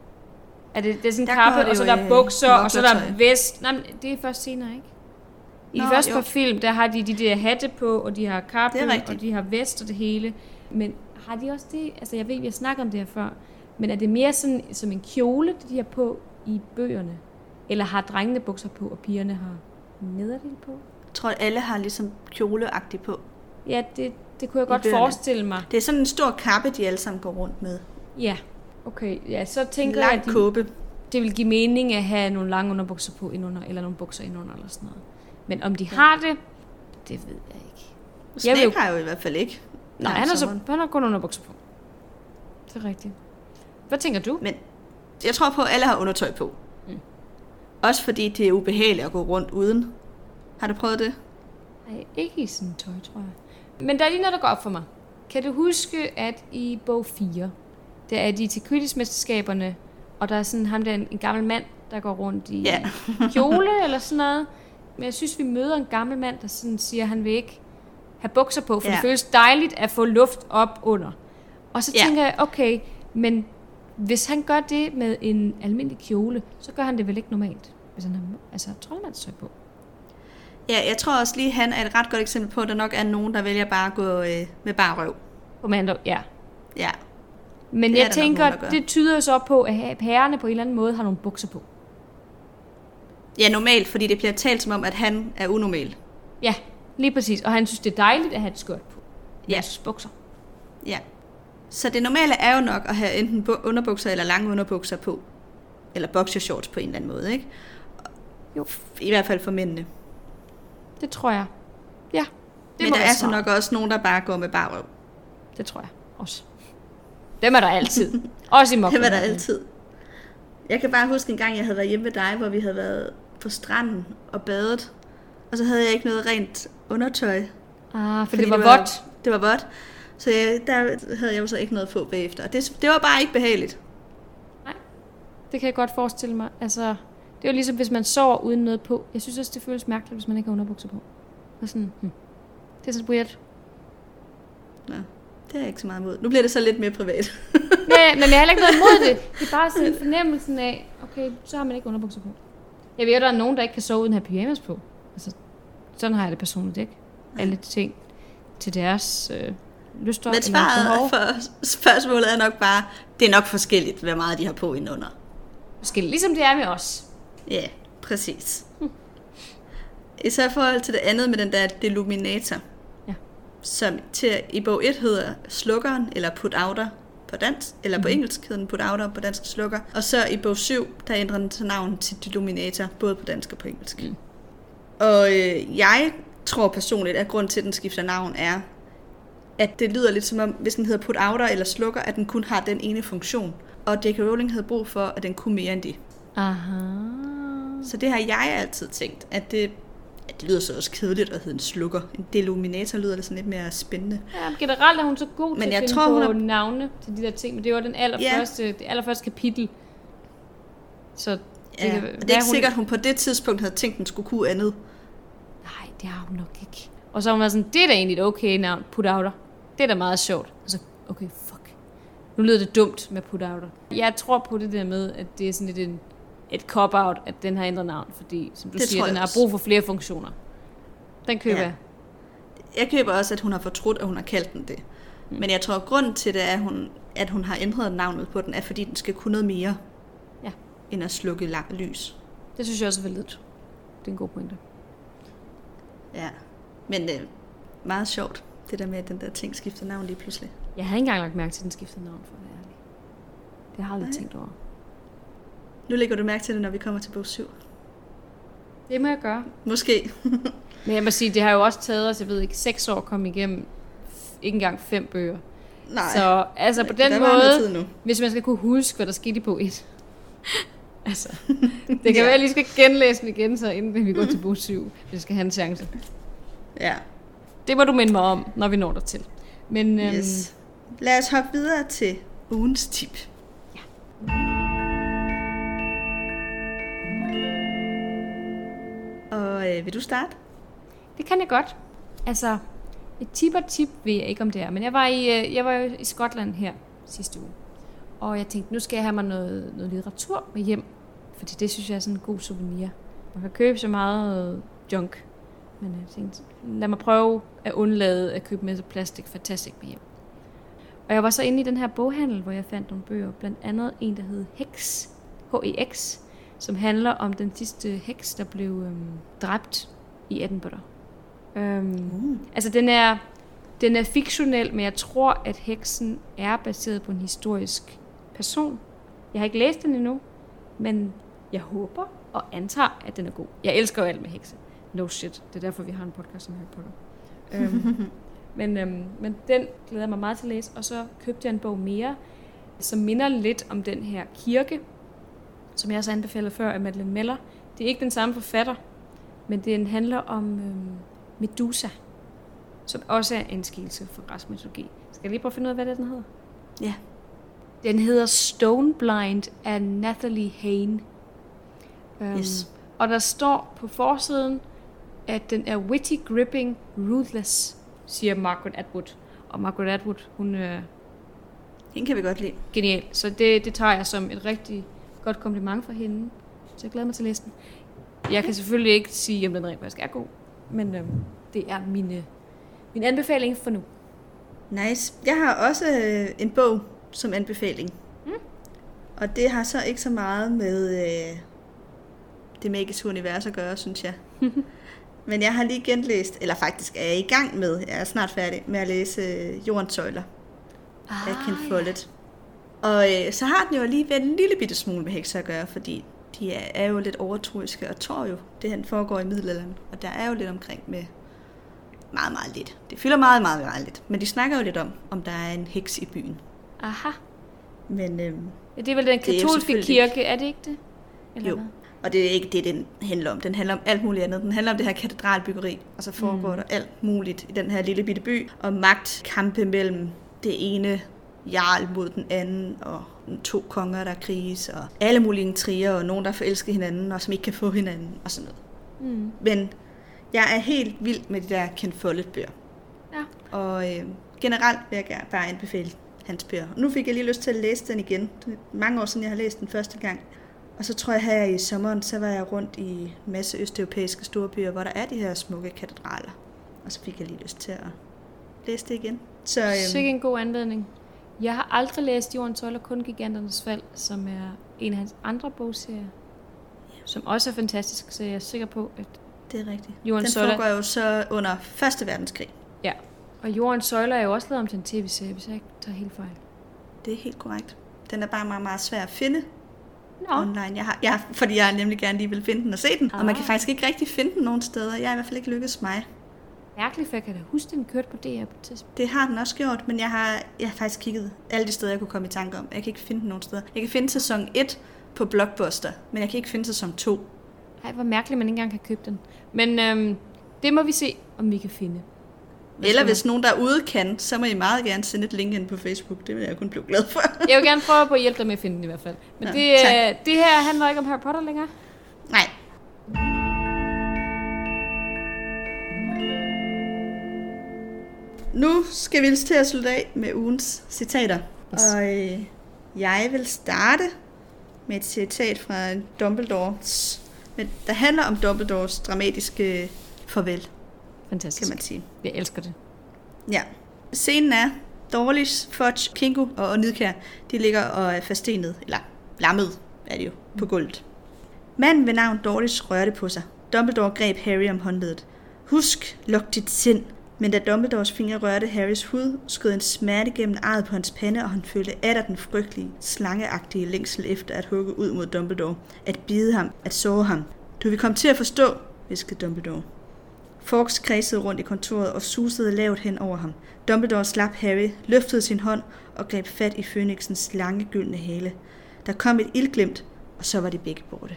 Er det, det er sådan en kappe, og så der er bukser, og så der er vest. Nej, men det er først senere, ikke? I Nå, de første par film, der har de de der hatte på, og de har kappe, og de har vest og det hele. Men har de også det? Altså, jeg ved, vi har snakket om det her før. Men er det mere sådan som en kjole, de har på i bøgerne? Eller har drengene bukser på, og pigerne har nederdel på? Jeg tror, at alle har ligesom kjoleagtigt på. Ja, det, det kunne jeg godt bøgerne. forestille mig. Det er sådan en stor kappe, de alle sammen går rundt med. Ja, okay. Ja, så tænker en lang jeg, at de, kåbe. Det vil give mening at have nogle lange underbukser på indunder, eller nogle bukser indunder, eller sådan noget. Men om de ja. har det, det ved jeg ikke. Snape jeg jo... har jo i hvert fald ikke. Nej, han har, så, han har kun underbukser på. Det er rigtigt. Hvad tænker du? Men jeg tror på, at alle har undertøj på. Mm. Også fordi det er ubehageligt at gå rundt uden. Har du prøvet det? Nej, ikke i sådan tøj, tror jeg. Men der er lige noget, der går op for mig. Kan du huske, at i bog fire, der er de til Quidditch-mesterskaberne, og der er sådan ham der en, en gammel mand, der går rundt i ja. kjole eller sådan noget. Men jeg synes, vi møder en gammel mand, der sådan siger, at han vil ikke have bukser på, for ja. det føles dejligt at få luft op under. Og så ja. tænker jeg, okay, men hvis han gør det med en almindelig kjole, så gør han det vel ikke normalt, hvis han har altså, troldmandstøj på. Ja, jeg tror også lige, han er et ret godt eksempel på, at der nok er nogen, der vælger bare at gå øh, med bare røv. På mando, ja. Ja. Men jeg tænker, nogen, det tyder så på, at herrerne på en eller anden måde har nogle bukser på. Ja, normalt, fordi det bliver talt som om, at han er unormal. Ja, lige præcis. Og han synes, det er dejligt at have et skørt på. Ja. Jeg synes bukser. Ja. Så det normale er jo nok at have enten underbukser eller lange underbukser på. Eller boxershorts på en eller anden måde, ikke? Jo. I hvert fald for mændene. Det tror jeg. Ja. Det Men der er så nok også nogen, der bare går med bare røv. Det tror jeg også. Dem er der altid. Også i mokken. Dem er der altid. Jeg kan bare huske en gang, jeg havde været hjemme ved dig, hvor vi havde været på stranden og badet. Og så havde jeg ikke noget rent undertøj. Ah, for det var, det var vådt. Det var vådt. Så jeg, der havde jeg jo så ikke noget på bagefter. Det, det var bare ikke behageligt. Nej, det kan jeg godt forestille mig. Altså, det er jo ligesom, hvis man sover uden noget på. Jeg synes også, det føles mærkeligt, hvis man ikke har underbukser på. Og sådan, hmm. Det er så weird. Ja, det er jeg ikke så meget imod. Nu bliver det så lidt mere privat. Ja, men jeg har heller ikke noget imod det. Det er bare sådan fornemmelsen af, okay, så har man ikke underbukser på. Jeg ved, at der er nogen, der ikke kan sove uden at have pyjamas på. Altså, sådan har jeg det personligt ikke. Alle ting til deres øh, lyster. Men svaret for spørgsmålet er nok bare, det er nok forskelligt, hvad meget de har på indenunder. Forskelligt, ligesom det er med os. Ja, præcis. Hm. Især i forhold til det andet med den der deluminator. Ja. Som til, i bog et hedder slukkeren, eller put-outer på dansk, eller på mm. engelsk hedder den put-outer, på dansk slukker. Og så i bog syv, der ændrer den til navn til deluminator, både på dansk og på engelsk. Mm. Og øh, jeg tror personligt, at grund til, at den skifter navn er, at det lyder lidt som om, hvis den hedder put-outer eller slukker, at den kun har den ene funktion. Og J K Rowling havde brug for, at den kunne mere end det. Aha. Så det har jeg altid tænkt, at det, at det lyder så også kedeligt at hedde en slukker. En deluminator lyder det sådan lidt mere spændende. Ja, generelt er hun så god men til at finde tror, på er... navne til de der ting, men det var den allerførste, ja. det allerførste kapitel. Så det, ja, kan, det er ikke hun... sikkert, at hun på det tidspunkt havde tænkt, at den skulle kunne andet. Nej, det har hun nok ikke. Og så har hun været sådan, det er da egentlig et okay navn, put-outer. Det er da meget sjovt. Og så, okay, fuck. Nu lyder det dumt med put-outer. Jeg tror på det der med, at det er sådan lidt en, et cop-out, at den har ændret navn. Fordi, som du det siger, den har brug for flere funktioner. Den køber ja. jeg. Jeg køber også, at hun har fortrudt, at hun har kaldt den det. Mm. Men jeg tror, at grunden til det er, at hun, at hun har ændret navnet på den, er fordi den skal kunne noget mere, ja. end at slukke lang lys. Det synes jeg også er vældigt. Det er en god pointe. Ja, men øh, meget sjovt, det der med, at den der ting skifter navn lige pludselig. Jeg havde ikke engang lagt mærke til, at den skiftede navn, for at være ærlig. Det har jeg aldrig tænkt over. Nu lægger du mærke til det, når vi kommer til bog syv. Det må jeg gøre. Måske. Men jeg må sige, det har jo også taget os, jeg ved ikke, seks år at komme igennem ikke engang fem bøger. Nej. Så altså på den måde, hvis man skal kunne huske, hvad der skete i bog et. altså, det kan ja. være, at jeg lige skal genlæse den igen, så inden vi går til bog syv, hvis jeg skal have en chance. Ja. Det må du minde mig om, når vi når dertil. Men, yes. øhm, lad os hoppe videre til ugens tip. Ja. Og øh, vil du starte? Det kan jeg godt. Altså, et tip og tip ved jeg ikke, om det er. Men jeg var i, jeg var jo i Skotland her sidste uge. Og jeg tænkte, nu skal jeg have mig noget, noget litteratur med hjem. Fordi det synes jeg er sådan en god souvenir. Man kan købe så meget junk. Men jeg tænkte, lad mig prøve at undlade at købe med så plastik fantastisk med hjem. Og jeg var så inde i den her boghandel, hvor jeg fandt nogle bøger. Blandt andet en, der hed Hex. H E X. Som handler om den sidste heks, der blev øhm, dræbt i Edinburgh. Øhm, mm. Altså den er, den er fiktionel, men jeg tror, at heksen er baseret på en historisk person. Jeg har ikke læst den endnu, men jeg håber og antager, at den er god. Jeg elsker jo alt med hekse. No shit. Det er derfor, vi har en podcast om Harry Potter. øhm, men, øhm, men den glæder jeg mig meget til at læse. Og så købte jeg en bog mere, som minder lidt om den her kirke, som jeg også anbefalede før af Madeleine Meller. Det er ikke den samme forfatter, men den handler om øhm, Medusa, som også er en skikkelse fra græsk mytologi. Skal jeg lige prøve at finde ud af, hvad det den hedder? Ja. Den hedder Stoneblind af Nathalie Hayne. Um, yes. Og der står på forsiden, at den er witty, gripping, ruthless, siger Margaret Atwood. Og Margaret Atwood, hun er hende kan vi godt lide. Genial. Så det, det tager jeg som et rigtig godt kompliment fra hende. Så jeg glæder mig til at læse den. Jeg kan selvfølgelig ikke sige, om den rent faktisk er god, men øhm, det er mine, min anbefaling for nu. Nice. Jeg har også øh, en bog som anbefaling. Mm. Og det har så ikke så meget med øh, det magiske univers at gøre, synes jeg. Men jeg har lige genlæst, eller faktisk er jeg i gang med, jeg er snart færdig med at læse øh, Jordens Søjler ah, af Ken Follett. Ja. Og øh, så har den jo alligevel en lille bitte smule med hekser at gøre, fordi de er, er jo lidt overtroiske, og tror jo, det her foregår i middelalderen. Og der er jo lidt omkring med meget, meget lidt. Det fylder meget, meget, meget lidt. Men de snakker jo lidt om, om der er en heks i byen. Aha. Men øhm, ja, det er vel den katolske kirke, er det ikke det? Eller jo, hvad? Og det er ikke det, den handler om. Den handler om alt muligt andet. Den handler om det her katedralbyggeri, og så foregår mm. der alt muligt i den her lille bitte by. Og magtkampe mellem det ene jarl mod den anden, og to konger, der kriges, og alle mulige intriger, og nogen, der forelsker hinanden, og som ikke kan få hinanden, og sådan noget. Mm. Men jeg er helt vild med de der Ken Follett-bøger. Ja. Og øh, generelt vil jeg gerne bare anbefale hans bøger. Og nu fik jeg lige lyst til at læse den igen. Det er mange år siden, jeg har læst den første gang. Og så tror jeg her i sommeren, så var jeg rundt i en masse østeuropæiske storbyer, hvor der er de her smukke katedraler. Og så fik jeg lige lyst til at læse det igen. Så øhm, sikke en god anledning. Jeg har aldrig læst Jordens Søjler, kun Giganternes Fald, som er en af hans andre bogserier, ja. Som også er fantastisk, så jeg er sikker på, at det er rigtigt. Jordens den foregår jo så under første verdenskrig. Ja, og Jordens Søjler er jo også lavet om til en tv-serie, hvis jeg ikke tager helt fejl. Det er helt korrekt. Den er bare meget, meget svær at finde Nå. online. Jeg har, jeg, fordi jeg nemlig gerne lige vil finde den og se den. Ah. Og man kan faktisk ikke rigtig finde den nogen steder. Jeg har i hvert fald ikke lykkedes mig. Mærkeligt, for jeg kan da huske, den kørte på D R på tidspunkt. Det har den også gjort, men jeg har, jeg har faktisk kigget alle de steder, jeg kunne komme i tanke om. Jeg kan ikke finde den nogen steder. Jeg kan finde sæson et på Blockbuster, men jeg kan ikke finde sæson to. Ej, hvor mærkeligt, man ikke engang kan købe den. Men øhm, det må vi se, om vi kan finde. Hvad Eller hvis nogen derude kan, så må I meget gerne sende et link ind på Facebook. Det vil jeg kun blive glad for. Jeg vil gerne prøve på at hjælpe dig med at finde den i hvert fald. Men ja, det, øh, det her handler ikke om Harry Potter længere. Nej. Nu skal vi til at slutte af med ugens citater. Yes. Og øh, jeg vil starte med et citat fra Dumbledore, der handler om Dumbledores dramatiske farvel. Fantastisk. Kan man sige. Jeg elsker det. Ja. Scenen er Dawlish, Fudge, Kingo og Nidkær. De ligger og er forstenet, eller lammet er de jo, mm. på gulvet. Manden ved navn Dawlish rørte på sig. Dumbledore greb Harry om håndledet. Husk, luk dit sind. Men da Dumbledores fingre rørte Harrys hud, skød en smerte gennem arret på hans pande, og han følte atter den frygtelige, slangeagtige længsel efter at hugge ud mod Dumbledore, at bide ham, at såre ham. Du vil komme til at forstå, hviskede Dumbledore. Fawkes kredsede rundt i kontoret og susede lavt hen over ham. Dumbledore slap Harry, løftede sin hånd og greb fat i Fønixens lange gyldne hale. Der kom et ildglimt, og så var de begge borte.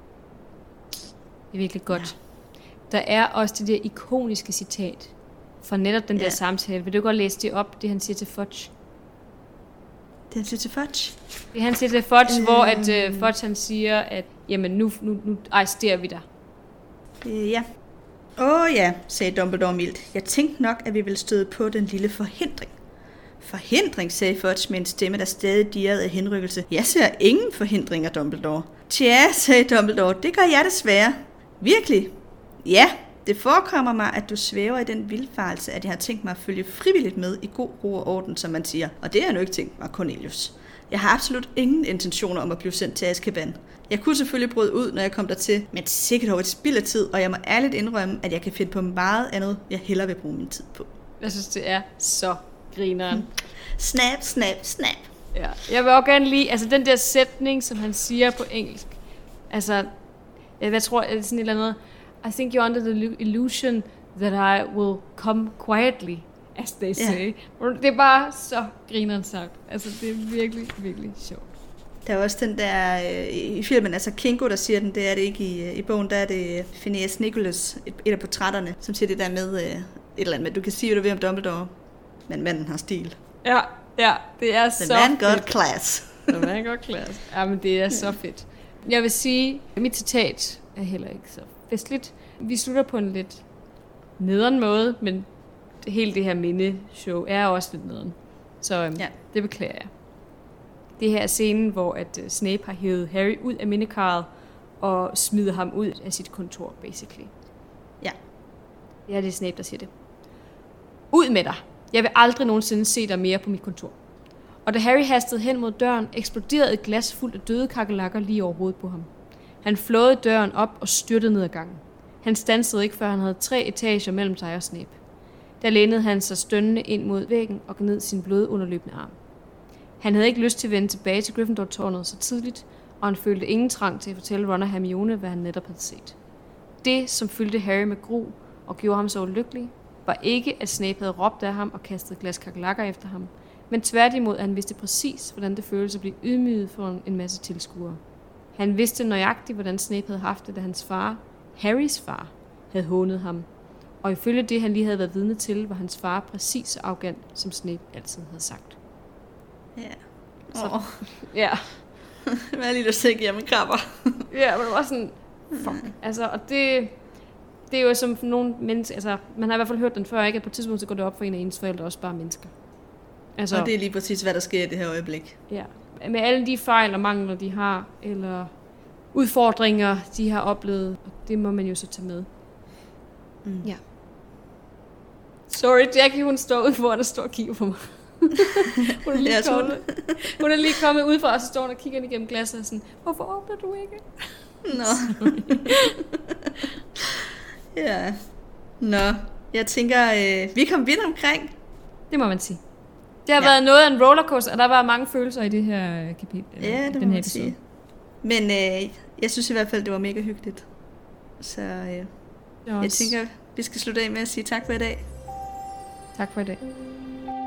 Det er virkelig godt. Ja. Der er også det der ikoniske citat fra netop den ja. der samtale. Vil du godt læse det op, det han siger til Fudge? Det han siger til Fudge? Det han siger til Fudge, øh... hvor at, uh, Fudge han siger, at jamen nu, nu, nu arresterer vi dig. Øh, ja. Åh oh, ja, sagde Dumbledore mildt. Jeg tænkte nok, at vi ville støde på den lille forhindring. Forhindring, sagde Fudge med en stemme, der stadig dirrede af henrykkelse. Jeg ser ingen forhindringer, Dumbledore. Tja, sagde Dumbledore, det gør jeg desværre. Virkelig? Ja, det forekommer mig, at du svæver i den vildfarelse, at jeg har tænkt mig at følge frivilligt med i god ro og orden, som man siger. Og det har jeg nu ikke tænkt mig, Cornelius. Jeg har absolut ingen intentioner om at blive sendt til Azkaban. Jeg kunne selvfølgelig bryde ud, når jeg kom dertil, men sikkert over et spild af tid, og jeg må ærligt indrømme, at jeg kan finde på meget andet, jeg hellere vil bruge min tid på. Jeg synes, det er så grineren. Snap, snap, snap. Ja. Jeg vil også gerne lide, altså den der sætning, som han siger på engelsk. Altså, jeg tror, det er sådan et eller andet. I think you're under the illusion that I will come quietly, as they say. Yeah. Det er bare så grineren sagt. Altså, det er virkelig, virkelig sjovt. Der er også den der, øh, i filmen, altså Kingo, der siger den, det er det ikke i, i bogen, der er det Phineas Nicholas, et, et af portrætterne, som siger det der med øh, et eller andet med, du kan sige, hvad du vil om Dumbledore, men manden har stil. Ja, ja, det er The så man fedt. got class. The man got class. Ja, men det er så fedt. Jeg vil sige, at mit citat er heller ikke så festligt. Vi slutter på en lidt nederen måde, men det, hele det her mindeshow er også lidt nederen. Så øhm, ja. Det beklager jeg. Det her er scenen, hvor at Snape har hævet Harry ud af mindekarret og smider ham ud af sit kontor, basically. Ja. Det er det Snape, der siger det. Ud med dig. Jeg vil aldrig nogensinde se dig mere på mit kontor. Og da Harry hastede hen mod døren, eksploderede et glas fuldt af døde kakelakker lige over hovedet på ham. Han flåede døren op og styrtede ned ad gangen. Han standsede ikke, før han havde tre etager mellem sig og Snape. Der lænede han sig stønnende ind mod væggen og gned sin blodunderløbende arm. Han havde ikke lyst til at vende tilbage til Gryffindor-tårnet så tidligt, og han følte ingen trang til at fortælle Ron og Hermione, hvad han netop havde set. Det, som fyldte Harry med gru og gjorde ham så ulykkelig, var ikke, at Snape havde råbt af ham og kastet et glas kakelakker efter ham, men tværtimod, at han vidste præcis, hvordan det føltes at blive ydmyget foran en masse tilskuere. Han vidste nøjagtigt, hvordan Snape havde haft det, da hans far, Harrys far, havde hånet ham. Og ifølge det, han lige havde været vidne til, var hans far præcis så arrogant, som Snape altid havde sagt. Ja. Så, oh. Ja. Hvad er lige der sikke hjemme krabber? Ja, men det var sådan, fuck. Altså, og det, det er jo som for nogle mennesker, altså, man har i hvert fald hørt den før, ikke? At på et tidspunkt, så går det op for en af ens forældre også bare mennesker. Altså, og det er lige præcis, hvad der sker i det her øjeblik. Ja. Med alle de fejl og mangler, de har, eller udfordringer, de har oplevet, og det må man jo så tage med. Mm. Ja. Sorry, Jackie, hun står ude foran og står og kigger på mig. hun, er lige kommet, hun er lige kommet ud fra, og så står hun og kigger igennem glasset og sådan, hvorfor åbner du ikke? Nå. Ja. Nå, jeg tænker, øh, vi kom vidt omkring. Det må man sige. Det har ja. været noget af en rollercoaster, og der var mange følelser i det her kapitel. Ja, det den må her man sige. Men øh, jeg synes i hvert fald, det var mega hyggeligt. Så øh, jeg tænker, vi skal slutte af med at sige tak for i dag. Tak for i dag.